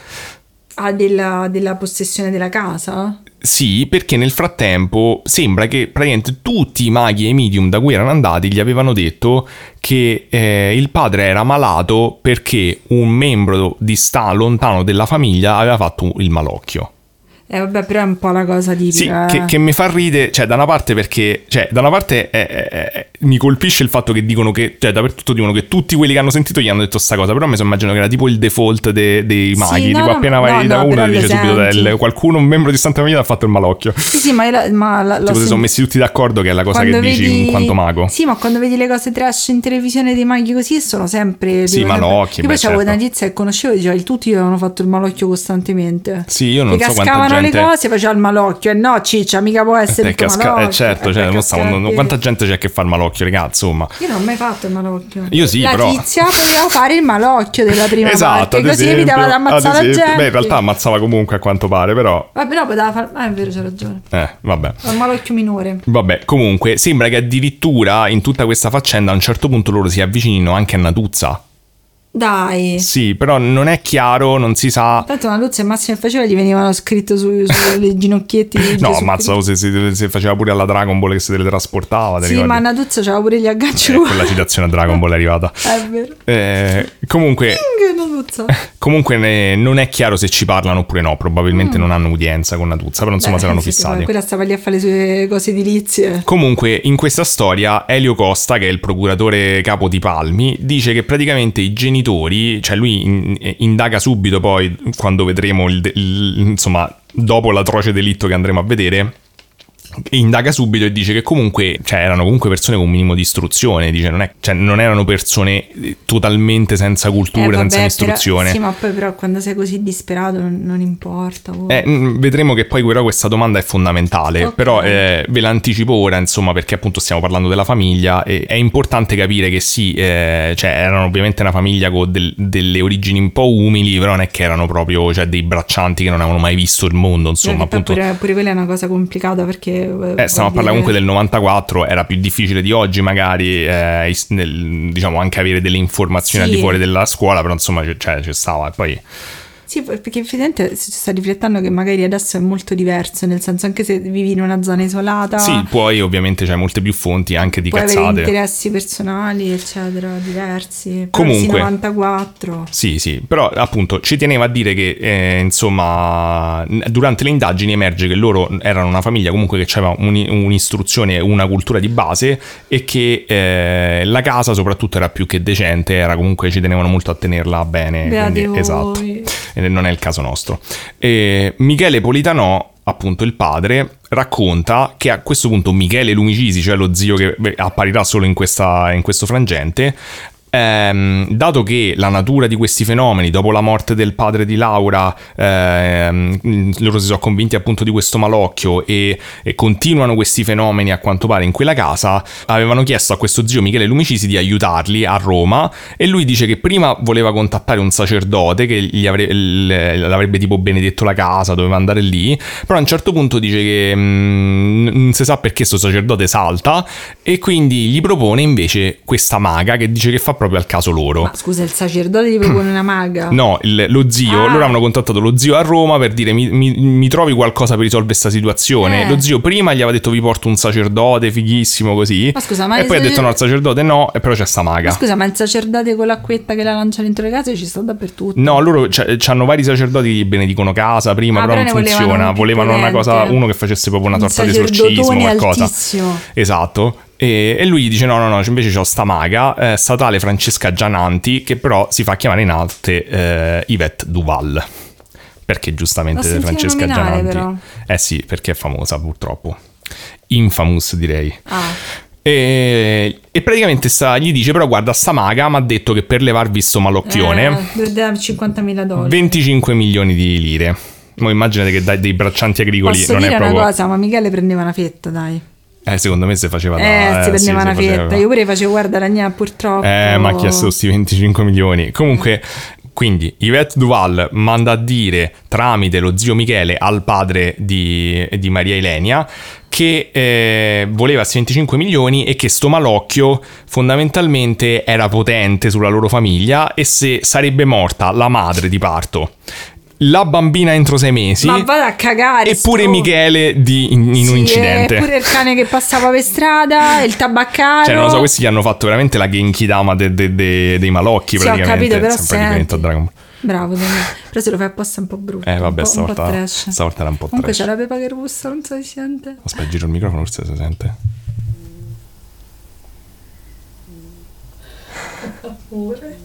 della possessione della casa? Sì, perché nel frattempo sembra che praticamente tutti i maghi e i medium da cui erano andati gli avevano detto che il padre era malato perché un membro lontano della famiglia aveva fatto il malocchio. Vabbè, però è un po' la cosa tipica. Sì, che mi fa ridere, cioè da una parte perché, da una parte mi colpisce il fatto che dicono che, dappertutto dicono che tutti quelli che hanno sentito gli hanno detto sta cosa, però mi sono immaginato che era tipo il default dei maghi, sì, tipo appena vai da uno dice subito qualcuno, un membro di Santa Famiglia ha fatto il malocchio. Sì, ma si sono messi tutti d'accordo che è la cosa che dici in quanto mago. Sì, ma quando vedi le cose trash in televisione dei maghi così sono sempre... Sì, malocchi. Io poi c'avevo una tizia che conoscevo e diceva tutti avevano fatto il malocchio costantemente. Sì, io non so quanta gente... le cose, faceva il malocchio, no ciccia, mica può essere tutto malocchio. Certo, quanta gente c'è che fa il malocchio, ragazzi, insomma. Io non ho mai fatto il malocchio. Io sì, la però tizia poteva fare il malocchio della prima esatto, parte, così evitava di ammazzare la gente. Beh, in realtà ammazzava comunque a quanto pare, però vabbè, no, poteva fare... è vero, c'è ragione. Vabbè. È un malocchio minore. Vabbè, comunque sembra che addirittura in tutta questa faccenda a un certo punto loro si avvicinino anche a Natuzza. Dai. Sì, però non è chiaro, non si sa. Tanto una Natuzza al massimo che faceva gli venivano scritto sui ginocchietti. No, ammazza, se faceva pure alla Dragon Ball che si teletrasportava. Sì, ma Natuzza c'aveva pure gli agganci. Quella citazione a Dragon Ball è arrivata. È vero. Comunque non è chiaro se ci parlano oppure no. Probabilmente non hanno udienza con Natuzza, però insomma saranno fissati. Quella stava lì a fare le sue cose edilizie. Comunque in questa storia Elio Costa, che è il procuratore capo di Palmi, dice che praticamente i genitori, cioè lui indaga subito poi quando vedremo insomma dopo l'atroce delitto che andremo a vedere, indaga subito e dice che comunque erano comunque persone con un minimo di istruzione, dice non erano persone totalmente senza cultura, senza istruzione. Sì, ma poi però quando sei così disperato non importa. Vedremo che poi però questa domanda è fondamentale, okay. Però ve l'anticipo ora, insomma, perché appunto stiamo parlando della famiglia e è importante capire che sì, erano ovviamente una famiglia con delle origini un po' umili, però non è che erano proprio dei braccianti che non avevano mai visto il mondo, insomma, appunto. Pure quella è una cosa complicata perché stiamo a parlare comunque del 94, era più difficile di oggi magari diciamo anche avere delle informazioni al di fuori della scuola, però insomma c'è stava. E poi Sì, perché effettivamente si sta riflettendo che magari adesso è molto diverso, nel senso anche se vivi in una zona isolata. Sì, poi ovviamente c'hai molte più fonti anche di puoi cazzate. avere interessi personali, eccetera, diversi. Comunque, 94. Sì, però appunto ci teneva a dire che insomma durante le indagini emerge che loro erano una famiglia comunque che aveva un'istruzione, una cultura di base e che la casa soprattutto era più che decente, era comunque ci tenevano molto a tenerla bene. Quindi, esatto, non è il caso nostro. Michele Politanò, appunto il padre, racconta che a questo punto Michele Lumicisi, cioè lo zio che apparirà solo in questo frangente, dato che la natura di questi fenomeni dopo la morte del padre di Laura, loro si sono convinti appunto di questo malocchio e continuano questi fenomeni a quanto pare in quella casa, avevano chiesto a questo zio Michele Lumicisi di aiutarli a Roma e lui dice che prima voleva contattare un sacerdote che l'avrebbe tipo benedetto la casa, doveva andare lì, però a un certo punto dice che non si sa perché sto sacerdote salta e quindi gli propone invece questa maga che dice che fa proprio al caso loro. Ma scusa, il sacerdote gli propone una maga? No, lo zio, loro hanno contattato lo zio a Roma per dire mi trovi qualcosa per risolvere questa situazione. Lo zio prima gli aveva detto vi porto un sacerdote fighissimo così, ma scusa, ma e poi ha detto no, il sacerdote no, e però c'è sta maga. Ma scusa, ma il sacerdote con l'acquetta che la lancia dentro le case ci sta dappertutto? No, loro c'hanno vari sacerdoti che benedicono casa prima, però non funziona, volevano una cosa, uno che facesse proprio una sorta di esorcismo, qualcosa altissimo. Esatto. E lui gli dice no, invece c'ho sta maga, sta tale Francesca Giananti, che però si fa chiamare in arte Yvette Duval, perché giustamente Francesca Giananti però. Sì, perché è famosa purtroppo, infamous direi. E praticamente gli dice però guarda, sta maga mi ha detto che per levarvi sto malocchione $50.000, 25 milioni di lire. Ma immaginate che dai dei braccianti agricoli. Posso non dire è proprio una cosa, ma Michele prendeva una fetta, dai. Secondo me si faceva si prendeva una fetta. Io pure facevo, guarda, Ragnà purtroppo. Ma ha chiesto questi 25 milioni. Comunque, quindi Yvette Duval manda a dire tramite lo zio Michele al padre di Maria Ilenia che voleva questi 25 milioni e che sto malocchio fondamentalmente era potente sulla loro famiglia e se sarebbe morta la madre di parto, la bambina entro 6 mesi, ma vada a cagare, eppure Michele in un incidente, eppure il cane che passava per strada, il tabaccaro, cioè non lo so, questi gli hanno fatto veramente la Genkidama dei malocchi, sì, praticamente. Ho capito, però sempre a Dragon Ball. Bravo, però se lo fai apposta è un po' brutto. Vabbè, stavolta era un po' comunque trash. c'è la Pepa che russa, non so se si sente. Aspetta, giro il microfono, forse si sente. Pure.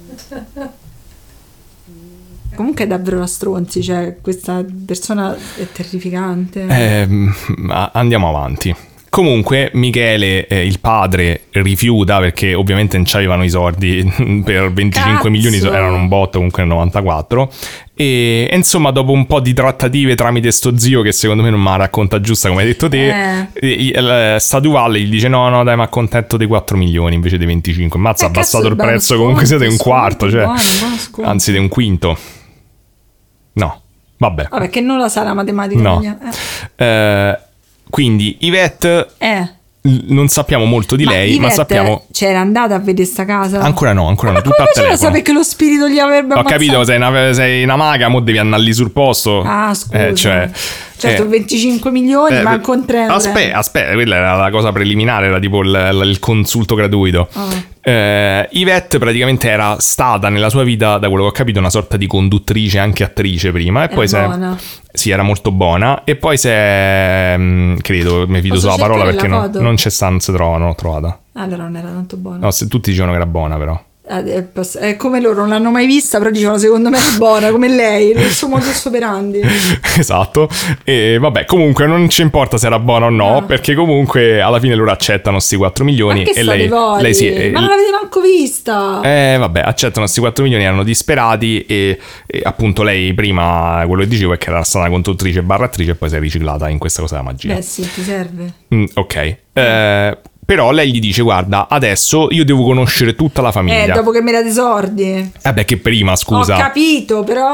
Comunque è davvero la stronzi, cioè questa persona è terrificante. Andiamo avanti. Comunque Michele, il padre, rifiuta perché ovviamente non c'avevano i soldi per 25 milioni, erano un botto comunque nel 94 e insomma dopo un po' di trattative tramite sto zio che secondo me non me la racconta giusta come hai detto te, sta Duval gli dice no dai, ma accontento dei 4 milioni invece dei 25, mazza, ha abbassato il prezzo, comunque siete un quarto, cioè anzi di un quinto. No, vabbè che non la sa la matematica. No. Quindi Yvette non sappiamo molto di lei, Yvette, ma sappiamo. C'era andata a vedere sta casa? Ancora no, tutta a telefono. Lo sa perché lo spirito gli avrebbe ammazzato. Ho capito, sei una maga, mo devi andare lì sul posto. Scusa. Certo, 25 milioni, ma con 3. Aspetta, quella era la cosa preliminare, era tipo il consulto gratuito. Yvette praticamente era stata nella sua vita, da quello che ho capito, una sorta di conduttrice, anche attrice prima, e poi sì, era molto buona, e poi credo, mi fido sulla parola perché non c'è stanza, non l'ho trovata. Allora non era tanto buona. No, tutti dicevano che era buona però. È come loro non l'hanno mai vista, però dicevano secondo me è buona, come lei, il suo modus operandi. Esatto. E vabbè, comunque non ci importa se era buona o no, perché comunque alla fine loro accettano sti 4 milioni. Ma che e lei ma non l'avete manco vista. Vabbè, accettano sti 4 milioni, erano disperati e appunto lei prima, quello che dicevo è che era stata una conduttrice / attrice e poi si è riciclata in questa cosa della magia. Sì, ti serve. Ok. Però lei gli dice guarda, adesso io devo conoscere tutta la famiglia. Dopo che me la disordi. Che prima, scusa. Ho capito, però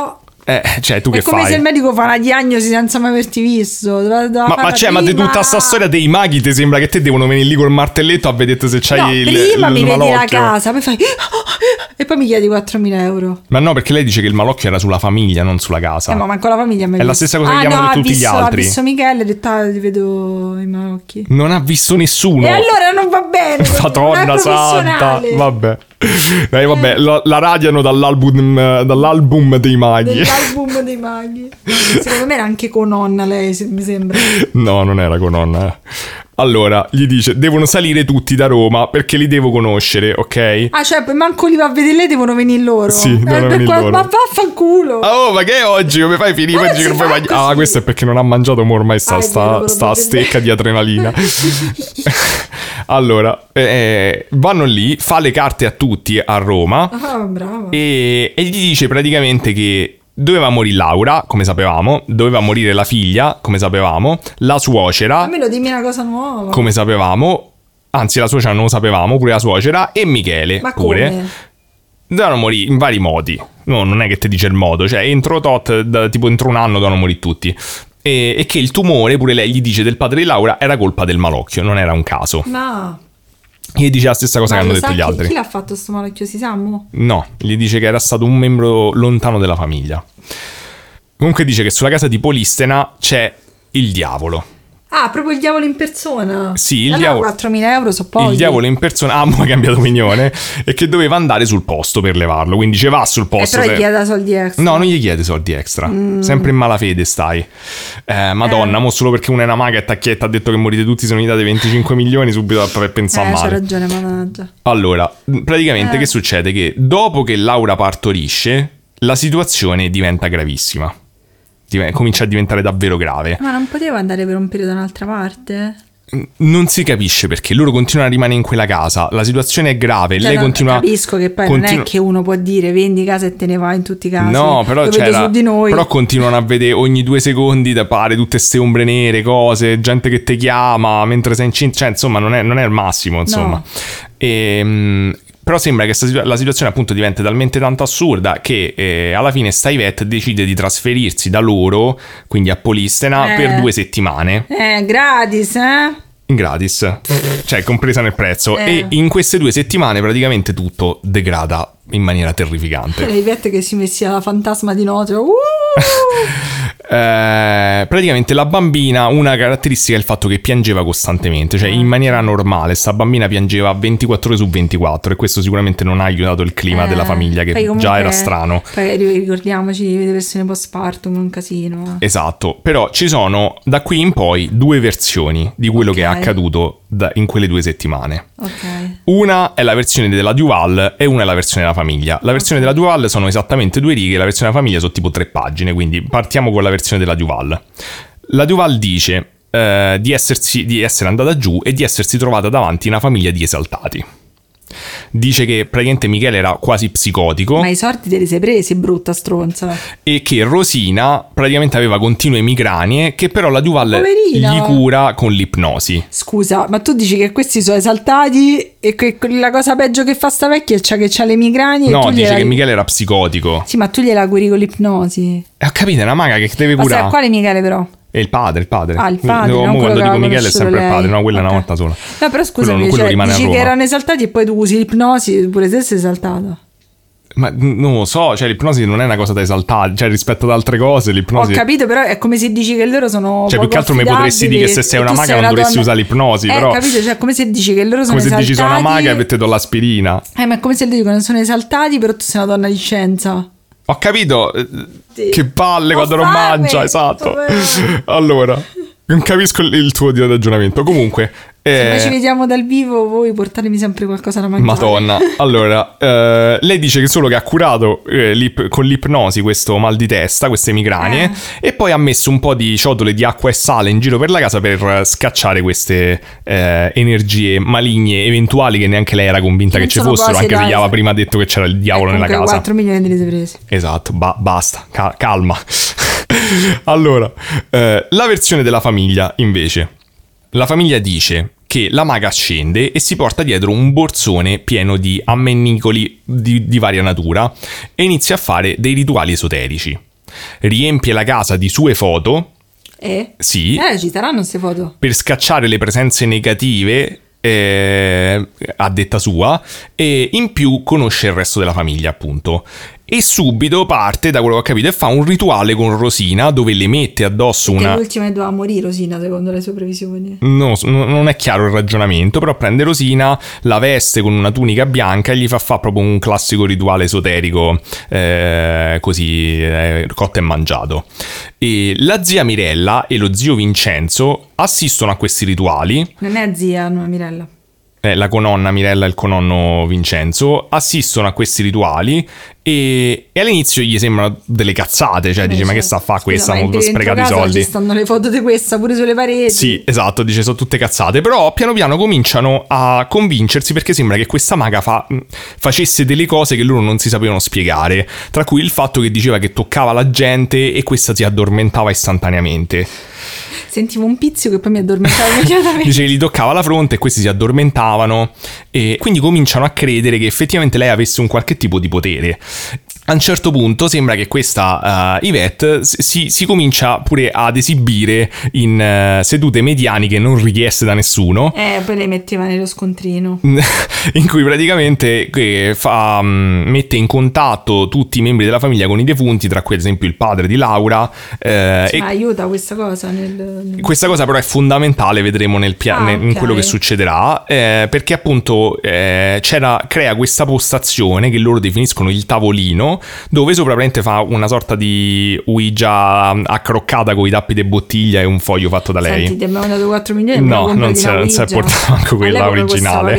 Cioè, tu È che come fai? se il medico fa una diagnosi senza mai averti visto. Ma di tutta sta storia dei maghi ti sembra che te devono venire lì col martelletto a vedere se c'hai prima mi vedi la malocchio? casa, poi fai e poi mi chiedi 4.000 euro. Ma no, perché lei dice che il malocchio era sulla famiglia, non sulla casa. Ma manco la famiglia mi ha È la visto. stessa cosa che gli hanno detto tutti gli altri. Ha visto Michele e ha detto ti vedo i malocchi. Non ha visto nessuno. E allora non va bene. Madonna santa. Vabbè. Vabbè, la radiano dall'album dei maghi. Dell'album dei maghi. Secondo me era anche con nonna lei, mi sembra. No, non era con nonna. Allora, gli dice, devono salire tutti da Roma perché li devo conoscere, ok? Ah, cioè, poi manco li va a vedere lei, devono venire loro. Sì, devono venire loro. Ma vaffanculo. Oh, ma che è oggi? Come fai a finire oggi che non puoi mangiare? Ah, questo è perché non ha mangiato ormai sta stecca di adrenalina. Allora, vanno lì, fa le carte a tutti a Roma. Ah, bravo. E gli dice praticamente che doveva morire Laura, come sapevamo, doveva morire la figlia, come sapevamo, la suocera, Almeno dimmi una cosa nuova. come sapevamo, anzi la suocera non lo sapevamo, pure la suocera, e Michele Ma pure. come? Devono morire in vari modi. No, non è che ti dice il modo, cioè entro tipo entro un anno devono morire tutti. E che il tumore, pure lei gli dice del padre di Laura, era colpa del malocchio, non era un caso. No. Gli dice la stessa cosa che hanno detto gli altri. Chi l'ha fatto sto malocchio, si sa? No, gli dice che era stato un membro lontano della famiglia. Comunque dice che sulla casa di Polistena c'è il diavolo. Ah, proprio il diavolo in persona. Sì, il allora diavolo. 4.000 euro so pochi. Il diavolo in persona. Ah, ma ha cambiato opinione. E che doveva andare sul posto per levarlo. Quindi dice va sul posto. Però gli chiede soldi extra. No, non gli chiede soldi extra. Sempre in malafede stai. Madonna, mo solo perché una è una maga e Tacchietta ha detto che morite tutti se non gli date 25 milioni, subito per pensare male. C'ha ragione, mannaggia. Allora, praticamente che succede? Che dopo che Laura partorisce, la situazione diventa gravissima. Comincia a diventare davvero grave. Ma non poteva andare per un periodo da un'altra parte? Non si capisce perché loro continuano a rimanere in quella casa, la situazione è grave, Cioè, lei continua. Capisco che poi non è che uno può dire vendi casa e te ne vai in tutti i casi. No, però su di noi. Però continuano a vedere ogni 2 secondi da pare tutte ste ombre nere, cose, gente che ti chiama mentre sei incinta, cioè insomma non è il massimo, insomma. No. Però sembra che la situazione appunto diventi talmente tanto assurda che alla fine sta Yvette decide di trasferirsi da loro, quindi a Polistena, per 2 settimane. Gratis, Gratis, cioè compresa nel prezzo. E in queste 2 settimane praticamente tutto degrada in maniera terrificante. Yvette che si messia la fantasma di notte. Praticamente la bambina, una caratteristica è il fatto che piangeva costantemente, cioè in maniera normale sta bambina piangeva 24 ore su 24 e questo sicuramente non ha aiutato il clima della famiglia, che comunque, già era strano. Poi ricordiamoci le persone postpartum, un casino. Esatto, però ci sono da qui in poi 2 versioni di quello che è accaduto in quelle 2 settimane. Una è la versione della Duval e una è la versione della famiglia. La versione della Duval sono esattamente 2 righe, la versione della famiglia sono tipo 3 pagine, quindi partiamo con la versione della Duval. La Duval dice di essere andata giù e di essersi trovata davanti una famiglia di esaltati. Dice che praticamente Michele era quasi psicotico. Ma i sordi te li sei presi, brutta stronza. E che Rosina praticamente aveva continue emicranie, che però la Duval Poverina. gli cura con l'ipnosi. Scusa, ma tu dici che questi sono esaltati e che la cosa peggio che fa sta vecchia è che c'ha le emicranie? No, dice che Michele era psicotico. Sì, ma tu gliela curi con l'ipnosi. Ho capito, è una maga che deve curare. Ma quale Michele però? E il padre. Ah, il padre. No, quando dico Michele è sempre il padre, no, quella è una volta sola. No, però scusami, quello rimane dici a Roma. che erano esaltati e poi tu usi l'ipnosi, pure te sei esaltato. Ma non lo so, cioè l'ipnosi non è una cosa da esaltare, cioè rispetto ad altre cose l'ipnosi... Ho capito, però è come se dici che loro sono Cioè più che altro mi potresti dire che se sei una maga non dovresti usare l'ipnosi, però... capito, cioè come se dici che loro sono esaltati... Come se dici sono una maga e ti do l'aspirina. Ma è come se dico che non sono esaltati, però tu sei una donna di scienza. Ho capito, sì. Che palle quando non mangia, esatto. Allora, non capisco il tuo ragionamento, comunque... Se mai ci vediamo dal vivo, voi portatemi sempre qualcosa da mangiare. Madonna. Allora, lei dice che solo che ha curato con l'ipnosi questo mal di testa, queste emicranie, e poi ha messo un po' di ciotole di acqua e sale in giro per la casa per scacciare queste energie maligne eventuali che neanche lei era convinta che ci fossero, anche se gli aveva prima detto che c'era il diavolo nella casa. 4 milioni te li sei presi. Esatto, basta, calma. Allora, la versione della famiglia invece. La famiglia dice che la maga scende e si porta dietro un borsone pieno di ammennicoli di varia natura e inizia a fare dei rituali esoterici. riempie la casa di sue foto. Sì. Ci saranno queste foto. Per scacciare le presenze negative, a detta sua, e in più conosce il resto della famiglia, appunto. E subito parte, da quello che ho capito, e fa un rituale con Rosina dove le mette addosso una... l'ultima che doveva morire Rosina, secondo le sue previsioni. No, non è chiaro il ragionamento, però prende Rosina, la veste con una tunica bianca e gli fa proprio un classico rituale esoterico, così, cotto e mangiato. E la zia Mirella e lo zio Vincenzo assistono a questi rituali. Non è zia, no, Mirella. La cononna Mirella e il cononno Vincenzo assistono a questi rituali e all'inizio gli sembrano delle cazzate, cioè dice ma che sta a fare questa, molto sprecato i soldi. Ci stanno le foto di questa pure sulle pareti. Sì, esatto, dice sono tutte cazzate, però piano piano cominciano a convincersi perché sembra che questa maga facesse delle cose che loro non si sapevano spiegare, tra cui il fatto che diceva che toccava la gente e questa si addormentava istantaneamente. Sentivo un pizzico che poi mi addormentavo immediatamente. Dice che gli toccava la fronte e questi si addormentavano e quindi cominciano a credere che effettivamente lei avesse un qualche tipo di potere. A un certo punto sembra che questa Yvette si comincia pure ad esibire in sedute medianiche non richieste da nessuno. Poi le metteva nello scontrino. In cui praticamente mette in contatto tutti i membri della famiglia con i defunti, tra cui ad esempio il padre di Laura. Ma aiuta questa cosa? Questa cosa però è fondamentale, vedremo in quello che succederà, perché appunto crea questa postazione che loro definiscono il tavolino, dove sopra fa una sorta di Ouija accroccata con i tappi di bottiglia e un foglio fatto da lei. Senti, ti abbiamo dato 4 milioni. No, non si è portata manco quella originale.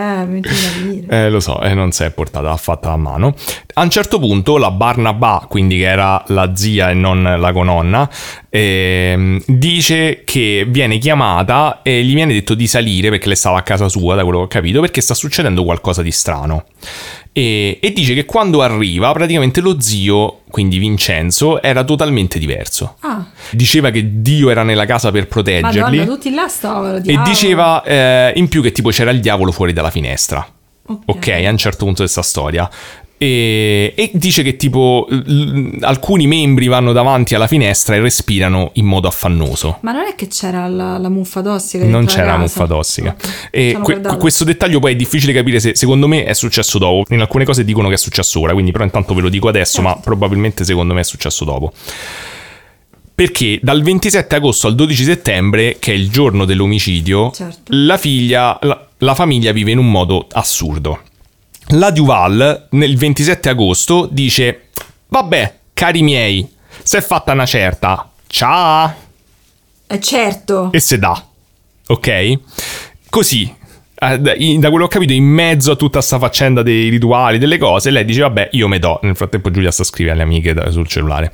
20 lire. Lo so, non si è portata, fatta a mano. A un certo punto la Barnabà, quindi che era la zia e non la cononna, dice che viene chiamata e gli viene detto di salire perché lei stava a casa sua, da quello che ho capito, perché sta succedendo qualcosa di strano. E dice che quando arriva praticamente lo zio, quindi Vincenzo, era totalmente diverso. Diceva che Dio era nella casa per proteggerli. Madonna, tutti là stavano. E diceva in più che tipo c'era il diavolo fuori dalla finestra. Ok, a un certo punto di questa storia. E dice che tipo alcuni membri vanno davanti alla finestra e respirano in modo affannoso. Ma non è che c'era la muffa tossica? Non c'era la muffa tossica. Okay. E questo dettaglio poi è difficile capire se, secondo me, è successo dopo. In alcune cose dicono che è successo ora, quindi però intanto ve lo dico adesso, ma probabilmente secondo me è successo dopo. Perché dal 27 agosto al 12 settembre, che è il giorno dell'omicidio, la famiglia vive in un modo assurdo. La Duval nel 27 agosto dice: vabbè, cari miei, s'è fatta una certa, ciao. Certo. E se dà, ok? Così, da quello che ho capito, in mezzo a tutta sta faccenda dei rituali, delle cose, lei dice vabbè, io me do. Nel frattempo Giulia sta scrivendo alle amiche sul cellulare.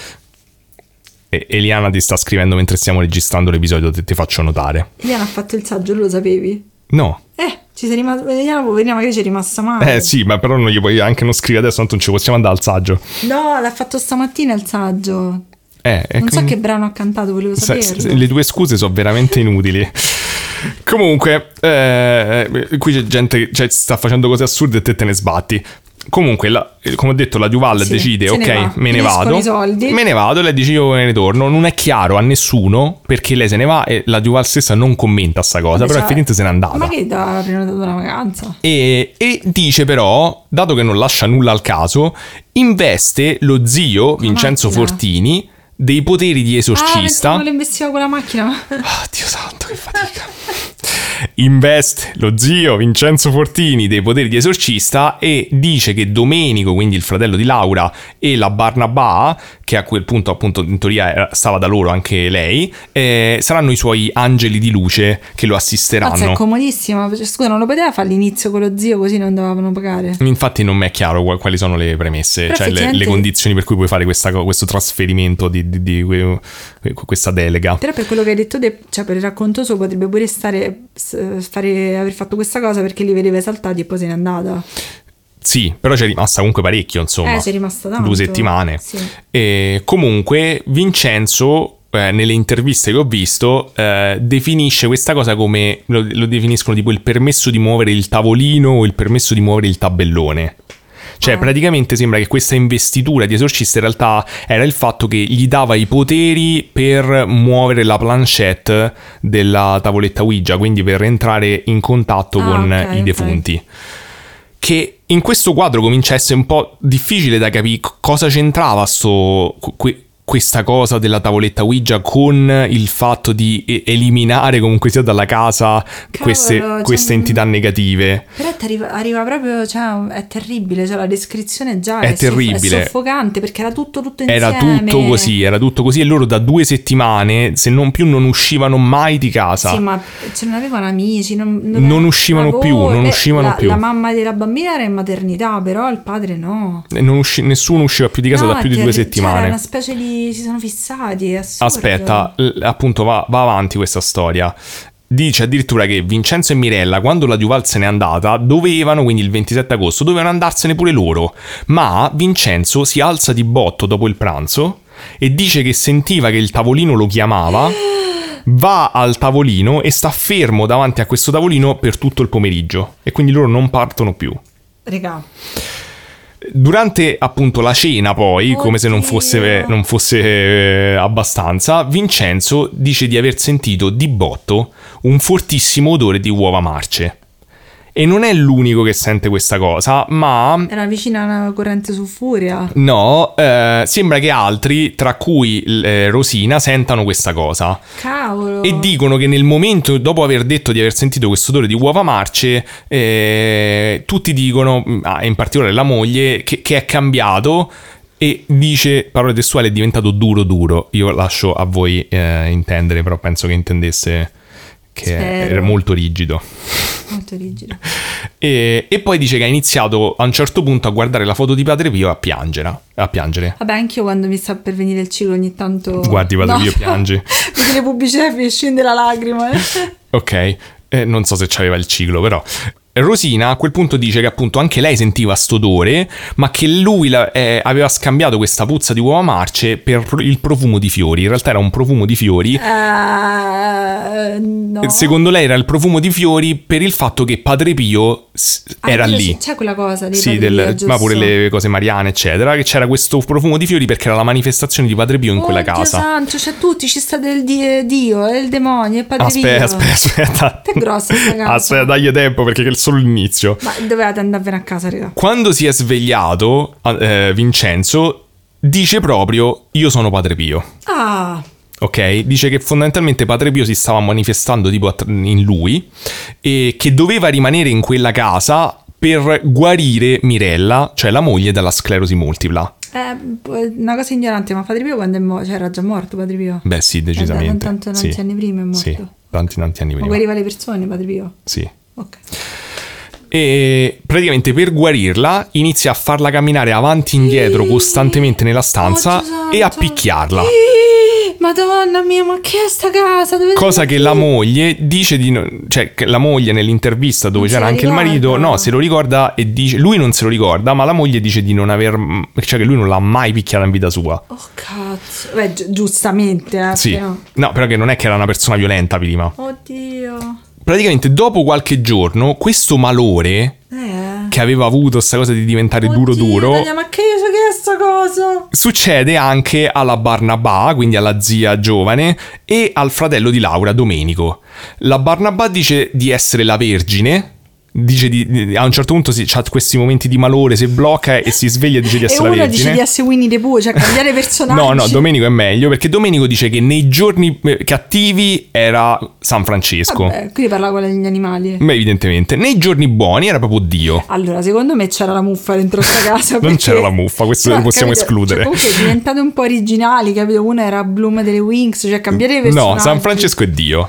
E Eliana ti sta scrivendo mentre stiamo registrando l'episodio, ti faccio notare. Eliana ha fatto il saggio, lo sapevi? No. Ci sei rimasto, vediamo che ci è rimasta male. Sì, ma però non gli puoi anche non scrivere adesso, tanto non ci possiamo andare al saggio. No, l'ha fatto stamattina il saggio. Non so che brano ha cantato, volevo saperlo. Le tue scuse sono veramente inutili. Comunque, qui c'è gente che sta facendo cose assurde e te ne sbatti. Comunque, come ho detto, la Duval decide, ok, me ne vado. Me ne vado, e lei dice io me ne torno. Non è chiaro a nessuno perché lei se ne va e la Duval stessa non commenta sta cosa, però effettivamente se n'è andata. Ma che ha prenotato una vacanza? E dice però, dato che non lascia nulla al caso, investe lo zio Vincenzo Fortini dei poteri di esorcista. Non le investiva con la macchina. Dio santo, che fatica. Investe lo zio Vincenzo Fortini dei poteri di esorcista e dice che Domenico, quindi il fratello di Laura, e la Barnabà, che a quel punto appunto in teoria stava da loro anche lei, saranno i suoi angeli di luce che lo assisteranno. Mazza, è comodissimo. Scusa, non lo poteva fare all'inizio con lo zio, così non dovevano pagare? Infatti non mi è chiaro quali sono le premesse, però cioè le condizioni per cui puoi fare questo trasferimento di questa delega. Però per quello che hai detto cioè per il racconto suo potrebbe pure aver fatto questa cosa perché li vedeva esaltati e poi se n'è andata. Sì, però c'è rimasta comunque parecchio, insomma. C'è rimasta tanto. 2 settimane. Sì. E comunque Vincenzo, nelle interviste che ho visto, definisce questa cosa come, lo definiscono tipo il permesso di muovere il tavolino o il permesso di muovere il tabellone. Cioè praticamente sembra che questa investitura di esorcista in realtà era il fatto che gli dava i poteri per muovere la planchette della tavoletta Ouija, quindi per entrare in contatto con i defunti. Che in questo quadro comincia a essere un po' difficile da capire cosa c'entrava questa cosa della tavoletta Ouija con il fatto di eliminare comunque sia dalla casa queste entità negative. Però arriva proprio, cioè, è terribile, cioè la descrizione già è terribile, è soffocante, perché era tutto insieme. Era tutto così, e loro da 2 settimane, se non più, non uscivano mai di casa. Sì, ma ce non avevano amici, non uscivano più. La mamma della bambina era in maternità, però il padre no. Nessuno usciva più di casa da più di 2 settimane. C'era una specie di... si sono fissati, è assurdo. Aspetta, appunto va avanti questa storia. Dice addirittura che Vincenzo e Mirella, quando la Duval se n'è andata, dovevano, quindi il 27 agosto, dovevano andarsene pure loro. Ma Vincenzo si alza di botto dopo il pranzo e dice che sentiva che il tavolino lo chiamava, va al tavolino e sta fermo davanti a questo tavolino per tutto il pomeriggio. E quindi loro non partono più. Regà. Durante appunto la cena poi, come se non fosse abbastanza, Vincenzo dice di aver sentito di botto un fortissimo odore di uova marce. E non è l'unico che sente questa cosa, ma... Era vicina a una corrente sulfurea. No, sembra che altri, tra cui Rosina, sentano questa cosa. Cavolo! E dicono che nel momento, dopo aver detto di aver sentito questo odore di uova marce, tutti dicono, in particolare la moglie, che è cambiato, e dice, parole testuali, è diventato duro. Io lascio a voi intendere, però penso che intendesse che era molto rigido. Molto rigido. E poi dice che ha iniziato a un certo punto a guardare la foto di Padre Pio a piangere. Vabbè, anch'io quando mi sta per venire il ciclo ogni tanto... Guardi Padre Pio piange. Vedi le pubblicità e scende la lacrima. Ok, non so se c'aveva il ciclo, però... Rosina a quel punto dice che appunto anche lei sentiva st'odore, ma che lui aveva scambiato questa puzza di uova marce per il profumo di fiori. In realtà era un profumo di fiori. No. Secondo lei era il profumo di fiori per il fatto che Padre Pio era lì. C'è quella cosa di sì, Padre Pio, ma pure le cose mariane eccetera, che c'era questo profumo di fiori perché era la manifestazione di Padre Pio in quella casa. Santo, c'è tutti, ci sta del Dio, il demonio, il Padre Pio. Aspetta. È grossa sta casa. Aspetta, dagli tempo perché è solo l'inizio. Ma dovevate andarvene a casa, raga. Quando si è svegliato, Vincenzo dice proprio: io sono Padre Pio. Ok? Dice che fondamentalmente Padre Pio si stava manifestando tipo in lui e che doveva rimanere in quella casa per guarire Mirella, cioè la moglie, dalla sclerosi multipla. Una cosa ignorante, ma Padre Pio quando era già morto Padre Pio? Beh sì, decisamente. Tanti anni prima è morto. Sì, tanti anni prima. Ma guariva le persone Padre Pio? Sì. Ok. E praticamente per guarirla inizia a farla camminare avanti e indietro costantemente nella stanza e a picchiarla. Madonna mia, ma che è sta casa? Cosa che la moglie dice di cioè che la moglie nell'intervista dove c'era anche il marito, no, se lo ricorda e dice, lui non se lo ricorda, ma la moglie dice di non aver, cioè che lui non l'ha mai picchiata in vita sua. Oh cazzo. Beh, giustamente, sì. Però. No, però che non è che era una persona violenta prima. Oddio. Praticamente dopo qualche giorno questo malore che aveva avuto, sta cosa di diventare duro, ma che è sta cosa? Succede anche alla Barnabà, quindi alla zia giovane, e al fratello di Laura, Domenico. La Barnabà dice di essere la Vergine. Dice a un certo punto c'ha questi momenti di malore, si blocca e si sveglia e dice di essere la Vergine. E dice di essere Winnie the Pooh, cioè cambiare personaggi. No, Domenico è meglio, perché Domenico dice che nei giorni cattivi era San Francesco. Vabbè, quindi parlava con gli animali. Beh, evidentemente. Nei giorni buoni era proprio Dio. Allora, secondo me c'era la muffa dentro sta casa. Non c'era la muffa, questo lo possiamo escludere. Cioè, comunque diventate un po' originali, capito? Uno era Bloom delle Wings, cioè cambiare personaggi. No, San Francesco è Dio.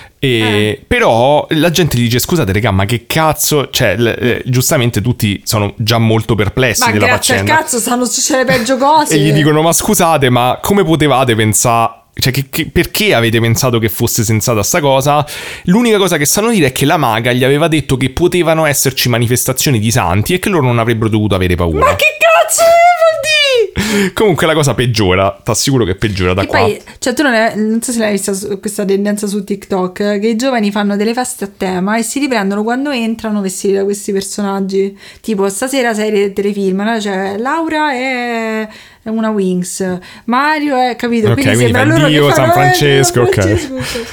Però la gente gli dice: scusate regà, ma che cazzo, cioè giustamente tutti sono già molto perplessi della faccenda. Ma cazzo, stanno succedendo peggio cose. E gli dicono: ma scusate, ma come potevate pensare, cioè perché avete pensato che fosse sensata sta cosa? L'unica cosa che sanno dire è che la maga gli aveva detto che potevano esserci manifestazioni di santi e che loro non avrebbero dovuto avere paura. Ma che cazzo vuol dire? Comunque la cosa peggiora, t'assicuro che peggiora da E qua. poi, cioè, tu non so se l'hai vista questa tendenza su TikTok, che i giovani fanno delle feste a tema e si riprendono quando entrano vestiti da questi personaggi. Tipo, stasera serie telefilm, no? Cioè, Laura è una Wings, Mario è, capito? Ok, quindi quindi sembra fa loro Dio, che San fanno, Francesco, ok. ok.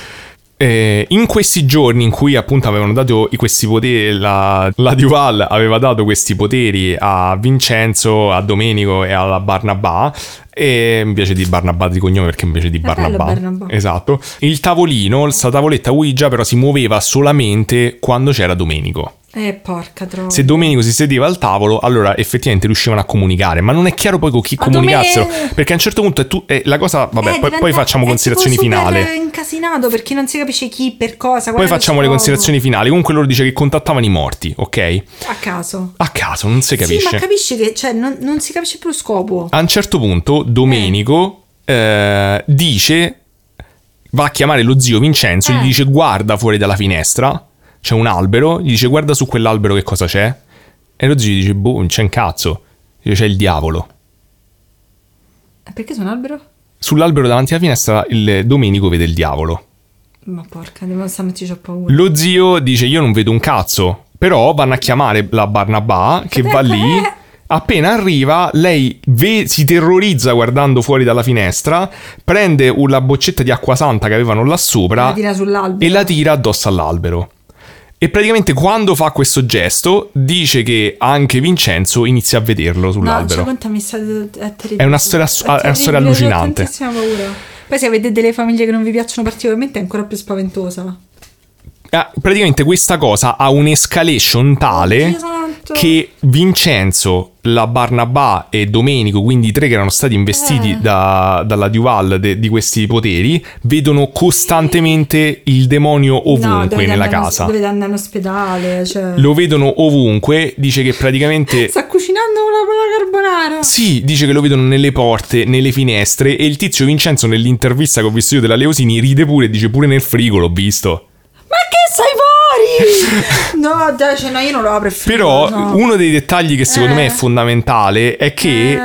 In questi giorni in cui appunto avevano dato questi poteri, la Duval aveva dato questi poteri a Vincenzo, a Domenico e alla Barnabà, e mi piace di Barnabà di cognome perché mi piace di Barnabà. Barnabà. Esatto. Il tavolino, sta tavoletta Ouija però si muoveva solamente quando c'era Domenico. Porca troia. Se Domenico si sedeva al tavolo, allora effettivamente riuscivano a comunicare, ma non è chiaro poi con chi Ma comunicassero, perché a un certo punto la cosa, vabbè, poi facciamo considerazioni finali. È incasinato perché non si capisce chi, per cosa. Poi facciamo le considerazioni finali. Comunque loro dice che contattavano i morti, ok? A caso. A caso, non si capisce. Sì, ma capisci che, cioè, non si capisce più lo scopo. A un certo punto Domenico dice, va a chiamare lo zio Vincenzo, gli dice guarda fuori dalla finestra, c'è un albero, gli dice guarda su quell'albero che cosa c'è, e lo zio dice boh, non c'è un cazzo, dice c'è il diavolo. Perché su un albero? Sull'albero davanti alla finestra il Domenico vede il diavolo. Ma porca, devo stamattina c'ho paura. Lo zio dice io non vedo un cazzo, però vanno a chiamare la Barnabà che va lì. Appena arriva, lei si terrorizza guardando fuori dalla finestra, prende una boccetta di acqua santa che avevano là sopra La tira sull'albero. e la tira addosso all'albero. E praticamente quando fa questo gesto dice che anche Vincenzo inizia a vederlo No, sull'albero. cioè, quanta è terribile. È una storia allucinante. Ho tantissima paura. Poi se avete delle famiglie che non vi piacciono particolarmente è ancora più spaventosa. Praticamente questa cosa ha un'escalation tale Oddio santo. che Vincenzo, la Barnabà e Domenico, quindi i tre che erano stati investiti dalla Duval di questi poteri, vedono costantemente il demonio ovunque nella casa. Dovete andare in ospedale, cioè. Lo vedono ovunque, dice che praticamente... Sta cucinando una carbonara. Sì, dice che lo vedono nelle porte, nelle finestre, e il tizio Vincenzo nell'intervista che ho visto io della Leosini ride pure e dice pure nel frigo l'ho visto. Ma che sei fuori? No, dai, cioè, no, io non lo apro il frigo. Però no. uno dei dettagli che secondo me è fondamentale è che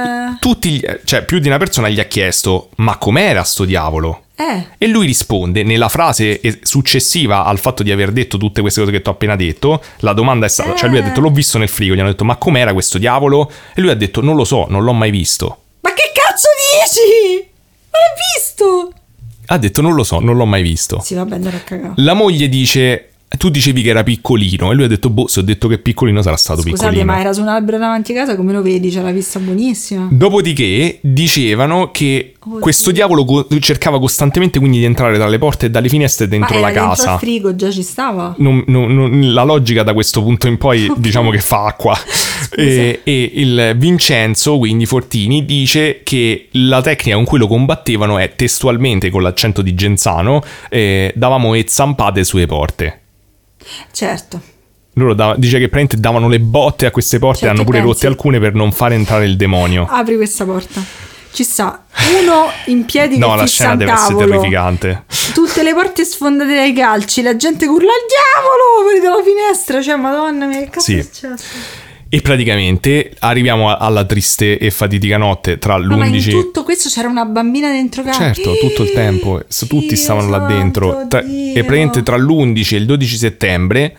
cioè più di una persona gli ha chiesto ma com'era sto diavolo? E lui risponde nella frase successiva al fatto di aver detto tutte queste cose che ti ho appena detto. La domanda è stata, cioè lui ha detto l'ho visto nel frigo, gli hanno detto ma com'era questo diavolo? E lui ha detto non lo so, non l'ho mai visto. Ma che cazzo dici? Non l'hai visto? Ha detto non lo so, non l'ho mai visto. Sì, vabbè, andare a cagare. La moglie dice tu dicevi che era piccolino, e lui ha detto boh, se ho detto che piccolino sarà stato Scusate, piccolino. ma era su un albero davanti a casa, come lo vedi? C'è la vista buonissima. Dopodiché dicevano che questo diavolo cercava costantemente quindi di entrare dalle porte e dalle finestre dentro la casa. Dentro al frigo già ci stava. La logica da questo punto in poi diciamo che fa acqua. E il Vincenzo, quindi Fortini, dice che la tecnica con cui lo combattevano è testualmente, con l'accento di Genzano, davamo e zampate sulle porte. Certo. Loro dice che praticamente davano le botte a queste porte, Cioè, hanno pure pensi? rotte alcune per non fare entrare il demonio. Apri questa porta. Ci sta uno in piedi No, che la fissa scena un deve essere tavolo. terrificante. Tutte le porte sfondate dai calci, la gente che urla al diavolo fuori dalla finestra. Cioè, madonna mia, che cazzo Sì. è successo? E praticamente arriviamo alla triste e fatidica notte tra Ma in l'11... tutto questo c'era una bambina dentro casa. Certo, tutto il tempo, tutti Dio stavano là dentro. santo E Dio. praticamente tra l'11 e il 12 settembre,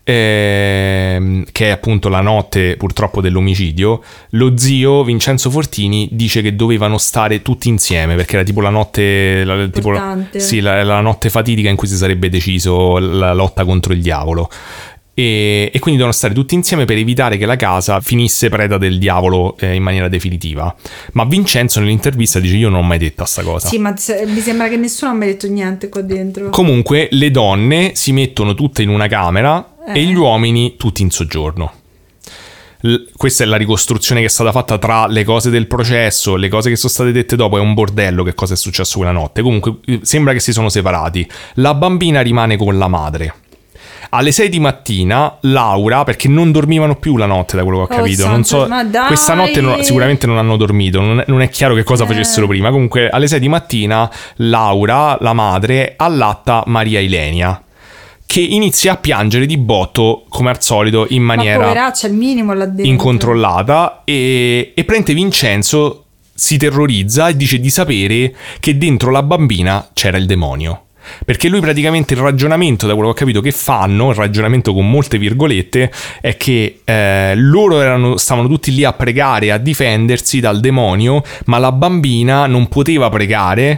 che è appunto la notte purtroppo dell'omicidio, lo zio Vincenzo Fortini dice che dovevano stare tutti insieme perché era tipo la notte, Importante. sì, la notte fatidica in cui si sarebbe deciso la lotta contro il diavolo. E quindi devono stare tutti insieme per evitare che la casa finisse preda del diavolo in maniera definitiva. Ma Vincenzo nell'intervista dice io non ho mai detta sta cosa. Sì, ma mi sembra che nessuno ha mai detto niente qua dentro. Comunque le donne si mettono tutte in una camera e gli uomini tutti in soggiorno. Questa è la ricostruzione che è stata fatta tra le cose del processo, le cose che sono state dette dopo. È un bordello che cosa è successo quella notte. Comunque sembra che si sono separati. La bambina rimane con la madre. Alle 6 di mattina Laura, perché non dormivano più la notte da quello che ho capito, non so, ma dai! questa notte sicuramente non hanno dormito, non è chiaro che cosa facessero prima. Comunque alle 6 di mattina Laura, la madre, allatta Maria Ilenia, che inizia a piangere di botto come al solito in maniera poveraccia, il minimo là dentro. incontrollata, e prende Vincenzo si terrorizza e dice di sapere che dentro la bambina c'era il demonio. Perché lui praticamente il ragionamento, da quello che ho capito che fanno, il ragionamento con molte virgolette, è che loro stavano tutti lì a pregare, a difendersi dal demonio, ma la bambina non poteva pregare,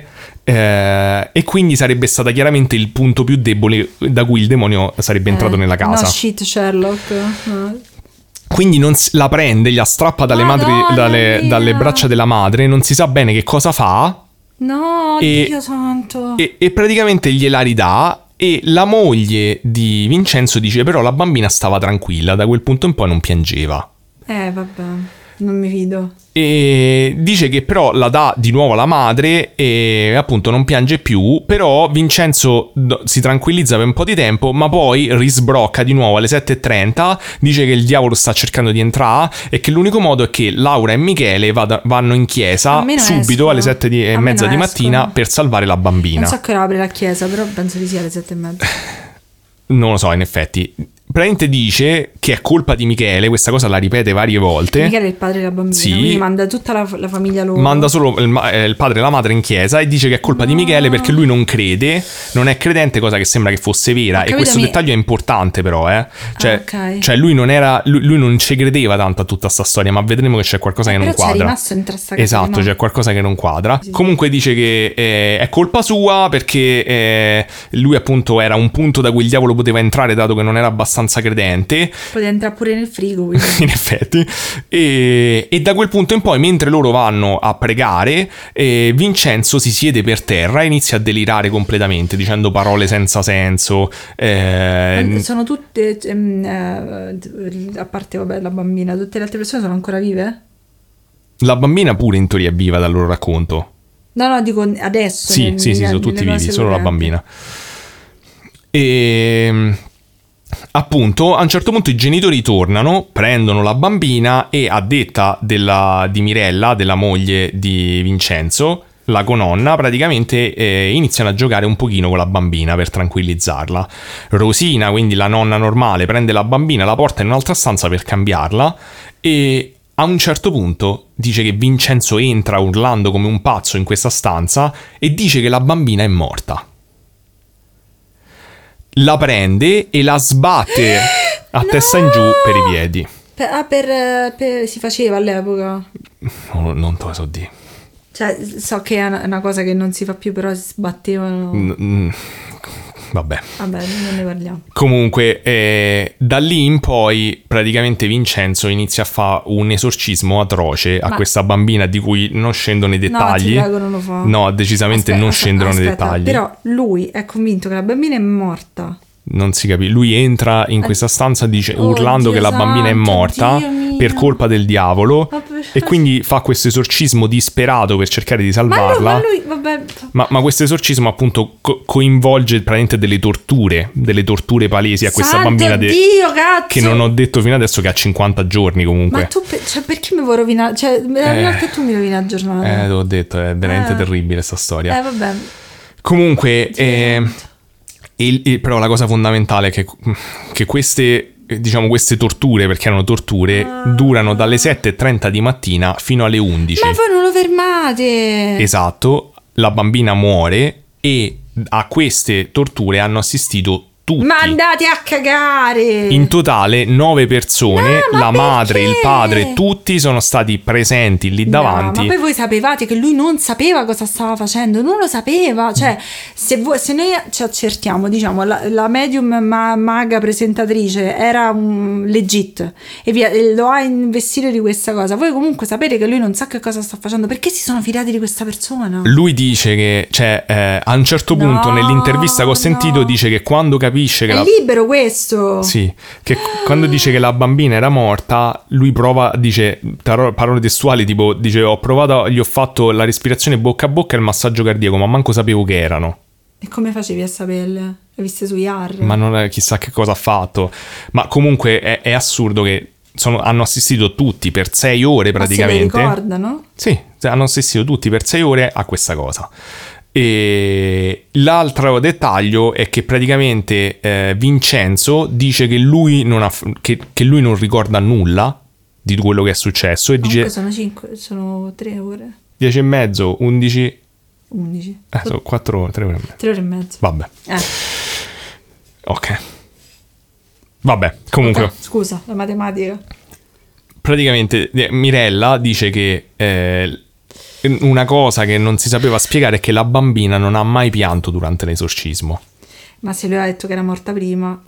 e quindi sarebbe stata chiaramente il punto più debole da cui il demonio sarebbe entrato nella casa. No shit Sherlock. No. Quindi la prende, la strappa dalle braccia della madre, non si sa bene che cosa fa. No, Dio santo. E praticamente gliela ridà, e la moglie di Vincenzo dice però la bambina stava tranquilla, da quel punto in poi non piangeva. Vabbè, non mi fido. E dice che però la dà di nuovo alla madre e appunto non piange più, però Vincenzo si tranquillizza per un po' di tempo, ma poi risbrocca di nuovo alle 7:30, dice che il diavolo sta cercando di entrare e che l'unico modo è che Laura e Michele vanno in chiesa subito alle 7:30 di mattina per salvare la bambina. Non so che ora apre la chiesa, però penso di sì alle 7:30. Non lo so, in effetti. Praticamente dice che è colpa di Michele, questa cosa la ripete varie volte. Michele è il padre della bambina, sì, quindi manda tutta la famiglia loro. Manda solo il padre e la madre in chiesa e dice che è colpa di Michele perché lui non crede, non è credente, cosa che sembra che fosse vera. E questo dettaglio è importante però, Cioè lui non era, lui non ci credeva tanto a tutta sta storia, ma vedremo che c'è qualcosa che non quadra. Però c'è rimasto in sta casa. Esatto, c'è qualcosa che non quadra. Sì. Comunque dice che è colpa sua perché lui appunto era un punto da cui il diavolo poteva entrare, dato che non era abbastanza credente. Poteva entrare pure nel frigo, quindi. In effetti. E da quel punto in poi, mentre loro vanno a pregare, Vincenzo si siede per terra e inizia a delirare completamente, dicendo parole senza senso. Sono tutte, a parte vabbè la bambina, tutte le altre persone sono ancora vive? La bambina pure in teoria è viva dal loro racconto. No, dico adesso. Sì, sono tutti vivi, solo la bambina. Appunto, a un certo punto i genitori tornano, prendono la bambina e, a detta di Mirella, della moglie di Vincenzo, la cononna, praticamente iniziano a giocare un pochino con la bambina per tranquillizzarla. Rosina, quindi la nonna normale, prende la bambina, la porta in un'altra stanza per cambiarla e a un certo punto dice che Vincenzo entra urlando come un pazzo in questa stanza e dice che la bambina è morta. La prende e la sbatte a testa in giù per i piedi. Si faceva all'epoca? Non te lo so dire. Cioè, so che è una cosa che non si fa più, però si sbattevano. Vabbè, non ne parliamo. Comunque, da lì in poi praticamente Vincenzo inizia a fare un esorcismo atroce a questa bambina di cui non scendo nei dettagli. No, ti prego, non lo fa. No, decisamente non scendono nei dettagli. Però lui è convinto che la bambina è morta. Non si capisce. Lui entra in questa stanza urlando che la bambina è morta per colpa del diavolo e quindi fa questo esorcismo disperato per cercare di salvarla. Ma questo esorcismo appunto coinvolge praticamente delle torture palesi a questa bambina che non ho detto fino adesso che ha 50 giorni comunque. Ma tu perché mi vuoi rovinare? Cioè, che tu mi rovini la giornata. Te l'ho detto, è veramente terribile sta storia. Vabbè. Comunque però la cosa fondamentale è che queste torture, perché erano torture, durano dalle 7:30 di mattina fino alle 11. Ma voi non lo fermate! Esatto, la bambina muore e a queste torture hanno assistito tutti. Ma andate a cagare! In totale 9 persone, la madre, il padre, tutti sono stati presenti lì davanti. Ma poi voi sapevate che lui non sapeva cosa stava facendo, non lo sapeva. Cioè, se noi ci accertiamo, diciamo, la medium maga presentatrice era legit e via, lo ha investito di questa cosa. Voi comunque sapete che lui non sa che cosa sta facendo, perché si sono fidati di questa persona? Lui dice che, a un certo punto nell'intervista che ho sentito, dice che quando capisce che è libero questo. Sì, che quando dice che la bambina era morta, lui prova, dice parole testuali, tipo dice gli ho fatto la respirazione bocca a bocca e il massaggio cardiaco, ma manco sapevo che erano. E come facevi a saperle? Le viste su IAR? Ma non è chissà che cosa ha fatto. Ma comunque è assurdo che hanno assistito tutti per 6 ore praticamente. Ma se le ricordano? Sì, hanno assistito tutti per 6 ore a questa cosa. E l'altro dettaglio è che praticamente Vincenzo dice che lui non ricorda nulla di quello che è successo e dice sono 3 ore. 10 e mezzo, 11. 11. Sono 4 ore, 3 ore e mezzo. 3 ore e mezzo. Vabbè. Ok. Vabbè, comunque. Okay, scusa, la matematica. Praticamente Mirella dice che una cosa che non si sapeva spiegare è che la bambina non ha mai pianto durante l'esorcismo. Ma se lui ha detto che era morta prima...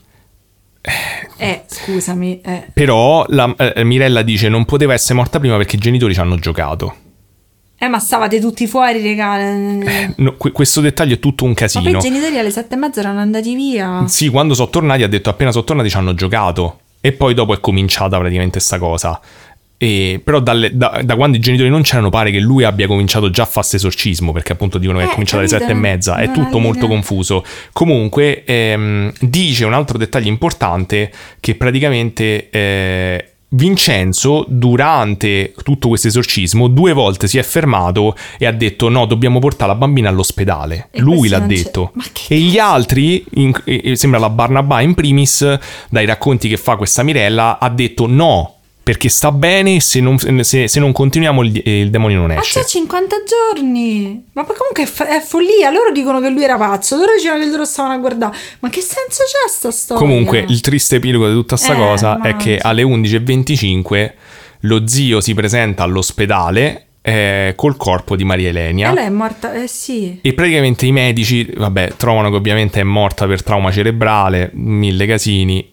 scusami. Però Mirella dice non poteva essere morta prima perché i genitori ci hanno giocato. Ma stavate tutti fuori, regà. No, questo dettaglio è tutto un casino. Ma poi i genitori alle 7:30 erano andati via. Sì, quando sono tornati ha detto appena sono tornati ci hanno giocato. E poi dopo è cominciata praticamente sta cosa. Però da quando i genitori non c'erano pare che lui abbia cominciato già a fare esorcismo, perché appunto dicono che è cominciato alle 7:30. È tutto molto confuso. Comunque dice un altro dettaglio importante, che praticamente Vincenzo durante tutto questo esorcismo 2 volte si è fermato e ha detto no, dobbiamo portare la bambina all'ospedale. E lui l'ha detto. E gli altri, sembra la Barnabà in primis, dai racconti che fa questa Mirella, ha detto no, perché sta bene, se non continuiamo il demonio non esce. Ma c'è 50 giorni. Ma poi comunque è follia. Loro dicono che lui era pazzo, loro dicevano che loro stavano a guardare. Ma che senso c'è sta storia? Comunque il triste epilogo di tutta sta cosa è che alle 11:25 lo zio si presenta all'ospedale col corpo di Maria Elenia. E lei è morta, sì. E praticamente i medici, trovano che ovviamente è morta per trauma cerebrale, 1000 casini,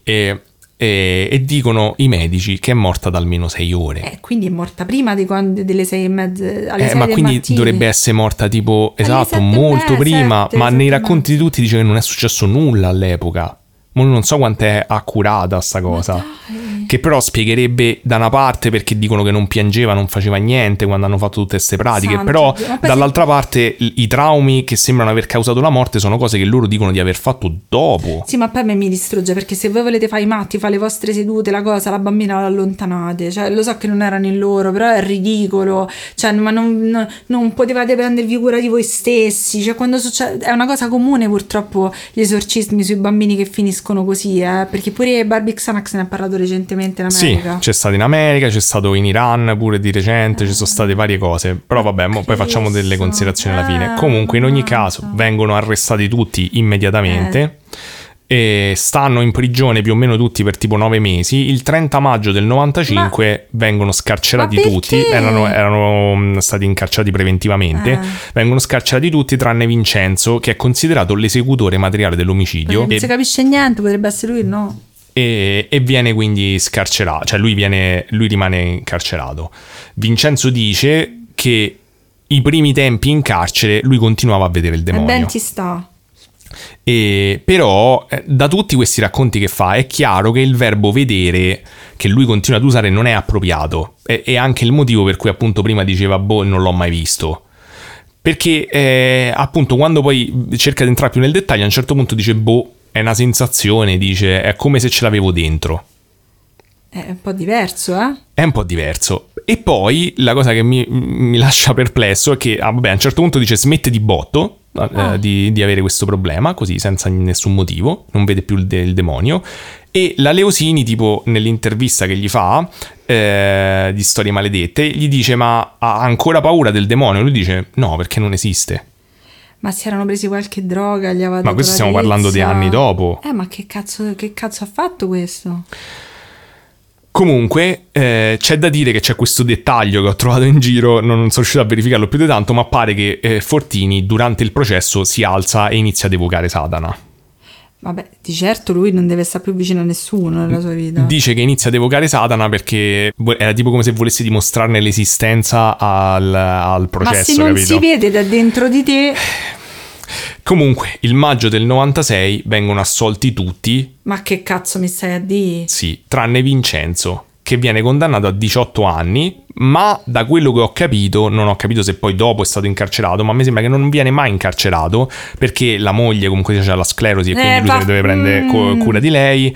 e dicono i medici che è morta da almeno 6 ore. Quindi è morta prima delle 6:30 alle 6 ma del quindi mattino. dovrebbe essere morta tipo molto prima, ma nei racconti di tutti dice che non è successo nulla all'epoca. Ma non so quanto è accurata sta cosa, che però spiegherebbe da una parte perché dicono che non piangeva, non faceva niente quando hanno fatto tutte queste pratiche. Però dall'altra parte i traumi che sembrano aver causato la morte sono cose che loro dicono di aver fatto dopo. Sì, ma poi a me mi distrugge, perché se voi volete fare i matti, fare le vostre sedute, la bambina la allontanate. Cioè, lo so che non erano in loro, però è ridicolo. Cioè, ma non potevate prendervi cura di voi stessi. Cioè, quando succede, è una cosa comune purtroppo gli esorcismi sui bambini che finiscono così, perché pure Barbie Xanax ne ha parlato recentemente in America. Sì, c'è stato in America, c'è stato in Iran pure di recente, ci sono state varie cose, però vabbè, poi facciamo delle considerazioni alla fine. Comunque in ogni caso vengono arrestati tutti immediatamente e stanno in prigione più o meno tutti per tipo 9 mesi. Il 30 maggio del 95 vengono scarcerati tutti, erano stati incarcerati preventivamente, vengono scarcerati tutti tranne Vincenzo, che è considerato l'esecutore materiale dell'omicidio. Non si capisce niente, potrebbe essere lui, no? E viene quindi scarcerato, cioè lui rimane incarcerato. Vincenzo dice che i primi tempi in carcere lui continuava a vedere il demonio. Ben ci sta. Però da tutti questi racconti che fa è chiaro che il verbo vedere che lui continua ad usare non è appropriato, è anche il motivo per cui appunto prima diceva non l'ho mai visto, perché appunto quando poi cerca di entrare più nel dettaglio a un certo punto dice è una sensazione, dice è come se ce l'avevo dentro. È un po' diverso, È un po' diverso. E poi la cosa che mi lascia perplesso è che a un certo punto dice smette di botto di avere questo problema, così senza nessun motivo, non vede più il demonio. E la Leosini, tipo nell'intervista che gli fa di Storie Maledette, gli dice ma ha ancora paura del demonio? Lui dice no, perché non esiste. Ma si erano presi qualche droga, gli aveva dato. Ma questo stiamo parlando di anni dopo. Ma che cazzo ha fatto questo? Comunque c'è da dire che c'è questo dettaglio che ho trovato in giro, non sono riuscito a verificarlo più di tanto, ma pare che Fortini durante il processo si alza e inizia ad evocare Satana. Vabbè, di certo lui non deve stare più vicino a nessuno nella sua vita. Dice che inizia ad evocare Satana perché era tipo come se volesse dimostrarne l'esistenza al processo. Ma se non capito? Si vede da dentro di te... Comunque, il maggio del 96 vengono assolti tutti. Ma che cazzo mi stai a dire? Sì, tranne Vincenzo, che viene condannato a 18 anni, ma da quello che ho capito, non ho capito se poi dopo è stato incarcerato, ma mi sembra che non viene mai incarcerato, perché la moglie comunque c'ha la sclerosi e quindi lui se ne deve prendere cura di lei,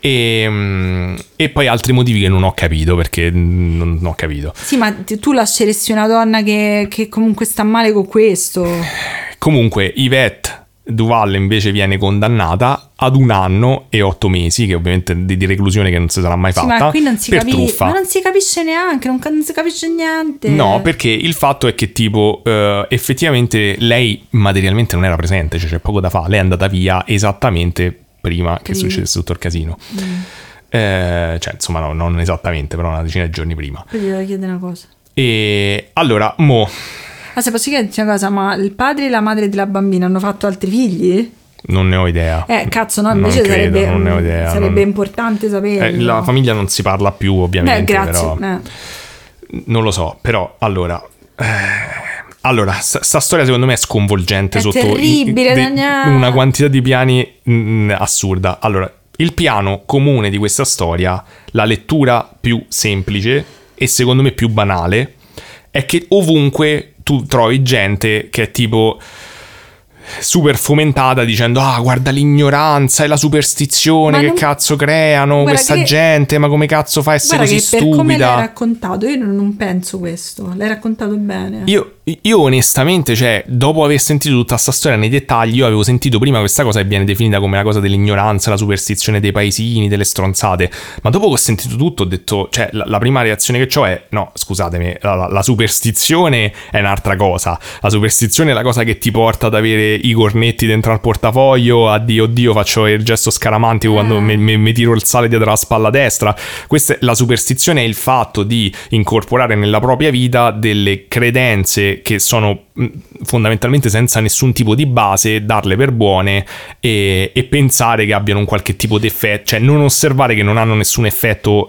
e poi altri motivi che non ho capito, perché non ho capito. Sì, ma tu lasceresti una donna che comunque sta male con questo? Comunque Yvette Duval invece viene condannata ad 1 anno e 8 mesi, che ovviamente di reclusione che non si sarà mai fatta, ma qui non si per truffa. Ma non si capisce neanche, non si capisce niente. No, perché il fatto è che tipo effettivamente lei materialmente non era presente, cioè c'è poco da fare, lei è andata via esattamente prima che succedesse tutto il casino. Cioè insomma no, non esattamente, però una decina di giorni prima. Poi ti devo chiedere una cosa. E allora, Se posso chiederti una cosa, ma il padre e la madre della bambina hanno fatto altri figli? non ne ho idea. Cazzo, no, invece non credo, non ne ho idea. Sarebbe importante saperlo. La famiglia non si parla più, ovviamente. Grazie. Però non lo so, però allora sta storia secondo me è sconvolgente, è sotto terribile, una quantità di piani assurda. Allora, il piano comune di questa storia, la lettura più semplice e secondo me più banale, è che ovunque tu trovi gente che è tipo super fomentata dicendo guarda l'ignoranza e la superstizione che cazzo creano questa gente, ma come cazzo fa a essere così stupida. Per come l'hai raccontato io non penso questo, l'hai raccontato bene. Io onestamente, cioè, dopo aver sentito tutta sta storia nei dettagli, io avevo sentito prima questa cosa che viene definita come la cosa dell'ignoranza, la superstizione dei paesini, delle stronzate, ma dopo che ho sentito tutto ho detto, cioè, la prima reazione che ho è, no, scusatemi, la superstizione è un'altra cosa, la superstizione è la cosa che ti porta ad avere i cornetti dentro al portafoglio, oddio faccio il gesto scaramantico quando mi tiro il sale dietro la spalla destra. La superstizione è il fatto di incorporare nella propria vita delle credenze che sono fondamentalmente senza nessun tipo di base, darle per buone e pensare che abbiano un qualche tipo di effetto, cioè non osservare che non hanno nessun effetto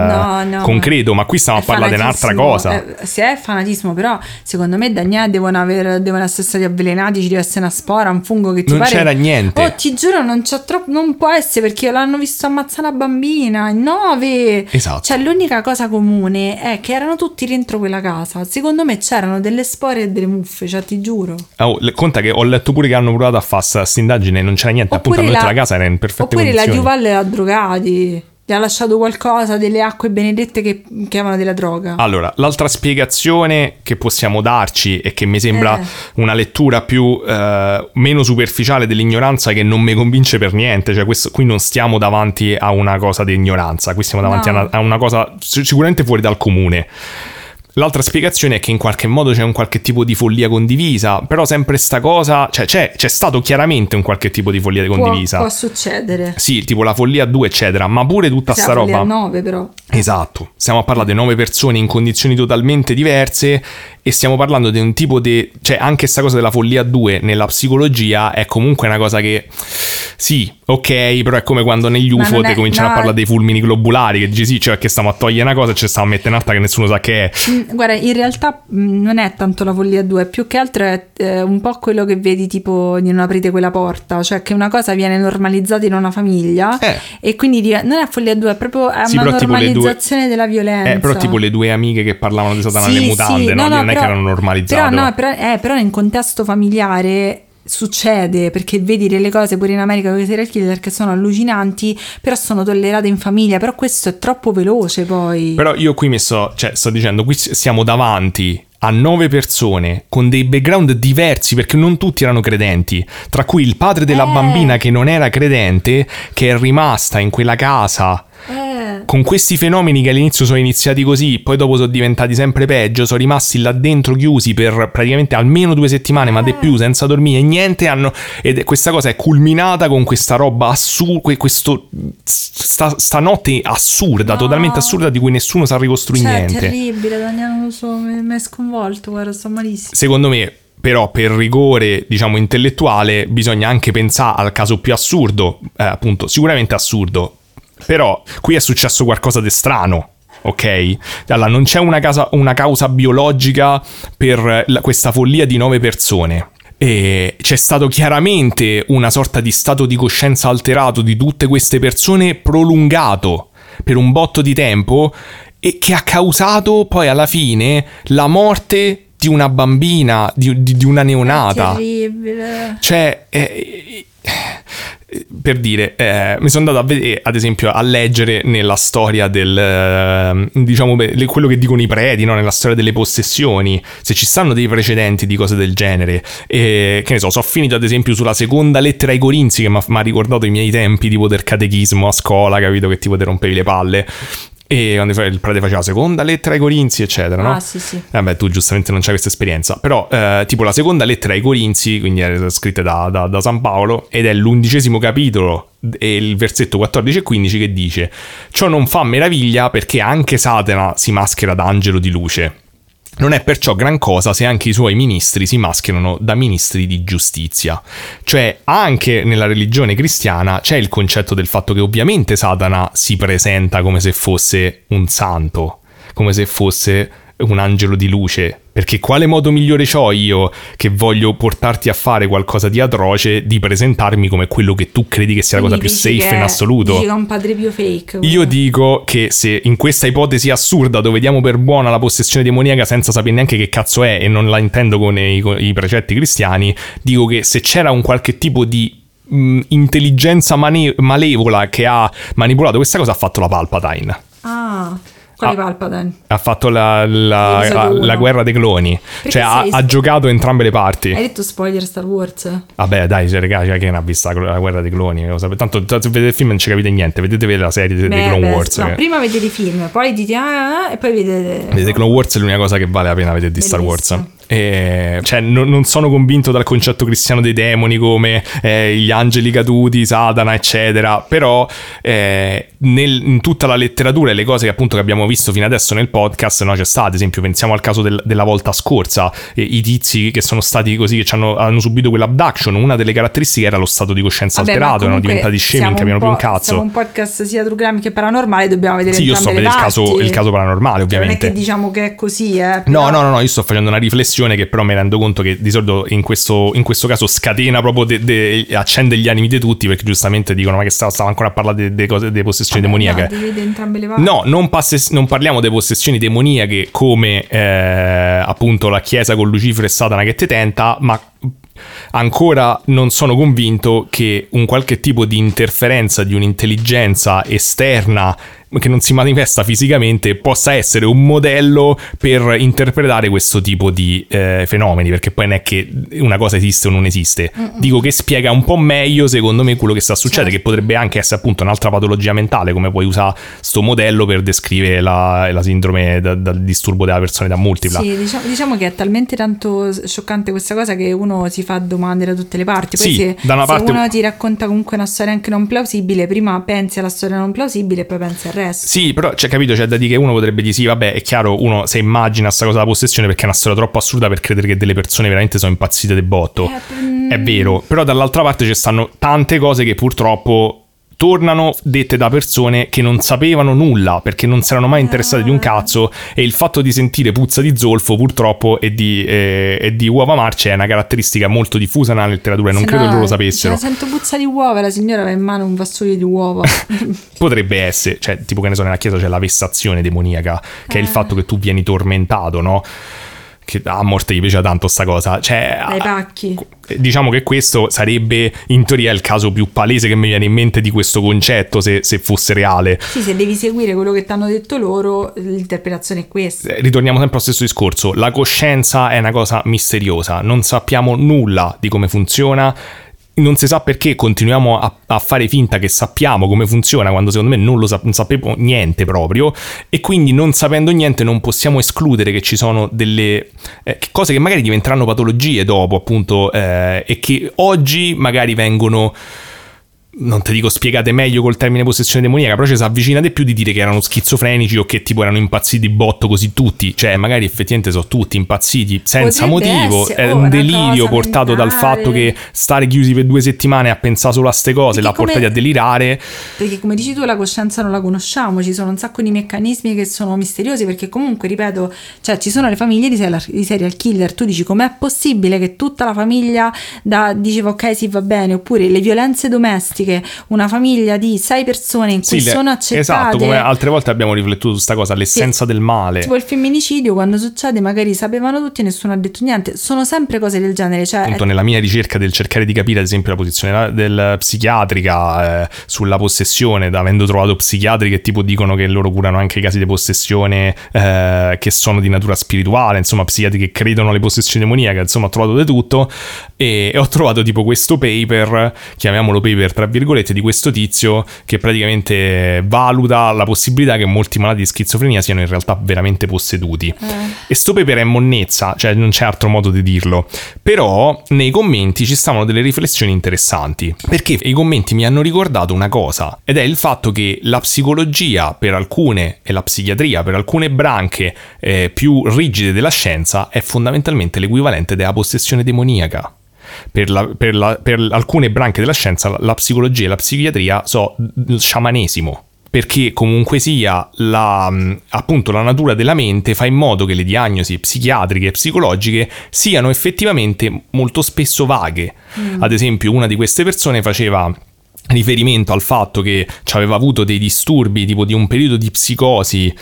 concreto, ma qui stiamo a parlare di un'altra cosa. Se è fanatismo, però secondo me Daniele devono essere stati avvelenati, ci deve essere una spora, un fungo che ti non pare... c'era niente. Oh, ti giuro, non può essere, perché l'hanno visto ammazzare una bambina in 9. Esatto. Cioè l'unica cosa comune è che erano tutti dentro quella casa. Secondo me c'erano delle spore e delle muffe, cioè ti giuro. Conta che ho letto pure che hanno provato a fare questa indagine e non c'era niente, appunto la casa era in perfette condizioni. Oppure la Duval era drogati, gli ha lasciato qualcosa, delle acque benedette che avevano della droga. Allora, l'altra spiegazione che possiamo darci e che mi sembra una lettura più meno superficiale dell'ignoranza, che non mi convince per niente, cioè qui non stiamo davanti a una cosa di ignoranza, qui stiamo davanti a una cosa sicuramente fuori dal comune. L'altra spiegazione è che in qualche modo c'è un qualche tipo di follia condivisa, però sempre sta cosa, cioè c'è stato chiaramente un qualche tipo di follia condivisa. Può succedere. Sì, tipo la follia 2 eccetera, ma pure tutta sta roba. La 9 però. Esatto, stiamo a parlare di 9 persone in condizioni totalmente diverse e stiamo parlando di un tipo di... cioè anche sta cosa della follia 2 nella psicologia è comunque una cosa che... sì, ok, però è come quando negli UFO ti cominciano a parlare dei fulmini globulari, che dici sì, cioè che stiamo a togliere una cosa e ci stiamo a mettere un'altra che nessuno sa che è. Guarda, in realtà non è tanto la follia 2, più che altro è un po' quello che vedi tipo di non aprite quella porta, cioè che una cosa viene normalizzata in una famiglia e quindi non è follia 2, è proprio una normalizzazione della violenza. Però tipo le due amiche che parlavano di Satana alle mutande, sì, no? Non è che erano normalizzate. Però in contesto familiare succede, perché vedi delle cose pure in America con i serial killer che sono allucinanti, però sono tollerate in famiglia, però questo è troppo veloce poi. Però io qui sto dicendo, qui siamo davanti a 9 persone con dei background diversi, perché non tutti erano credenti, tra cui il padre della bambina che non era credente, che è rimasta in quella casa con questi fenomeni che all'inizio sono iniziati così, poi dopo sono diventati sempre peggio, sono rimasti là dentro chiusi per praticamente almeno 2 settimane, ma di più, senza dormire e niente, ed questa cosa è culminata con questa roba assurda, sta notte assurda, totalmente assurda, di cui nessuno sa ricostruire niente. È terribile, Daniele, non lo so, mi è sconvolto, guarda, sto malissimo. Secondo me però per rigore, diciamo, intellettuale bisogna anche pensare al caso più assurdo, appunto, sicuramente assurdo. Però qui è successo qualcosa di strano, ok? Allora, non c'è una causa biologica per questa follia di 9 persone. E c'è stato chiaramente una sorta di stato di coscienza alterato di tutte queste persone prolungato per un botto di tempo e che ha causato poi alla fine la morte di una bambina, di una neonata. È terribile. Cioè... per dire, mi sono andato a vedere, ad esempio, a leggere nella storia del, diciamo, quello che dicono i preti, no? Nella storia delle possessioni, se ci stanno dei precedenti di cose del genere. Che ne so, sono finito ad esempio sulla seconda lettera ai Corinzi, che mi ha ricordato i miei tempi tipo del catechismo a scuola, capito, che tipo ti rompevi le palle. E quando il prete faceva seconda lettera ai Corinzi, eccetera, no? Ah, sì. Vabbè, tu giustamente non c'hai questa esperienza. Però, tipo, la seconda lettera ai Corinzi, quindi è scritta da San Paolo, ed è l'11° capitolo, e il versetto 14 e 15 che dice: ciò non fa meraviglia, perché anche Satana si maschera da angelo di luce. Non è perciò gran cosa se anche i suoi ministri si mascherano da ministri di giustizia. Cioè, anche nella religione cristiana c'è il concetto del fatto che ovviamente Satana si presenta come se fosse un santo, come se fosse un angelo di luce, perché quale modo migliore c'ho io, che voglio portarti a fare qualcosa di atroce, di presentarmi come quello che tu credi che sia la cosa più safe in assoluto? Dici che è un Padre Pio fake. Io dico che se in questa ipotesi assurda, dove diamo per buona la possessione demoniaca senza sapere neanche che cazzo è, e non la intendo con i precetti cristiani, dico che se c'era un qualche tipo di intelligenza malevola che ha manipolato questa cosa, ha fatto la Palpatine. Ah, quale Palpatine? Ha fatto la guerra dei cloni. Perché cioè ha giocato entrambe le parti. Hai detto spoiler Star Wars? Vabbè dai, raga, c'è chi non ha visto la guerra dei cloni. Tanto se vedete il film non ci capite niente. Vedetevi la serie dei Clone Wars. No, prima vedete i film, poi dite e poi vedete Clone Wars è l'unica cosa che vale la pena vedere di Star Wars. Cioè non sono convinto dal concetto cristiano dei demoni come gli angeli caduti, Satana eccetera, però in tutta la letteratura e le cose che appunto che abbiamo visto fino adesso nel podcast, no, c'è stato, ad esempio pensiamo al caso della volta scorsa, i tizi che sono stati così, che hanno subito quell'abduction, una delle caratteristiche era lo stato di coscienza alterato, erano diventati scemi, non capivano più un cazzo. Siamo un podcast sia true crime che paranormale, dobbiamo vedere sì, io sto a vedere il caso paranormale, ovviamente. Non è che diciamo che è così, però... No, io sto facendo una riflessione che però mi rendo conto che di solito in questo caso scatena proprio accende gli animi di tutti, perché giustamente dicono ma che stava ancora a parlare delle possessioni demoniache. No, non parliamo delle possessioni demoniache come appunto la chiesa con Lucifero e Satana che te tenta, ma ancora non sono convinto che un qualche tipo di interferenza di un'intelligenza esterna che non si manifesta fisicamente possa essere un modello per interpretare questo tipo di fenomeni, perché poi non è che una cosa esiste o non esiste. Dico che spiega un po' meglio secondo me quello che sta succedendo, che potrebbe anche essere appunto un'altra patologia mentale, come puoi usare sto modello per descrivere la sindrome dal disturbo della personalità multipla. Sì, diciamo che è talmente tanto scioccante questa cosa che uno si fa domande da tutte le parti. Poi sì, se uno ti racconta comunque una storia anche non plausibile, prima pensi alla storia non plausibile e poi pensi al resto. Sì, però c'è da dire che uno potrebbe dire sì, vabbè, è chiaro, uno se immagina sta cosa della possessione perché è una storia troppo assurda per credere che delle persone veramente sono impazzite de botto. È vero, però dall'altra parte ci stanno tante cose che purtroppo tornano dette da persone che non sapevano nulla perché non si erano mai interessate di un cazzo, e il fatto di sentire puzza di zolfo purtroppo e di uova marce è una caratteristica molto diffusa nella letteratura e non credo che loro lo sapessero. Sento puzza di uova, la signora aveva in mano un vassoio di uova. Potrebbe essere, cioè tipo che ne so, nella chiesa c'è la vessazione demoniaca, che è il fatto che tu vieni tormentato, no? Che a morte gli piaceva tanto sta cosa, cioè dai pacchi. Diciamo che questo sarebbe in teoria il caso più palese che mi viene in mente di questo concetto, se fosse reale. Sì, se devi seguire quello che ti hanno detto loro, l'interpretazione è questa. Ritorniamo sempre allo stesso discorso, la coscienza è una cosa misteriosa, non sappiamo nulla di come funziona. Non si sa perché continuiamo a fare finta che sappiamo come funziona quando secondo me non sappiamo niente proprio, e quindi non sapendo niente non possiamo escludere che ci sono delle cose che magari diventeranno patologie dopo appunto, e che oggi magari vengono, non ti dico spiegate meglio col termine possessione demoniaca, però ci si avvicina di più di dire che erano schizofrenici o che tipo erano impazziti botto così tutti, cioè magari effettivamente sono tutti impazziti senza motivo, è un delirio portato dal fatto che stare chiusi per 2 settimane a pensare solo a ste cose l'ha portati a delirare. Perché come dici tu la coscienza non la conosciamo, ci sono un sacco di meccanismi che sono misteriosi, perché comunque ripeto, cioè ci sono le famiglie di serial killer, tu dici com'è possibile che tutta la famiglia diceva ok sì va bene, oppure le violenze domestiche, che una famiglia di 6 persone in cui sono accettate. Esatto, come altre volte abbiamo riflettuto su sta cosa, l'essenza del male. Tipo il femminicidio, quando succede magari sapevano tutti e nessuno ha detto niente, sono sempre cose del genere, cioè appunto nella mia ricerca del cercare di capire ad esempio la posizione del psichiatrica sulla possessione, avendo trovato psichiatri che tipo dicono che loro curano anche i casi di possessione che sono di natura spirituale, insomma psichiatri che credono alle possessioni demoniache, insomma ho trovato di tutto e ho trovato tipo questo paper, chiamiamolo paper tra virgolette, di questo tizio che praticamente valuta la possibilità che molti malati di schizofrenia siano in realtà veramente posseduti. E sto paper è monnezza, cioè non c'è altro modo di dirlo, però nei commenti ci stavano delle riflessioni interessanti, perché i commenti mi hanno ricordato una cosa, ed è il fatto che la psicologia per alcune e la psichiatria per alcune branche più rigide della scienza è fondamentalmente l'equivalente della possessione demoniaca. Per alcune branche della scienza la psicologia e la psichiatria sono sciamanesimo, perché comunque sia appunto la natura della mente fa in modo che le diagnosi psichiatriche e psicologiche siano effettivamente molto spesso vaghe. Ad esempio una di queste persone faceva riferimento al fatto che ci aveva avuto dei disturbi tipo di un periodo di psicosi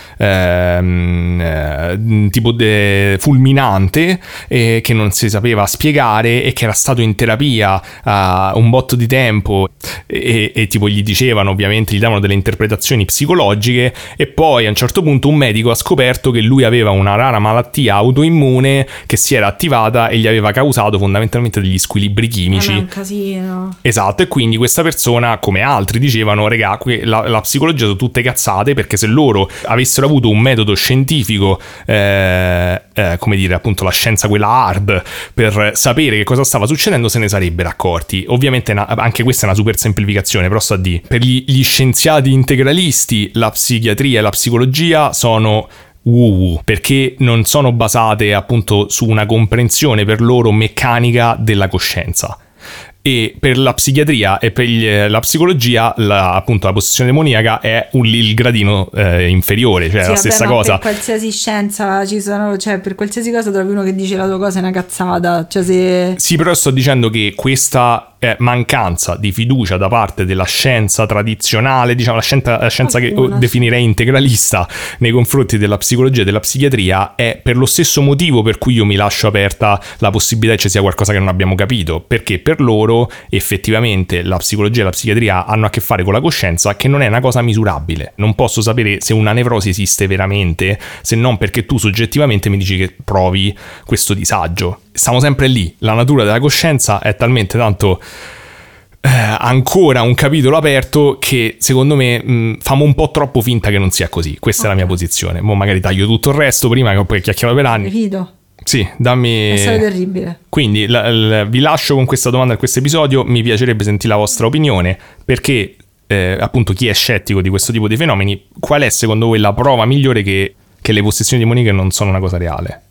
tipo fulminante che non si sapeva spiegare e che era stato in terapia un botto di tempo e tipo gli dicevano, ovviamente gli davano delle interpretazioni psicologiche, e poi a un certo punto un medico ha scoperto che lui aveva una rara malattia autoimmune che si era attivata e gli aveva causato fondamentalmente degli squilibri chimici. È un casino. Esatto, e quindi questa persona, come altri dicevano, regà, la psicologia sono tutte cazzate, perché se loro avessero avuto un metodo scientifico, come dire, appunto la scienza quella hard, per sapere che cosa stava succedendo, se ne sarebbero accorti. Ovviamente anche questa è una super semplificazione, però sto a dire, per gli scienziati integralisti la psichiatria e la psicologia sono perché non sono basate appunto su una comprensione per loro meccanica della coscienza. E per la psichiatria e per la psicologia appunto la possessione demoniaca è il gradino inferiore, cioè sì, la stessa cosa. Per qualsiasi scienza ci sono, cioè per qualsiasi cosa trovi uno che dice la tua cosa è una cazzata, cioè se... Sì, però sto dicendo che questa mancanza di fiducia da parte della scienza tradizionale, diciamo la scienza che definirei integralista nei confronti della psicologia e della psichiatria, è per lo stesso motivo per cui io mi lascio aperta la possibilità che ci sia qualcosa che non abbiamo capito, perché per loro effettivamente la psicologia e la psichiatria hanno a che fare con la coscienza, che non è una cosa misurabile. Non posso sapere se una nevrosi esiste veramente se non perché tu soggettivamente mi dici che provi questo disagio. Stiamo sempre lì, la natura della coscienza è talmente tanto ancora un capitolo aperto che secondo me famo un po' troppo finta che non sia così. Questa è la mia posizione. Mo magari taglio tutto il resto prima, che poi chiacchiero per anni. Fido. Sì, dammi... È stato terribile. Quindi vi lascio con questa domanda in questo episodio. Mi piacerebbe sentire la vostra opinione, perché appunto chi è scettico di questo tipo di fenomeni, qual è secondo voi la prova migliore che le possessioni demoniche non sono una cosa reale?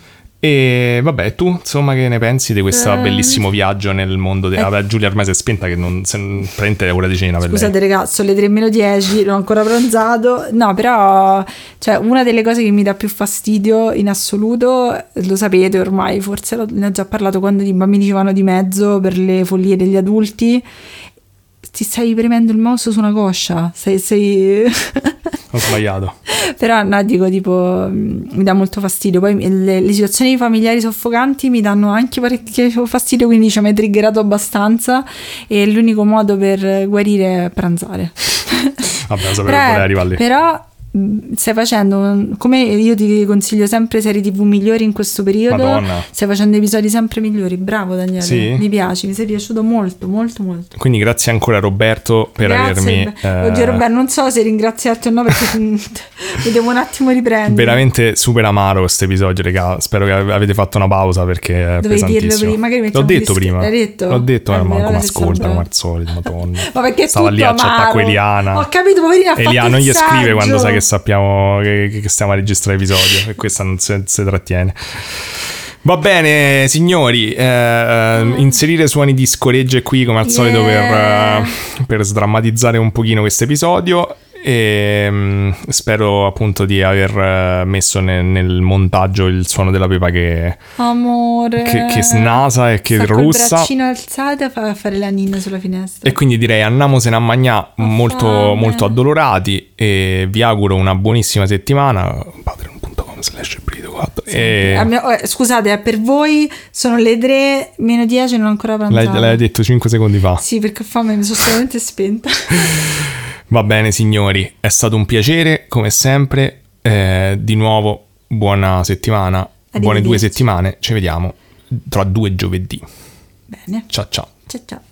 E vabbè, tu insomma che ne pensi di questo bellissimo viaggio nel mondo vabbè, Giulia ormai si è spenta che non prende ora di cena per scusate lei. Ragazzi, sono le 3:10, non ho ancora pranzato. No, però cioè una delle cose che mi dà più fastidio in assoluto, lo sapete ormai, forse ne ho già parlato, quando i bambini ci vanno di mezzo per le follie degli adulti. Ti stai premendo il mouse su una coscia, sei... Ho sbagliato. Però no, dico, tipo, mi dà molto fastidio. Poi le situazioni familiari soffocanti mi danno anche parecchio fastidio, quindi ci mi hai triggerato abbastanza e l'unico modo per guarire è pranzare. Vabbè, lo sapevo che volevi arrivare lì. Però stai facendo, come io ti consiglio sempre serie TV migliori in questo periodo. Madonna. Stai facendo episodi sempre migliori. Bravo Daniele, sì? Mi piaci, mi sei piaciuto molto molto molto. Quindi grazie ancora Roberto per avermi Oddio Roberto, non so se ringraziarti o no, perché mi devo un attimo riprendere. Veramente super amaro questo episodio, raga. Spero che avete fatto una pausa, perché è pesantissimo. Dirlo prima, magari l'ho detto prima. L'ho detto, ma manco mi ascolta come al solito, madonna. Ma perché stava lì a chattare con Eliana. Ho capito, poverina, Eliana non gli scrive quando sa che sappiamo che stiamo a registrare l'episodio, e questa non si trattiene. Va bene signori, inserire suoni di scoregge qui come al solito per sdrammatizzare un pochino questo episodio. E spero appunto di aver messo nel montaggio il suono della Pepa che snasa e che sta russa. Col braccino alzato fa fare la ninna sulla finestra. E quindi direi andiamosene a mangiare molto addolorati, e vi auguro una buonissima settimana. patreon.com/brivido4. Scusate, per voi sono le 3:10, non ho ancora pranzato. L'hai detto 5 secondi fa. Sì, perché ho fame, mi sono solamente spenta. Va bene signori, è stato un piacere come sempre, di nuovo buona settimana, buone 2 settimane, ci vediamo tra 2 giovedì. Bene. Ciao ciao. Ciao ciao.